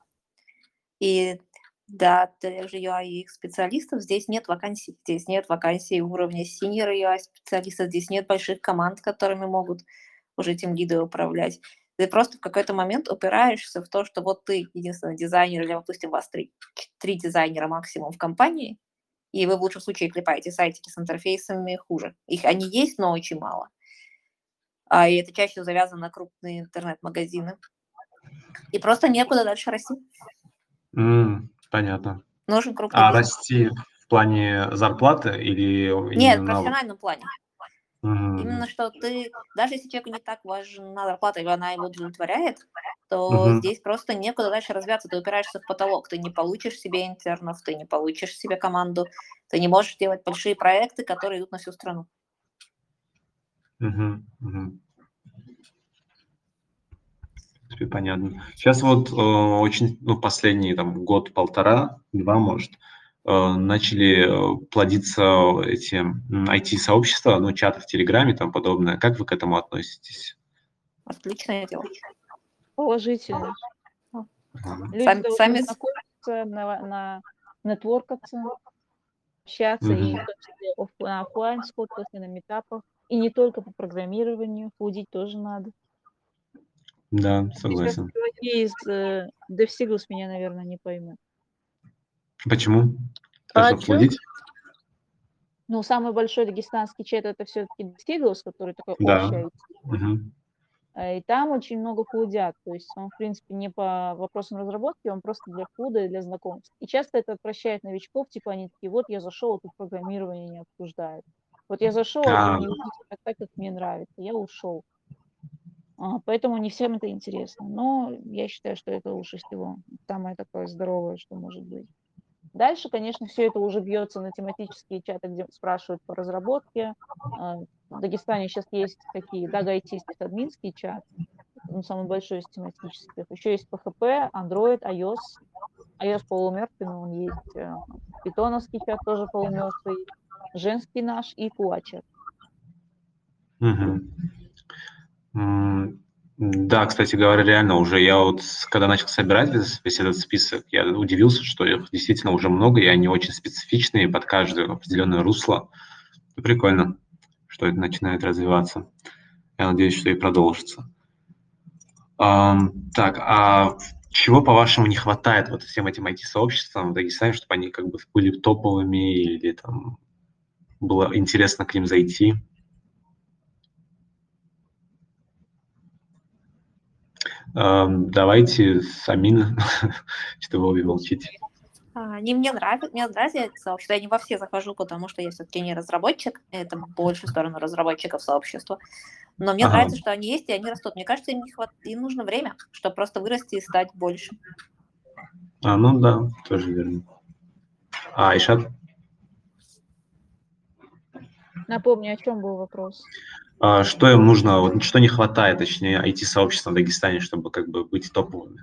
И для тех же UI специалистов здесь нет вакансий. Здесь нет вакансий уровня senior UI специалистов, здесь нет больших команд, которыми могут уже тимлиды управлять. Ты просто в какой-то момент упираешься в то, что вот ты единственный дизайнер, или, допустим, у вас три дизайнера максимум в компании, и вы в лучшем случае клепаете сайтики с интерфейсами хуже. Они есть, но очень мало. И это чаще завязано на крупные интернет-магазины. И просто некуда дальше расти. Понятно. Нужен крупный А бизнес. расти в плане зарплаты или Нет, именно в навык? профессиональном плане. Именно что ты, даже если человеку не так важна зарплата, или она его удовлетворяет, то Мгм. здесь просто некуда дальше развиваться. Ты упираешься в потолок. Ты не получишь себе интернов, ты не получишь себе команду, ты не можешь делать большие проекты, которые идут на всю страну. Мгм. Мгм. В принципе, понятно. Сейчас вот очень, последний там год-полтора, два, может, начали плодиться эти IT-сообщества, чаты в Телеграме и тому подобное. Как вы к этому относитесь? Отличное дело. Положительно. Ага. Люди должны Сами знакомиться, нетворкаться, общаться, и в Мгм. том числе на оффлайн сходках, и на метапах. И не только по программированию, фудить тоже надо. Да, Сейчас согласен. чуваки из DevSeagulls меня, наверное, не поймут. Почему? То, А что чё? флудить? Ну, самый большой дагестанский чат — это все-таки DevSeagulls, который такой Да. общий. Мгм. И там очень много флудят. То есть он, в принципе, не по вопросам разработки, он просто для фуда и для знакомств. И часто это отвращает новичков, типа они такие: вот я зашел, а тут программирование не обсуждают. Вот я зашел, а вы А, не ведите так, как мне нравится, я ушел. Поэтому не всем это интересно. Но я считаю, что это лучше всего. Самое такое здоровое, что может быть. Дальше, конечно, все это уже бьется на тематические чаты, где спрашивают по разработке. В Дагестане сейчас есть такие DAG-IT админский чат, самый большой из тематических. Еще есть PHP, Android, iOS. iOS полумертвый, но он есть. Питоновский чат тоже полумертвый. Женский наш и Куача. мгм. Да, кстати говоря, реально уже я вот, когда начал собирать весь этот список, я удивился, что их действительно уже много, и они очень специфичные под каждое определенное русло. Прикольно, что это начинает развиваться. Я надеюсь, что и продолжится. Так, а чего, по-вашему, не хватает вот всем этим IT-сообществам в Дагестане, чтобы они как бы были топовыми или там было интересно к ним зайти? Давайте с Амина, что вы обе молчите. Они мне нравятся, мне нравится это сообщество. Я не во все захожу, потому что я все-таки не разработчик, это больше в сторону разработчиков сообщества. Но мне Ага. нравится, что они есть, и они растут. Мне кажется, им нужно время, чтобы просто вырасти и стать больше. Ну да, тоже верно. Айшат, Напомню, о чем был вопрос. что им нужно, вот что не хватает, точнее, IT-сообществам в Дагестане, чтобы как бы быть топовыми?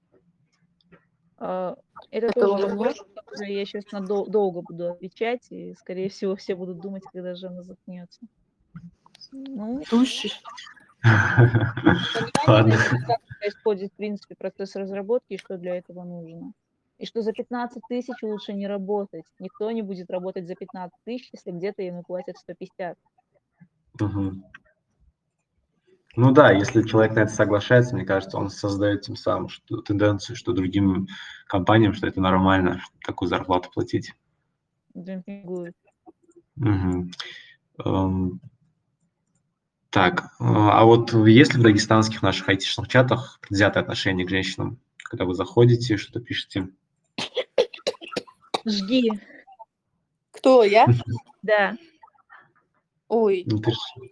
Это Это тоже уже вопрос, можно? который я сейчас долго буду отвечать, и, скорее всего, все будут думать, когда же она заткнется. Ну, Тушишь. понимаете, Ладно. наверное, как происходит, в принципе, процесс разработки и что для этого нужно. И что за 15 тысяч лучше не работать. Никто не будет работать за 15 тысяч, если где-то ему платят 150. Мгм. Ну да, если человек на это соглашается, мне кажется, он создает тем самым тенденцию, что другим компаниям, что это нормально, такую зарплату платить. Демпингуют. Мгм. Эм, Так, а вот есть ли в дагестанских наших айтишных чатах предвзятое отношение к женщинам, когда вы заходите, что-то пишете? Жги. Кто, я? Да. Ой, Ну,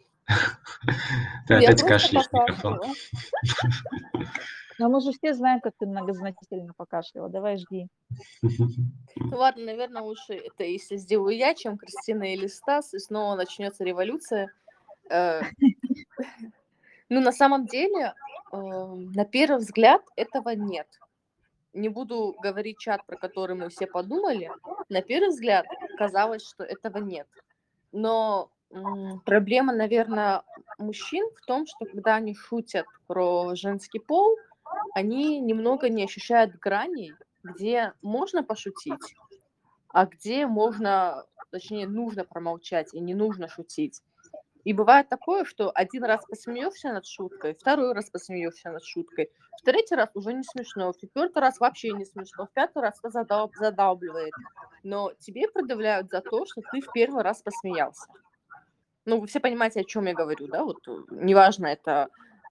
ты я опять просто кашляешь в микрофон. покашляла. Но мы же все знаем, как ты многозначительно покашляла. Давай, жги. Ну ладно, наверное, лучше это если сделаю я, чем Кристина или Стас, и снова начнется революция. Э, Ну, на самом деле, на первый взгляд этого нет. Не буду говорить чат, про который мы все подумали. На первый взгляд казалось, что этого нет. Но проблема, наверное, мужчин в том, что когда они шутят про женский пол, они немного не ощущают граней, где можно пошутить, а где можно, точнее, нужно промолчать и не нужно шутить. И бывает такое, что один раз посмеешься над шуткой, второй раз посмеешься над шуткой, в третий раз уже не смешно, в четвертый раз вообще не смешно, в пятый раз это задалбливает. Но тебе предъявляют за то, что ты в первый раз посмеялся. Ну, вы все понимаете, о чем я говорю, да? Вот неважно, это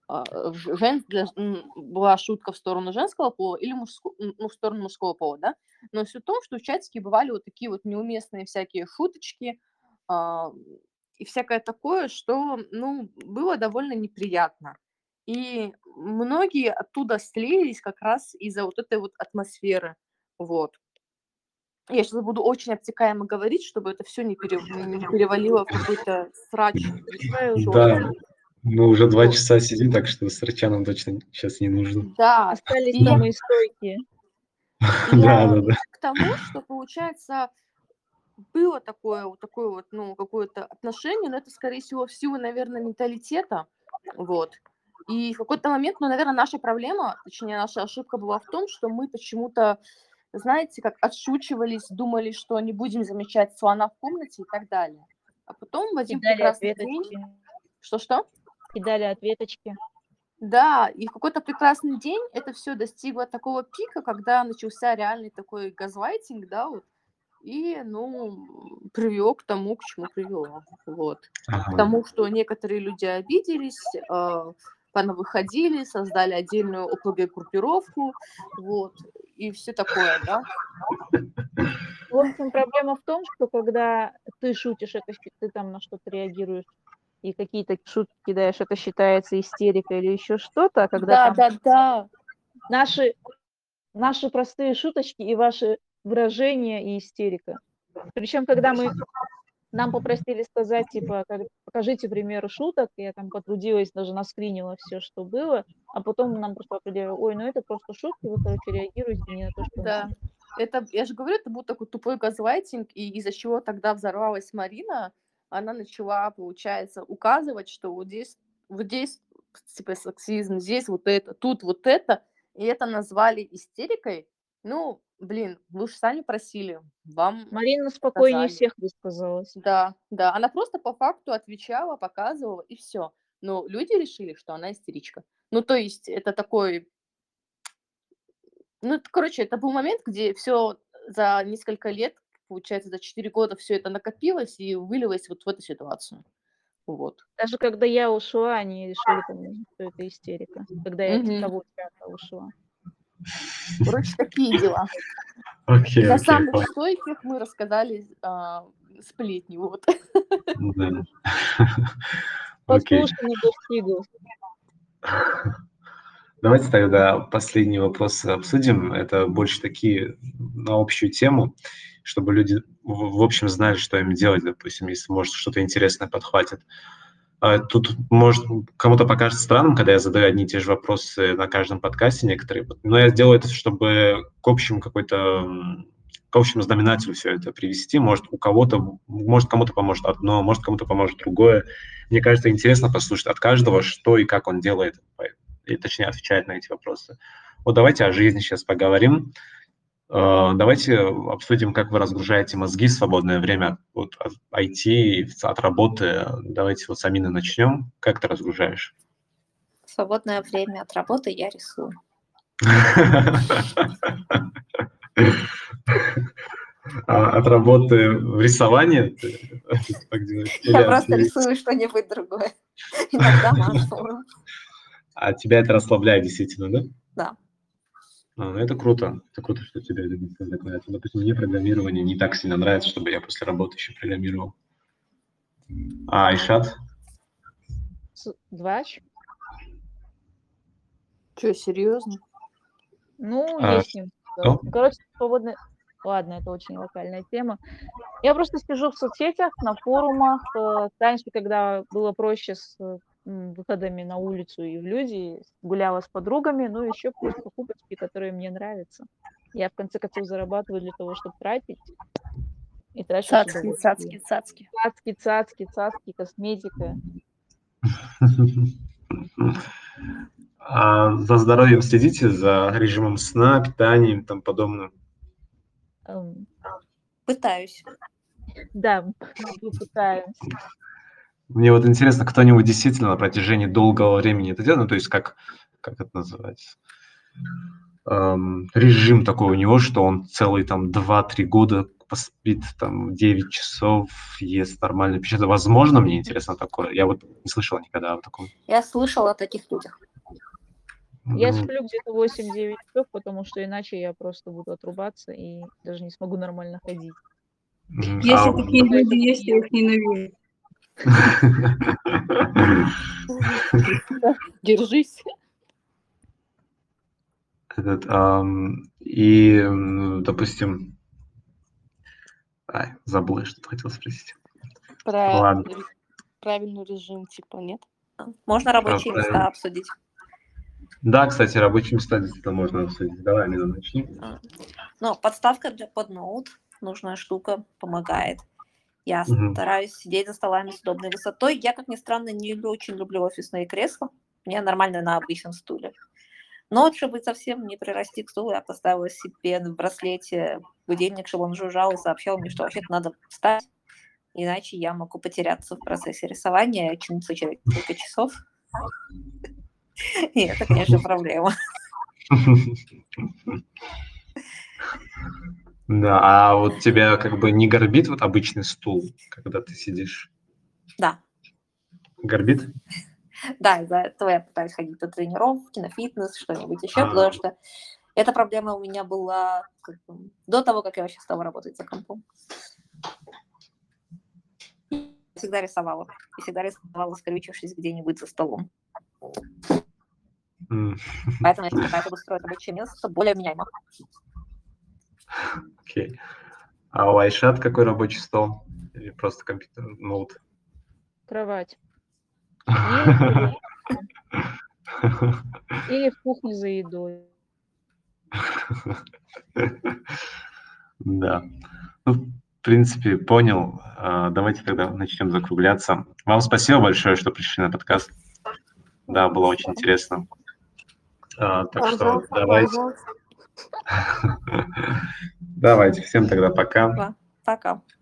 была шутка в сторону женского пола или в сторону мужского пола, да? Но суть в том, что в чатике бывали вот такие вот неуместные всякие шуточки а, и всякое такое, что, ну, было довольно неприятно. И многие оттуда слились как раз из-за вот этой вот атмосферы. Вот. Я сейчас буду очень обтекаемо говорить, чтобы это все не перевалило в какой-то срач Давай уже. Да, чёрный. мы уже 2 Вот. часа сидим, так что срача нам точно сейчас не нужно. Да, Остались и самые стойкие. я Да-да-да. к тому, что, получается, было такое вот, ну, какое-то отношение, но это, скорее всего, в силу, наверное, менталитета. Вот. И в какой-то момент, ну, наверное, наша проблема, точнее, наша ошибка была в том, что мы почему-то, знаете, как отшучивались, думали, что не будем замечать слона в комнате и так далее. А потом в один Кидали прекрасный день... ответочки. Что-что? Кидали ответочки. Да, и в какой-то прекрасный день это все достигло такого пика, когда начался реальный такой газлайтинг, да, вот, и, ну, привело к тому, к чему привело. Вот. К Ага. тому, что некоторые люди обиделись, понавыходили, создали отдельную ОПГ-группировку, вот, и все такое, да. В общем, проблема в том, что когда ты шутишь, ты там на что-то реагируешь и какие-то шутки кидаешь, это считается истерикой или еще что-то, а когда там Да-да-да. наши простые шуточки и ваши выражения и истерика. Причем, когда нам попросили сказать, типа, покажите примеры шуток, я там потрудилась, даже наскринила все, что было, а потом нам просто определили, ой, ну это просто шутки, вы, короче, реагируете не на то, что Да, надо. это, я же говорю, это был такой тупой газлайтинг, и из-за чего тогда взорвалась Марина, она начала, получается, указывать, что вот здесь, типа, сексизм, здесь вот это, тут вот это, и это назвали истерикой. Ну, блин, вы же сами просили, вам Марина спокойнее сказали. всех высказалась. Да, да, она просто по факту отвечала, показывала, и все. Но люди решили, что она истеричка. Ну, то есть это такой... Ну, это, короче, это был момент, где все за несколько лет, получается, за 4 года все это накопилось и вылилось вот в эту ситуацию. Вот. Даже когда я ушла, они решили, по-моему, что это истерика. Когда я из Мгм. того чата ушла. Короче, такие дела. Окей, Для окей, самых понял. стойких мы рассказали сплетни, вот. Да. Окей. Послушанный достигл. Давайте тогда последний вопрос обсудим. Это больше такие на общую тему, чтобы люди в общем знали, что им делать, допустим, если, может, что-то интересное подхватит. Тут, может, кому-то покажется странным, когда я задаю одни и те же вопросы на каждом подкасте некоторые, но я сделаю это, чтобы к общему какой-то к общему знаменателю все это привести. Может, кому-то поможет одно, может, кому-то поможет другое. Мне кажется, интересно послушать от каждого, что и как он делает, и, точнее, отвечает на эти вопросы. Вот давайте о жизни сейчас поговорим. Давайте обсудим, как вы разгружаете мозги в свободное время от IT, от работы. Давайте вот с Амины начнем. Как ты разгружаешь? В свободное время от работы я рисую. От работы в рисовании? Я просто рисую что-нибудь другое. Иногда машу. А тебя это расслабляет действительно, да? Да. Ну, это круто. Это круто, что тебя это расслабляет. Допустим, мне программирование не так сильно нравится, чтобы я после работы еще программировал. А Айшат? Двач. Что, серьезно? Ну, А, есть ним. Короче, свободное... Ладно, это очень локальная тема. Я просто сижу в соцсетях, на форумах. Раньше, когда было проще с выходами на улицу и в люди, гуляла с подругами, ну, еще плюс покупочки, которые мне нравятся. Я, в конце концов, зарабатываю для того, чтобы тратить. И трачу с Цацки, удовольствием. цацки. Цацки, косметика. А за здоровьем следите, за режимом сна, питанием и тому подобное? Пытаюсь. Да, мы пытаемся. Мне вот интересно, кто-нибудь действительно на протяжении долгого времени это делает? Ну, то есть как это называется? Режим такой у него, что он целый там 2-3 года спит там 9 часов, ест нормальную пищу. Это возможно, мне интересно такое? Я вот не слышала никогда о таком. Я слышала о таких людях. Я сплю где-то 8-9 часов, потому что иначе я просто буду отрубаться и даже не смогу нормально ходить. Если такие люди есть, я их ненавижу. Держись. И, допустим, забыл, я что-то хотел спросить. Ладно. Правильный режим, типа, нет? Можно рабочие места обсудить. Да, кстати, рабочие места действительно можно обсудить. Давай, Амина, начни. Ну, подставка под ноут, нужная штука, помогает. Я стараюсь сидеть за столами с удобной высотой. Я, как ни странно, не очень люблю офисные кресла. Мне нормально на обычном стуле. Но, чтобы совсем не прирасти к стулу, я поставила себе в браслете будильник, чтобы он жужжал и сообщал мне, что вообще-то надо встать. Иначе я могу потеряться в процессе рисования, очнуться через несколько часов. И это, конечно, проблема. Да, а вот тебя как бы не горбит вот обычный стул, когда ты сидишь? Да. Горбит? Да, из-за этого я пытаюсь ходить на тренировки, на фитнес, что-нибудь еще, потому что эта проблема у меня была до того, как я вообще стала работать за компом. Я всегда рисовала. И всегда рисовала, скрючившись где-нибудь за столом. Поэтому я пытаюсь обустроить рабочее место более меняемо. Окей. А у Айшат какой рабочий стол? Или просто компьютер, ноут? Кровать. Или в кухне за едой. Да. Ну, в принципе, понял. Давайте тогда начнем закругляться. Вам спасибо большое, что пришли на подкаст. Да, было очень интересно. Так что давайте. Давайте. Всем тогда пока. Пока.